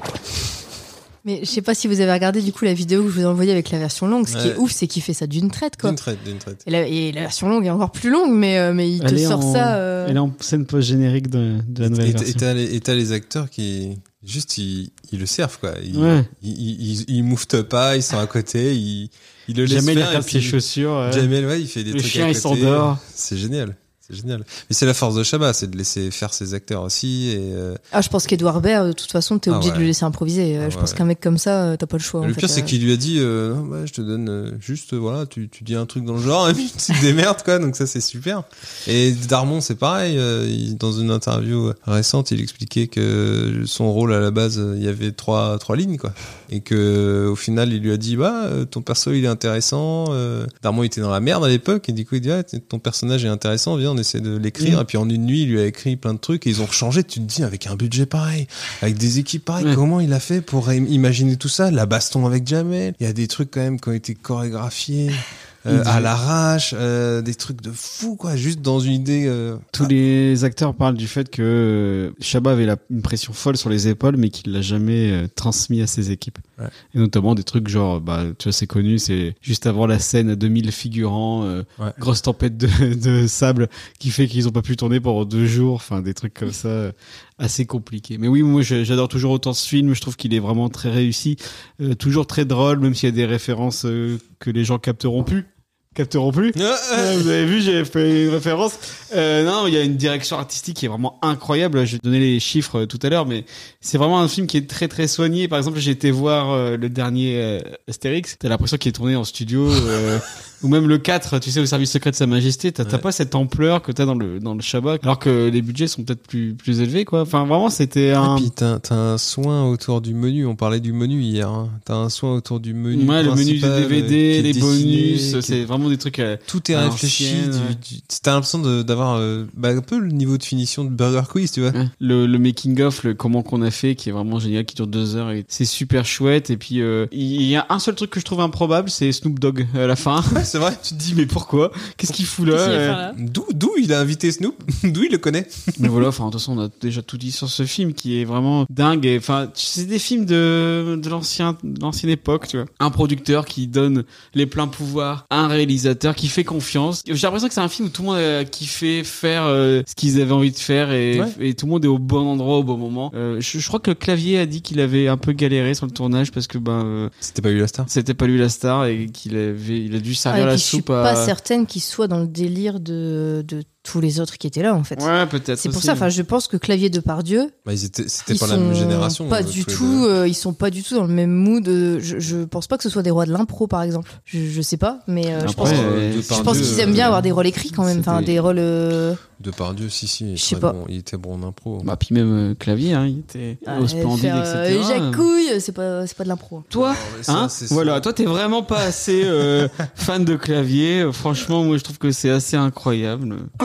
Mais je sais pas si vous avez regardé du coup la vidéo que je vous ai envoyée avec la version longue. Ce qui Ouais. est ouf, c'est qu'il fait ça d'une traite, quoi. D'une traite, d'une traite. Et la, et la version longue est encore plus longue, mais, euh, mais il te Elle est sort en- ça. euh, Elle est en scène post-générique de, de la nouvelle Et version. et t'as les, et t'as les acteurs qui, juste, ils, ils le servent, quoi. Ils, Ouais. ils, ils, ils, ils mouftent pas, ils sont à côté, ils, ils le laissent Jamais il faire. regarde et ses puis- chaussures. ouais. Jamel, ouais, il fait des Le trucs chien, à il côté. s'endort. C'est génial. C'est génial. Mais c'est la force de Chabat, c'est de laisser faire ses acteurs aussi. Et, euh, Ah, je pense qu'Edouard Baird, de toute façon, t'es Ah obligé ouais. de le laisser improviser. Euh, Ah je pense ouais. qu'un mec comme ça, euh, t'as pas le choix. en le fait, pire, c'est euh. qu'il lui a dit, euh, non, ouais, je te donne euh, juste, euh, voilà, tu, tu dis un truc dans le genre, et puis tu te démerdes, quoi. Donc ça, c'est super. Et Darmon, c'est pareil. euh, il- dans une interview récente, il expliquait que son rôle à la base, euh, il y avait trois, trois lignes, quoi. Et que, au final, il lui a dit, bah, euh, ton perso, il est intéressant. Euh, Darmon était dans la merde à l'époque, et du coup, il dit, ah, ton personnage est intéressant, viens, on essaie de l'écrire. Mm. Et puis en une nuit, il lui a écrit plein de trucs, et ils ont changé. Tu te dis, avec un budget pareil, avec des équipes pareilles, Ouais. comment il a fait pour im- imaginer tout ça? La baston avec Jamel. Il y a des trucs quand même qui ont été chorégraphiés. euh, Il à dit- l'arrache, euh, des trucs de fou, quoi, juste dans une idée. Euh... Tous les acteurs parlent du fait que euh, Chabat avait la, une pression folle sur les épaules, mais qu'il l'a jamais euh, transmis à ses équipes. Ouais. Et notamment des trucs genre, bah, tu vois, c'est connu, c'est juste avant la scène à deux mille figurants, euh, Ouais. grosse tempête de, de sable qui fait qu'ils ont pas pu tourner pendant deux jours, enfin des trucs comme ça, euh, assez compliqués. Mais oui, moi je- j'adore toujours autant ce film, je trouve qu'il est vraiment très réussi, euh, toujours très drôle, même s'il y a des références euh, que les gens capteront plus. Capteront plus. Ouais, vous avez vu, j'ai fait une référence. Euh, non, il y a une direction artistique qui est vraiment incroyable. Je vais donner les chiffres euh, tout à l'heure, mais c'est vraiment un film qui est très très soigné. Par exemple, j'ai été voir euh, le dernier euh, Astérix. T'as l'impression qu'il est tourné en studio, euh, ou même le quatre, tu sais, au service secret de Sa Majesté. T'as t'as Ouais. pas cette ampleur que t'as dans le dans le Chabat, alors que les budgets sont peut-être plus plus élevés, quoi. Enfin, vraiment, c'était un. Et puis t'as, t'as un soin autour du menu. On parlait du menu hier. Hein. T'as un soin autour du menu. Ouais, le menu du principal, D V euh, D, qui est les dessiné, bonus, qui est- c'est vraiment des trucs. euh, Tout est à réfléchi. l'ancienne, Du, ouais. du- T'as l'impression de- d'avoir euh, bah, un peu le niveau de finition de Burger Quiz, tu vois. Ouais. Le, le making of, le comment qu'on a fait, qui est vraiment génial, qui dure deux heures et c'est super chouette. Et puis euh, il y a un seul truc que je trouve improbable, c'est Snoop Dogg à la fin. C'est vrai. Tu te dis mais pourquoi? Qu'est-ce qu'il fout là? Qu'est-ce qu'il va euh faire là D'où, d'où il a invité Snoop? D'où il le connaît? Mais voilà, enfin de toute façon on a déjà tout dit sur ce film qui est vraiment dingue. Et enfin c'est des films de de l'ancien de l'ancienne époque, tu vois. Un producteur qui donne les pleins pouvoirs à un réalisateur qui fait confiance. J'ai l'impression que c'est un film où tout le monde a kiffé faire euh, ce qu'ils avaient envie de faire et, Ouais. et tout le monde est au bon endroit au bon moment. Euh, je, je crois que Clavier a dit qu'il avait un peu galéré sur le tournage parce que ben euh, C'était pas lui la star. c'était pas lui la star et qu'il avait il a dû Ah, servir et la puis je suis soupe à. pas certaine qu'il soit dans le délire de, de tous les autres qui étaient là, en fait. Ouais, peut-être. C'est pour aussi. ça, enfin, je pense que Clavier Depardieu, Bah, ils étaient, c'était ils pas sont la même génération. pas euh, du tous les tout, deux. euh, ils sont pas du tout dans le même mood. euh, Je, je pense pas que ce soit des rois de l'impro, par exemple. Je, je sais pas, mais euh, je Après, pense, que- euh, je Depardieu, pense qu'ils aiment bien euh, avoir des rôles écrits quand même, enfin c'était- des rôles. euh, Depardieu, si, si. il est Je sais très pas. Bon, il était bon en impro. Bah puis même euh, Clavier, hein, il était ah, au splendide, faire, euh, et cetera. Jacouille, c'est pas, c'est pas de l'impro. Toi, Non, mais ça, hein, c'est ça. voilà, toi t'es vraiment pas assez euh, fan de Clavier. Euh, Franchement, moi je trouve que c'est assez incroyable. Toute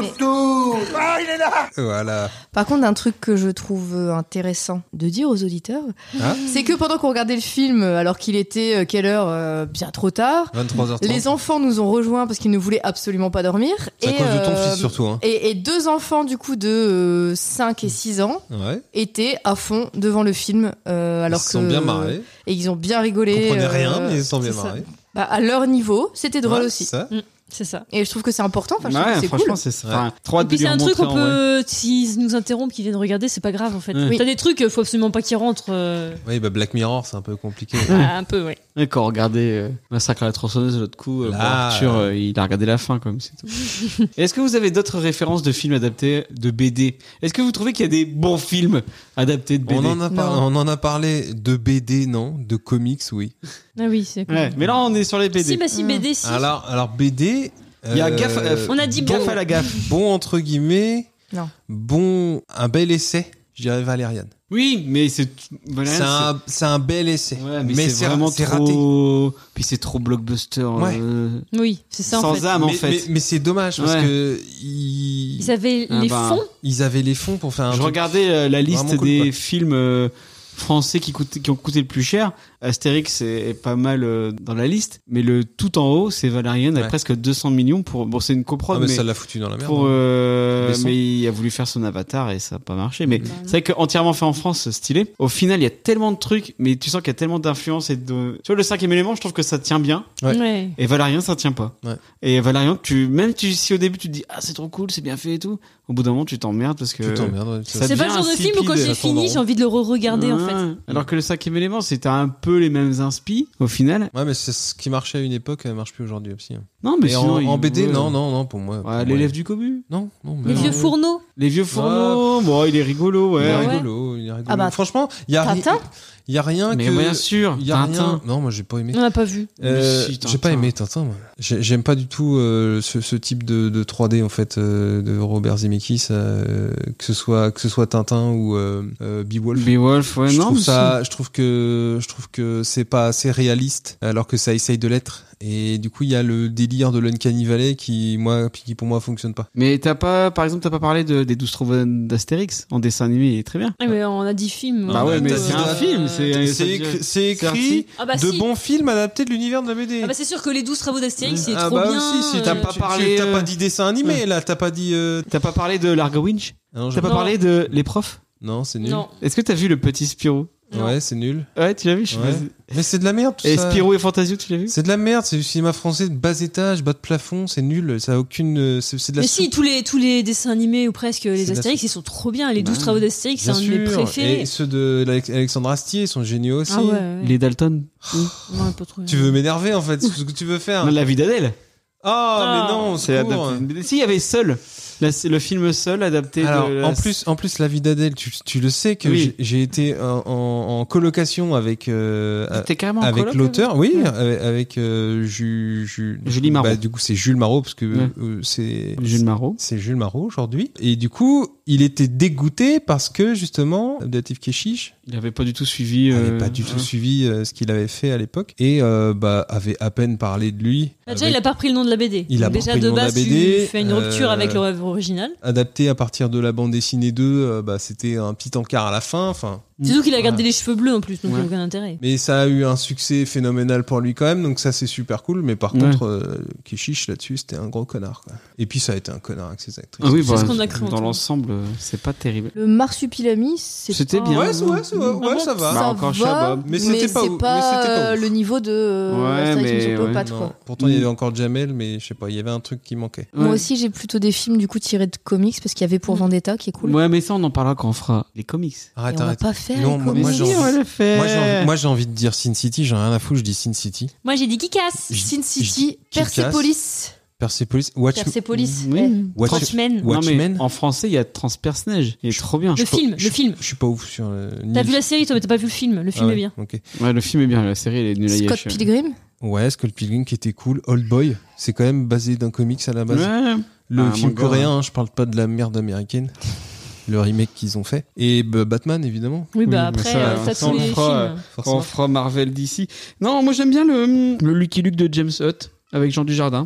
tout. Ah, il est là. Voilà. Par contre, un truc que je trouve intéressant de dire aux auditeurs, Ah. c'est que pendant qu'on regardait le film, alors qu'il était euh, quelle heure euh, bien trop tard, vingt-trois heures trente. les enfants nous ont rejoints parce qu'ils ne voulaient absolument pas dormir. C'est à et, cause de ton euh, fils surtout. Hein. Et, et deux enfants du coup de euh, cinq et six ans Ouais. étaient à fond devant le film, euh, alors Ils se que sont bien marrés. et ils ont bien rigolé. Ils comprenaient euh, rien, mais ils se sont bien c'est ça. marrés. Bah, à leur niveau, c'était drôle Ouais, aussi. c'est ça. Mm, c'est ça. Et je trouve que c'est important. Enfin, je trouve Ouais, que c'est franchement, cool. c'est ça. Ouais. Enfin, trop hâte Et puis de lui c'est un truc remontrer qu'on en vrai. peut, s'ils nous interrompent, qu'ils viennent regarder, c'est pas grave en fait. Oui. T'as des trucs, faut absolument pas qu'ils rentrent. euh, Oui, bah Black Mirror, c'est un peu compliqué. ah, un peu, ouais. Et quand on regardait euh, Massacre à la tronçonneuse l'autre coup, euh, Là, bon, Arthur, euh, euh, il a regardé la fin comme c'est tout. Est-ce que vous avez d'autres références de films adaptés de B D? Est-ce que vous trouvez qu'il y a des bons films adaptés de B D? On en, a par- Non. on en a parlé de B D, non? De comics, oui. Ah oui, c'est cool. Ouais, mais là on est sur les B D. Si, bah si, B D, si. Alors, alors B D. Il y a euh, gaffe, euh, On a dit gaffe bon. à la gaffe. Bon, entre guillemets. Non. Bon, un bel essai, je dirais Valériane. Oui, mais c'est voilà, C'est un, c'est un bel essai. Ouais, mais, c'est ra- vraiment c'est trop. Puis c'est trop blockbuster. Ouais. euh, Oui, c'est ça en Sans fait. âme en mais, fait. mais, mais c'est dommage parce Ouais. que ils, Ils avaient Ah les bah. fonds. ils avaient les fonds pour faire un Je truc. regardais euh, la liste Vraiment cool, des quoi. films euh, français qui, coûtaient, qui ont coûté le plus cher. Astérix est, est pas mal euh, dans la liste, mais le tout en haut, c'est Valériane avec Ouais. presque deux cents millions pour. Bon, c'est une Ah, coprode, mais mais ça l'a foutu dans la merde. pour. hein. euh, Besson. mais il a voulu faire son avatar et ça a pas marché. Mais Bah, c'est vrai que entièrement fait en France, c'est stylé. Au final, il y a tellement de trucs, mais tu sens qu'il y a tellement d'influence et de. Tu vois, le cinquième élément, je trouve que ça tient bien. Ouais. Ouais. Et Valérian, ça tient pas. Ouais. Et Valérian, tu, même tu, si au début tu te dis, ah, c'est trop cool, c'est bien fait et tout, au bout d'un moment, tu t'emmerdes parce que. Tu t'emmerdes. ouais, ça C'est pas le devient genre de film où quand insipide, j'ai ça tombe fini, en j'ai envie de le re-regarder en fait. Ouais. Alors que le cinquième élément, c'était un peu les mêmes inspi, au final. Ouais, mais c'est ce qui marchait à une époque, ça marche plus aujourd'hui aussi. hein. Non, mais Et sinon, en, il- en B D, ouais. non, non, non, pour moi. pour Ouais, moi, l'élève du commu. Non, non. mais Les non. vieux fourneaux. Les vieux fourneaux. Bon, il est rigolo, ouais. Il est Ouais. rigolo, il est rigolo. Ah bah, Franchement, il y a ri- Tintin il y a rien Mais que. bien sûr, Il y a rien. Tintin. Non, moi j'ai pas aimé. On n'a pas vu. Euh, Mais si, j'ai pas Tintin. aimé Tintin. Moi. J'ai- J'aime pas du tout euh, ce, ce type de, de trois D en fait euh, de Robert Zemeckis, euh, que ce soit que ce soit Tintin ou euh, euh, Beowulf. Beowulf, ouais, je non. trouve mais ça, je trouve que je trouve que c'est pas assez réaliste, alors que ça essaye de l'être. Et du coup, il y a le délire de l'Uncanny Valley qui, moi, qui pour moi fonctionne pas. Mais t'as pas, par exemple, t'as pas parlé de, des douze trouvailles d'Astérix en dessin animé, il est très bien. Ah, mais on a dit film. Bah ouais, mais Euh, c'est un film, c'est- euh, ça C'est veut écrit, dire- c'est c'est écrit Ah bah de si. bons films adaptés de l'univers de la B D. Ah bah c'est sûr que les douze travaux d'Astérix, c'est Ah trop bah bien. aussi, si euh, t'as pas tu- parlé, tu- t'as euh, pas dit dessin animé là, t'as pas dit. euh, T'as pas parlé de Largo Winch? ah non, j'ai T'as pas Non. parlé de Les Profs? Non, c'est nul. Non. Est-ce que t'as vu le petit Spirou? Non. Ouais, c'est nul. Ouais, tu l'as vu, je sais Ouais. pas. Mais c'est de la merde tout Et ça. Spirou et Fantasio, tu l'as vu? C'est de la merde, c'est du cinéma français de bas étage, bas de plafond, c'est nul, ça a aucune. euh, C'est c'est de la Mais si, soupe. tous les, tous les dessins animés ou presque C'est les de la Astérix, ils sont trop bien. Les douze Bah, travaux d'Astérix, c'est Bien un de mes sûr. préférés. Et ceux de l'Alex- Alexandre Astier sont géniaux aussi. Ah ouais, ouais. Les Dalton? Non, pas trop. Tu veux m'énerver en fait, c'est ce que tu veux faire. Non, La vie d'Adèle. Ah, Ah. mais non, C'est c'est court. adapté. Si, il y avait Seul. Là, c'est le film Seul adapté Alors, de. la- en plus, en plus, la vie d'Adèle, tu, tu le sais que Oui. j'ai- j'ai été en, en- en colocation avec euh, T'es carrément en avec coloc, l'auteur, oui, Ouais. avec, avec euh, Ju- Ju- Julie Marot. Bah, du coup, c'est Jules Marot parce que Ouais. euh, c'est Jules Marot. c'est Jules Marot aujourd'hui. Et du coup, il était dégoûté parce que justement, Abdelatif Kechiche Il avait pas du tout suivi. n'avait euh, pas du tout ouais. suivi euh, ce qu'il avait fait à l'époque et euh, bah, avait à peine parlé de lui. Bah, déjà, avec- il a pas repris le nom de la B D. Il a Donc pas déjà, repris le de nom de la base, B D, tu fais une rupture euh, avec le rêve original. adapté à partir de la bande dessinée deux, euh, bah, c'était un petit encart à la fin. Enfin, C'est surtout qu'il a gardé Voilà. les cheveux bleus en plus, donc il Ouais. n'y a aucun intérêt. mais ça a eu un succès phénoménal pour lui quand même, donc ça c'est super cool. Mais par Ouais. contre, euh, Kechiche là-dessus, c'était un gros connard. Quoi. Et puis ça a été un connard avec ses actrices. Ah oui, C'est bah, ce qu'on a cru dans entendre. l'ensemble, euh, c'est pas terrible. Le Marsupilami, c'est C'était pas- bien. Ouais, c'est- ouais, c'est- ouais, ouais, ça va. Bah, encore va, Chabob. Mais c'était pas c'est ouf, pas, mais c'était pas euh, ouf. le niveau de euh, Ouais, Astérix mais Mission ouais. Cléopâtre, Non. quoi. Pourtant, il y Mm. avait encore Jamel, mais je sais pas, il y avait un truc qui manquait. Moi Ouais. aussi, j'ai plutôt des films du coup tirés de comics parce qu'il y avait pour Mm. Vendetta qui est cool. Ouais, mais ça, on en parlera quand on fera les comics. Et Arrête, on va arrête. pas faire Non, les moi- comics. moi, j'ai Si, envie- on le fait. Moi, j'ai envie, moi, j'ai envie de dire Sin City, j'en ai rien à foutre, je dis Sin City. Moi, j'ai dit Kick-Ass. Sin je City, dis Kick-Ass. Persepolis. Persepolis, Watch, Persepolis. Oui. ouais. Watch- Watchmen. Non, mais Watchmen. en français, il y a Transperce-Neige. Il est trop bien. Le film, Je- le film. Je suis pas ouf sur. euh, T'as ni- vu la série, toi, mais t'as pas vu le film. Le film Ah ouais, est bien. ok. Ouais, le film est bien. La série, elle est nulle à Scott chier. Pilgrim. Ouais, Skull Pilgrim qui était cool. Old Boy, c'est quand même basé d'un comics à la base. Ouais. Le Ah, film manga, coréen, hein, je parle pas de la merde américaine. Le remake qu'ils ont fait. Et bah, Batman, évidemment. Oui, bah mais après, ça, euh, ça, t'as on tous les fera, films. Quand on fera Marvel d'ici. Non, moi j'aime bien le, le Lucky Luke de James Hutt avec Jean Dujardin.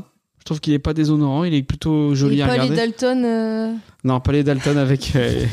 Je trouve qu'il est pas déshonorant, il est plutôt joli Et à pas regarder. les Dalton. euh, Non, pas les Dalton avec euh,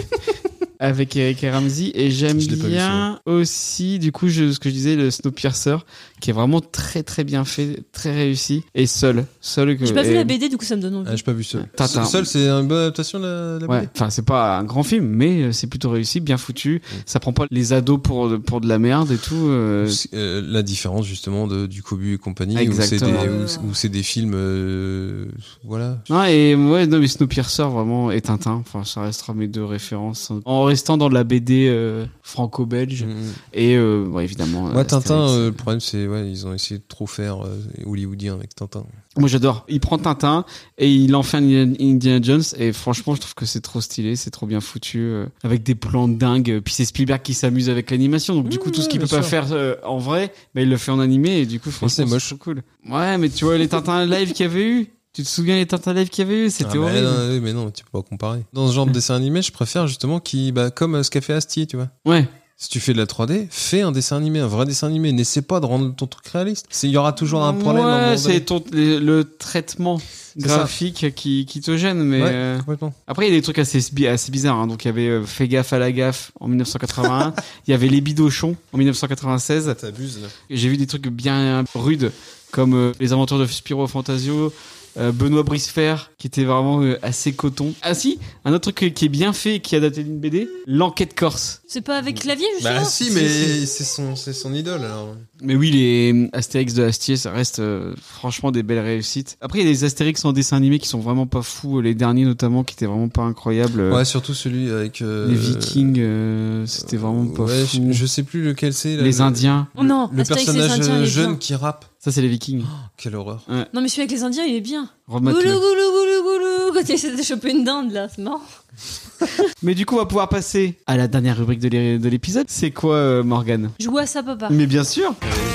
avec Eric et Ramsey. Et j'aime Je l'ai pas vu, bien aussi, du coup, je, ce que je disais, le Snowpiercer, qui est vraiment très très bien fait, très réussi. Et Seul, Seul que. J'ai pas vu et- la B D, du coup ça me donne envie. Ah, j'ai pas vu Seul. Tintin. Seul, c'est une bonne adaptation de la, la B D. Ouais, enfin c'est pas un grand film, mais euh, c'est plutôt réussi, bien foutu. Ça prend pas les ados pour pour de la merde et tout. euh, C'est, euh, la différence justement de, du Cobu et compagnie, où c'est des, Exactement. où, où c'est des films, euh, voilà. Non, et ouais, non, mais Snowpiercer vraiment et Tintin, enfin ça restera mes deux références. En restant dans la B D euh, franco-belge Mm. et euh, ouais, évidemment. Moi, Tintin, Astérix. euh, le problème c'est, ouais, ils ont essayé de trop faire euh, hollywoodien avec Tintin. Moi j'adore. Il prend Tintin et il en fait un Indiana Jones et franchement je trouve que c'est trop stylé, c'est trop bien foutu euh, avec des plans dingues. Puis c'est Spielberg qui s'amuse avec l'animation, donc du coup Mmh, tout ce qu'il bien peut pas sûr. faire euh, en vrai, bah, il le fait en animé et du coup franchement c'est moche. trop cool. Ouais, mais tu vois les Tintins live qu'il y avait eu. Tu te souviens les Tintins live qu'il y avait eu, c'était Ah, bah, horrible. non, oui, mais non, tu peux pas comparer. Dans ce genre de dessin animé, je préfère justement qui, bah, comme euh, ce qu'a fait Astier, tu vois. Ouais. Si tu fais de la trois D, fais un dessin animé, un vrai dessin animé. N'essaie pas de rendre ton truc réaliste. C'est- Il y aura toujours un problème. à un Ouais, moment c'est donné. ton, le, le traitement C'est ça. graphique qui, qui te gêne, mais Ouais, euh, complètement. après il y a des trucs assez, bi- assez bizarres. Hein. Donc il y avait euh, Fais gaffe à la gaffe en dix-neuf cent quatre-vingt-un, il y avait Les Bidochons en dix-neuf cent quatre-vingt-seize. T'abuses là. J'ai vu des trucs bien rudes comme euh, Les Aventures de Spiro Fantasio. Euh, Benoît Bricefer qui était vraiment euh, assez coton. Ah si, un autre truc qui est bien fait et qui a daté d'une B D, L'Enquête Corse. C'est pas avec Clavier, justement Bah si, mais c'est son, c'est son idole alors. Mais oui, les Astérix de Astier, ça reste euh, franchement des belles réussites. Après, il y a des Astérix en dessin animé qui sont vraiment pas fous, les derniers notamment qui étaient vraiment pas incroyables. Ouais, surtout celui avec euh, Les Vikings, euh, c'était vraiment pas ouais, fou. je, je sais plus lequel c'est. là, Les le- Indiens. Oh non, Le Astérix et les personnage Indiens, il euh, est jeune bien. qui rappe. Ça, c'est les Vikings. Quelle horreur. Ouais. Non, mais celui avec les Indiens, il est bien. Remate-le. Goulou, goulou, goulou, goulou. Quand il essaie de choper une dinde, là, c'est marrant. Mais du coup, on va pouvoir passer à la dernière rubrique de l'é- de l'épisode. C'est quoi, euh, Morgane? Joue à ça, papa. Mais bien sûr.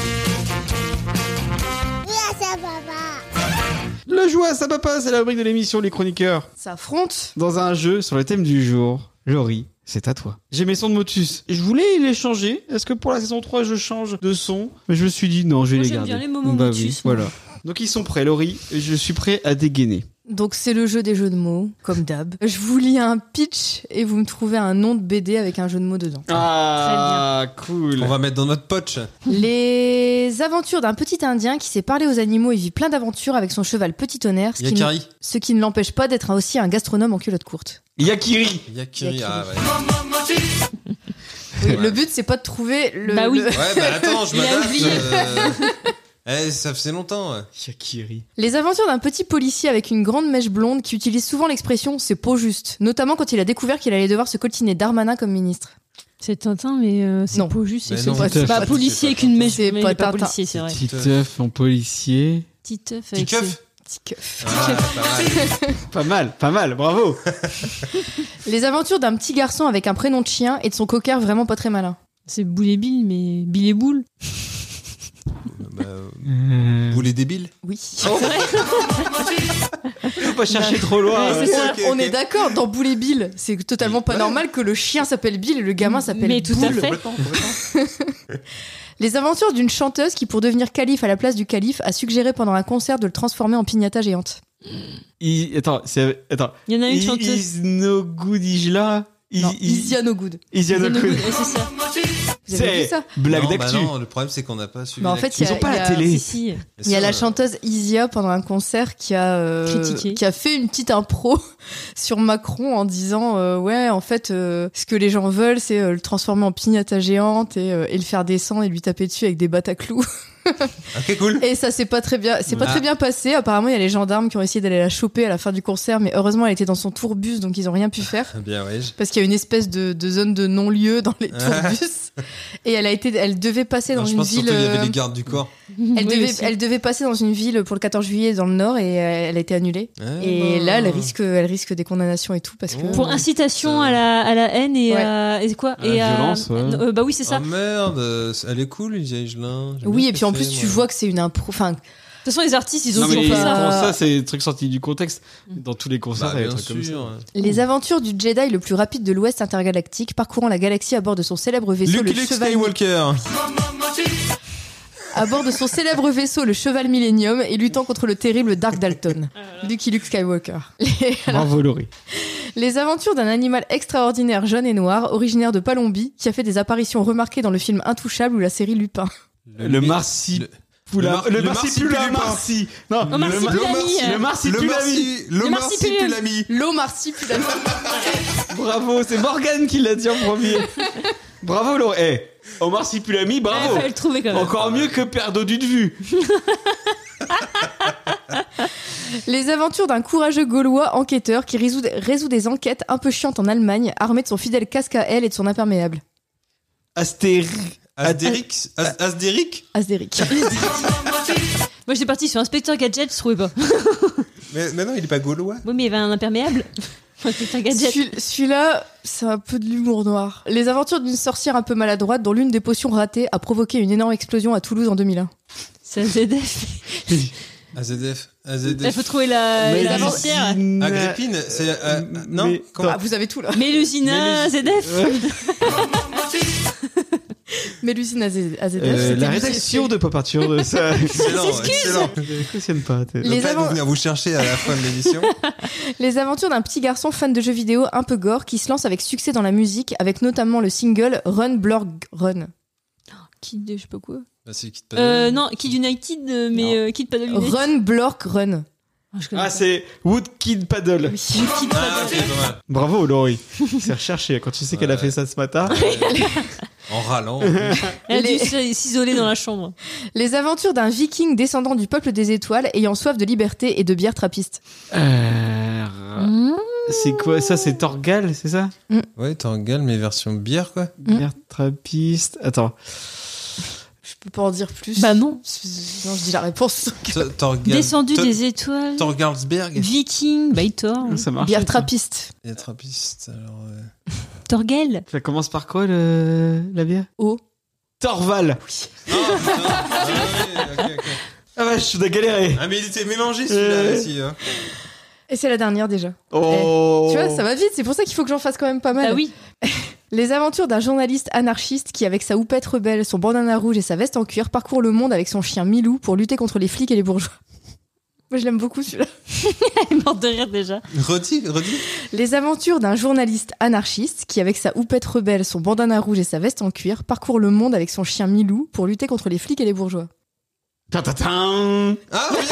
Oui, ça papa. Le jouet à sa papa, c'est la rubrique de l'émission Les Chroniqueurs. Ça affronte. Dans un jeu sur le thème du jour. Laurie, c'est à toi. J'ai mes sons de Motus. Je voulais les changer. Est-ce que pour la saison trois, je change de son? Mais je me suis dit non, je vais Moi, les j'aime garder. bien les moments bah Motus, oui, moi. voilà. Donc ils sont prêts, Laurie. Je suis prêt à dégainer. Donc c'est le jeu des jeux de mots, comme d'hab. Je vous lis un pitch et vous me trouvez un nom de B D avec un jeu de mots dedans. Ah, cool. On va mettre dans notre poche. Les aventures d'un petit Indien qui sait parler aux animaux et vit plein d'aventures avec son cheval Petit Tonnerre, ce qui, ne, Yakari. ce qui ne l'empêche pas d'être aussi un gastronome en culotte courte. Yakiri. Yakiri. Yakiri. Ah ouais. Oui, Ouais. Le but c'est pas de trouver le... Bah oui. le- Ouais, bah attends, je Il a m'adapte. oublié. euh, Eh, ça faisait longtemps. ouais. Yakiri. Les aventures d'un petit policier avec une grande mèche blonde qui utilise souvent l'expression « c'est pas juste », notamment quand il a découvert qu'il allait devoir se coltiner Darmanin comme ministre. C'est Tintin, mais euh, c'est Non. pas juste. Mais C'est non, pas, c'est c'est pas pas- policier c'est avec une mèche. c'est mais pas il est pas Tintin. policier, c'est vrai. C'est- Titeuf en policier. Titeuf Petit avec keuf. ses- Petit keuf. Ah, pas mal. Pas mal, pas mal, bravo. Les aventures d'un petit garçon avec un prénom de chien et de son coquard vraiment pas très malin. C'est Boule et Bill, mais Bill et Boule. Bah, euh, vous les débiles. Oui. Faut pas chercher trop loin. Ouais, euh. c'est ça. Ok, On ok. est d'accord, dans Boule et Bill, c'est totalement pas Ouais. normal que le chien s'appelle Bill et le gamin s'appelle Mais tout à Boule. fait. Complètement, complètement. Les aventures d'une chanteuse qui, pour devenir calife à la place du calife, a suggéré pendant un concert de le transformer en pignata géante. I- Attends, c'est... Attends. Il y en a une I- chanteuse. Is no good Ijla. I- Non, I- Isia No Good. Isia no Zeno good. Good, ouais, c'est ça. Vous avez vu ça? Blague non, bah d'actu. non, le problème c'est qu'on n'a pas suivi. Bah, en fait, il y Ils a- ont pas il y la a- télé. Si, si. Il y a la chanteuse Isia pendant un concert qui a euh, Critiqué. qui a fait une petite impro sur Macron en disant euh, ouais en fait euh, ce que les gens veulent c'est euh, le transformer en pignata géante et, euh, et le faire descendre et lui taper dessus avec des battes à clous. Ok, cool. Et ça c'est pas très bien c'est pas Ah. très bien passé. Apparemment il y a les gendarmes qui ont essayé d'aller la choper à la fin du concert mais heureusement elle était dans son tourbus donc ils ont rien pu faire. Bien, ouais. je- Parce qu'il y a une espèce de, de zone de non-lieu dans les tourbus. Et elle a été, elle devait passer dans Non, je une pense ville. surtout qu'il y avait euh, les gardes du corps. Elle, Oui, devait, aussi. elle devait passer dans une ville pour le quatorze juillet dans le nord et euh, elle a été annulée. Ah, Et bah. là, elle risque, elle risque des condamnations et tout parce que. Oh. Pour incitation Ça- à la, à la haine et Ouais. à. Et quoi À et la à- violence, ouais. euh, Bah oui, c'est ça. Oh merde, euh, elle est cool, Lisa Higelin. J'aime Oui, bien et ce puis en qu'elle plus, fait, tu moi. vois que c'est une impro. Enfin, De toute façon, les artistes, ils ont Non mais ont les- pas- comment ça, c'est des trucs sortis du contexte. Dans tous les concerts, Bah, il y a des bien trucs comme ça. sûr. les aventures du Jedi le plus rapide de l'Ouest intergalactique, parcourant la galaxie à bord de son célèbre vaisseau, Luke, le Luke Chevalier. Skywalker. à bord de son célèbre vaisseau, le Cheval Millennium, et luttant contre le terrible Dark Dalton, Lucky Luke Skywalker. Les, alors, Bravo Laurie. les aventures d'un animal extraordinaire jaune et noir, originaire de Palombie, qui a fait des apparitions remarquées dans le film Intouchable ou la série Lupin. Le, le Marcy... le- Poula- le mar- le le marsipulami. marsipulami. Non, Oh, marsipulami. le Le marsipulami. marsi, le Le marsipulami. L'eau marsipulami. Bravo, c'est Morgane qui l'a dit en premier. Bravo Laurie. Eh, au marsipulami, Il bravo. fallait le trouver quand même. Encore mieux que père d'Odu de vue. Les aventures d'un courageux Gaulois enquêteur qui résout, résout des enquêtes un peu chiantes en Allemagne, armé de son fidèle casque à aile et de son imperméable. Astéri... Astérix As- Astéric Astéric. Moi j'étais partie sur Inspecteur Gadget, je trouvais pas. mais, mais non, il est pas gaulois. Oui, mais il y avait un imperméable. Inspecteur Gadget. Celui- Celui-là, c'est un peu de l'humour noir. Les aventures d'une sorcière un peu maladroite dont l'une des potions ratées a provoqué une énorme explosion à Toulouse en deux mille un. C'est un Z F. A Z F. A Z Il faut F. trouver la, Mais la Lucie- sorcière. Agrippine, c'est. euh, non mais- comment- Ah, vous avez tout là. Mélusina Z F. Mélusine A Z F. Euh, c'était la Lucie- rédaction de Pop Arthur de ça. Excellent, excellent. Je cautionne pas. t'es- Les Les avant- va venir vous chercher à la fin de l'émission. Les aventures d'un petit garçon fan de jeux vidéo un peu gore qui se lance avec succès dans la musique, avec notamment le single Run Blurg Run. Kid, je sais pas quoi. Bah, c'est Kid Euh, Paddle. non, Kid United, euh, mais euh, Kid Paddle United. Run Blurg Run. Ah, je connais Ah, pas. c'est Wood Kid Paddle. Oui, Kid Ah, Paddle. c'est pas mal. Bravo Laurie. C'est recherché quand tu sais qu'elle a Ouais. fait ça ce matin. En râlant. Elle a Les- dû s- s'isoler dans la chambre. Les aventures d'un viking descendant du peuple des étoiles ayant soif de liberté et de bière trappiste. Euh, C'est quoi ça? C'est Torgal, c'est ça? Ouais, Torgal, mais version bière, quoi. Bière trappiste. Attends. Je peux pas en dire plus. Bah non. Non, je dis la réponse. To- Torgal. Descendu To- des étoiles. Torgalsberg. Viking, bah Thor. Ça marche. Bière trappiste. Il y a trappiste, alors. euh, Torgel. Ça commence par quoi le... la bière? O. Torval. Ah, putain. Ah, ouais, ok, ok. Ah vache, je dois galérer. Ah, mais il était mélangé celui-là Euh. aussi. Hein. Et c'est la dernière déjà. Oh. Tu vois, ça va vite, c'est pour ça qu'il faut que j'en fasse quand même pas mal. Ah oui. Les aventures d'un journaliste anarchiste qui, avec sa houppette rebelle, son bandana rouge et sa veste en cuir, parcourt le monde avec son chien Milou pour lutter contre les flics et les bourgeois. Moi, je l'aime beaucoup celui-là. Elle est morte de rire déjà. Redis, redis. Les aventures d'un journaliste anarchiste qui, avec sa houppette rebelle, son bandana rouge et sa veste en cuir, parcourt le monde avec son chien Milou pour lutter contre les flics et les bourgeois. Ta-ta-tan. Ah, bien.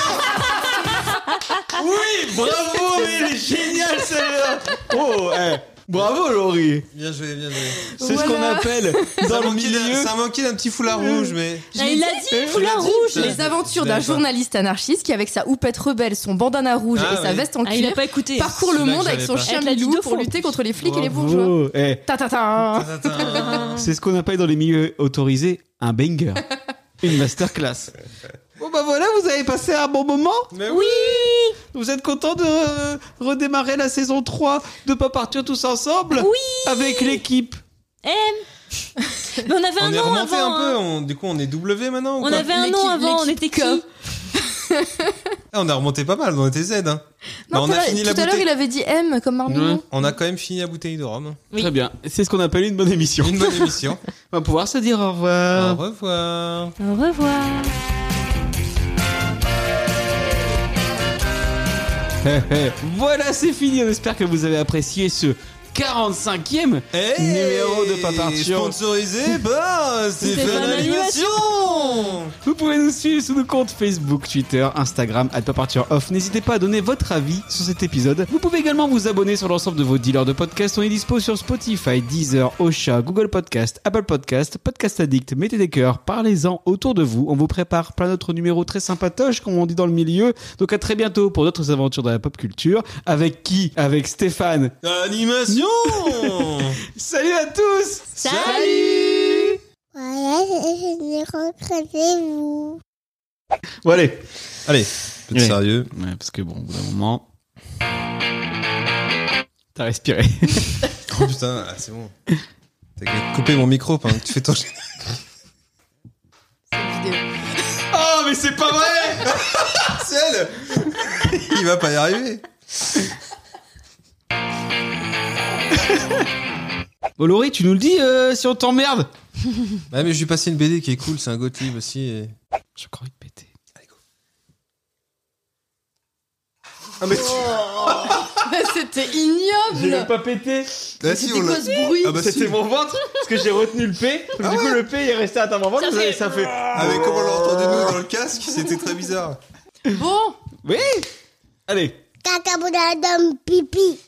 Oui, bravo, mais elle est géniale celle-là. Oh, eh, bravo Laurie. Bien joué, bien joué. C'est Voilà. ce qu'on appelle Ça dans le manquait d'un- milieu. ça manquait d'un petit foulard rouge, mais. Ah, il l'a dit, foulard dit. rouge. Les aventures Je d'un l'avais pas. journaliste anarchiste qui, avec sa houppette rebelle, son bandana rouge Ah, et sa oui. veste en Ah, il a cuir, pas écouté. parcourt le Celui-là monde que avec j'avais son pas. chien Elle l'a dit Milou deux pour fois, en lutter plus. contre les flics et les Bravo. bourgeois. Eh, Ta-ta-ta. Tadadam. c'est ce qu'on appelle dans les milieux autorisés un banger. Une masterclass. Bon bah voilà, vous avez passé un bon moment. Mais oui. Vous êtes content de euh, redémarrer la saison trois de Pop Arthur tous ensemble? Oui. Avec l'équipe. M. Mais on avait On un est nom remonté avant. un peu. hein. On, du coup, on est W maintenant. ou On quoi avait un nom L'équipe- avant, on l'équipe était qui? K. Ah, on a remonté pas mal. On était Z. Hein. Bah, Non, on tout a à- fini la tout à l'heure, bouteille. il avait dit M comme Marmignon. On a quand même fini la bouteille de rhum. Oui. Très bien. C'est ce qu'on appelle une bonne émission. Une bonne émission. On va pouvoir se dire au Au revoir. revoir. Au revoir. Voilà, c'est fini. On espère que vous avez apprécié ce quarante-cinquième Hey, numéro de Pop Arthur. Sponsorisé par Stéphane Stéphane Animation. Vous pouvez nous suivre sur nos comptes Facebook, Twitter, Instagram, at Pop Arthur Off. N'hésitez pas à donner votre avis sur cet épisode. Vous pouvez également vous abonner sur l'ensemble de vos dealers de podcasts. On est dispo sur Spotify, Deezer, Ocha, Google Podcast, Apple Podcast, Podcast Addict. Mettez des cœurs, parlez-en autour de vous. On vous prépare plein d'autres numéros très sympatoches, comme on dit dans le milieu. Donc à très bientôt pour d'autres aventures de la pop culture. Avec qui? Avec Stéphane. Animation. Salut à tous! Salut. Voilà, je vais rencontrer vous. Bon allez. Allez, peu de Ouais. sérieux. Ouais, parce que bon, au bout d'un moment... T'as respiré. Oh putain, ah, c'est bon. T'as qu'à couper mon micro pendant que tu fais ton générique. C'est une vidéo. Oh, mais c'est pas vrai! C'est elle. Il va pas y arriver. Bon, Laurie, tu nous le dis euh, si on t'emmerde? Ouais, mais je lui ai passé une B D qui est cool, c'est un Gottlieb aussi. Et... J'ai encore envie de péter. Allez, go. Ah, mais Mais c'était j'ai ignoble. même pas pété. Ah, si, C'était on quoi l'a- ce bruit Ah, bah, C'était si. mon ventre parce que j'ai retenu le P. Donc, Ah du coup, ouais. le P est resté à ta ventre. Ça Ça, fait- ça fait. Ah, mais comme on l'a entendu nous dans le casque, c'était très bizarre. Bon, Oui. Allez. Caca pour la dame pipi.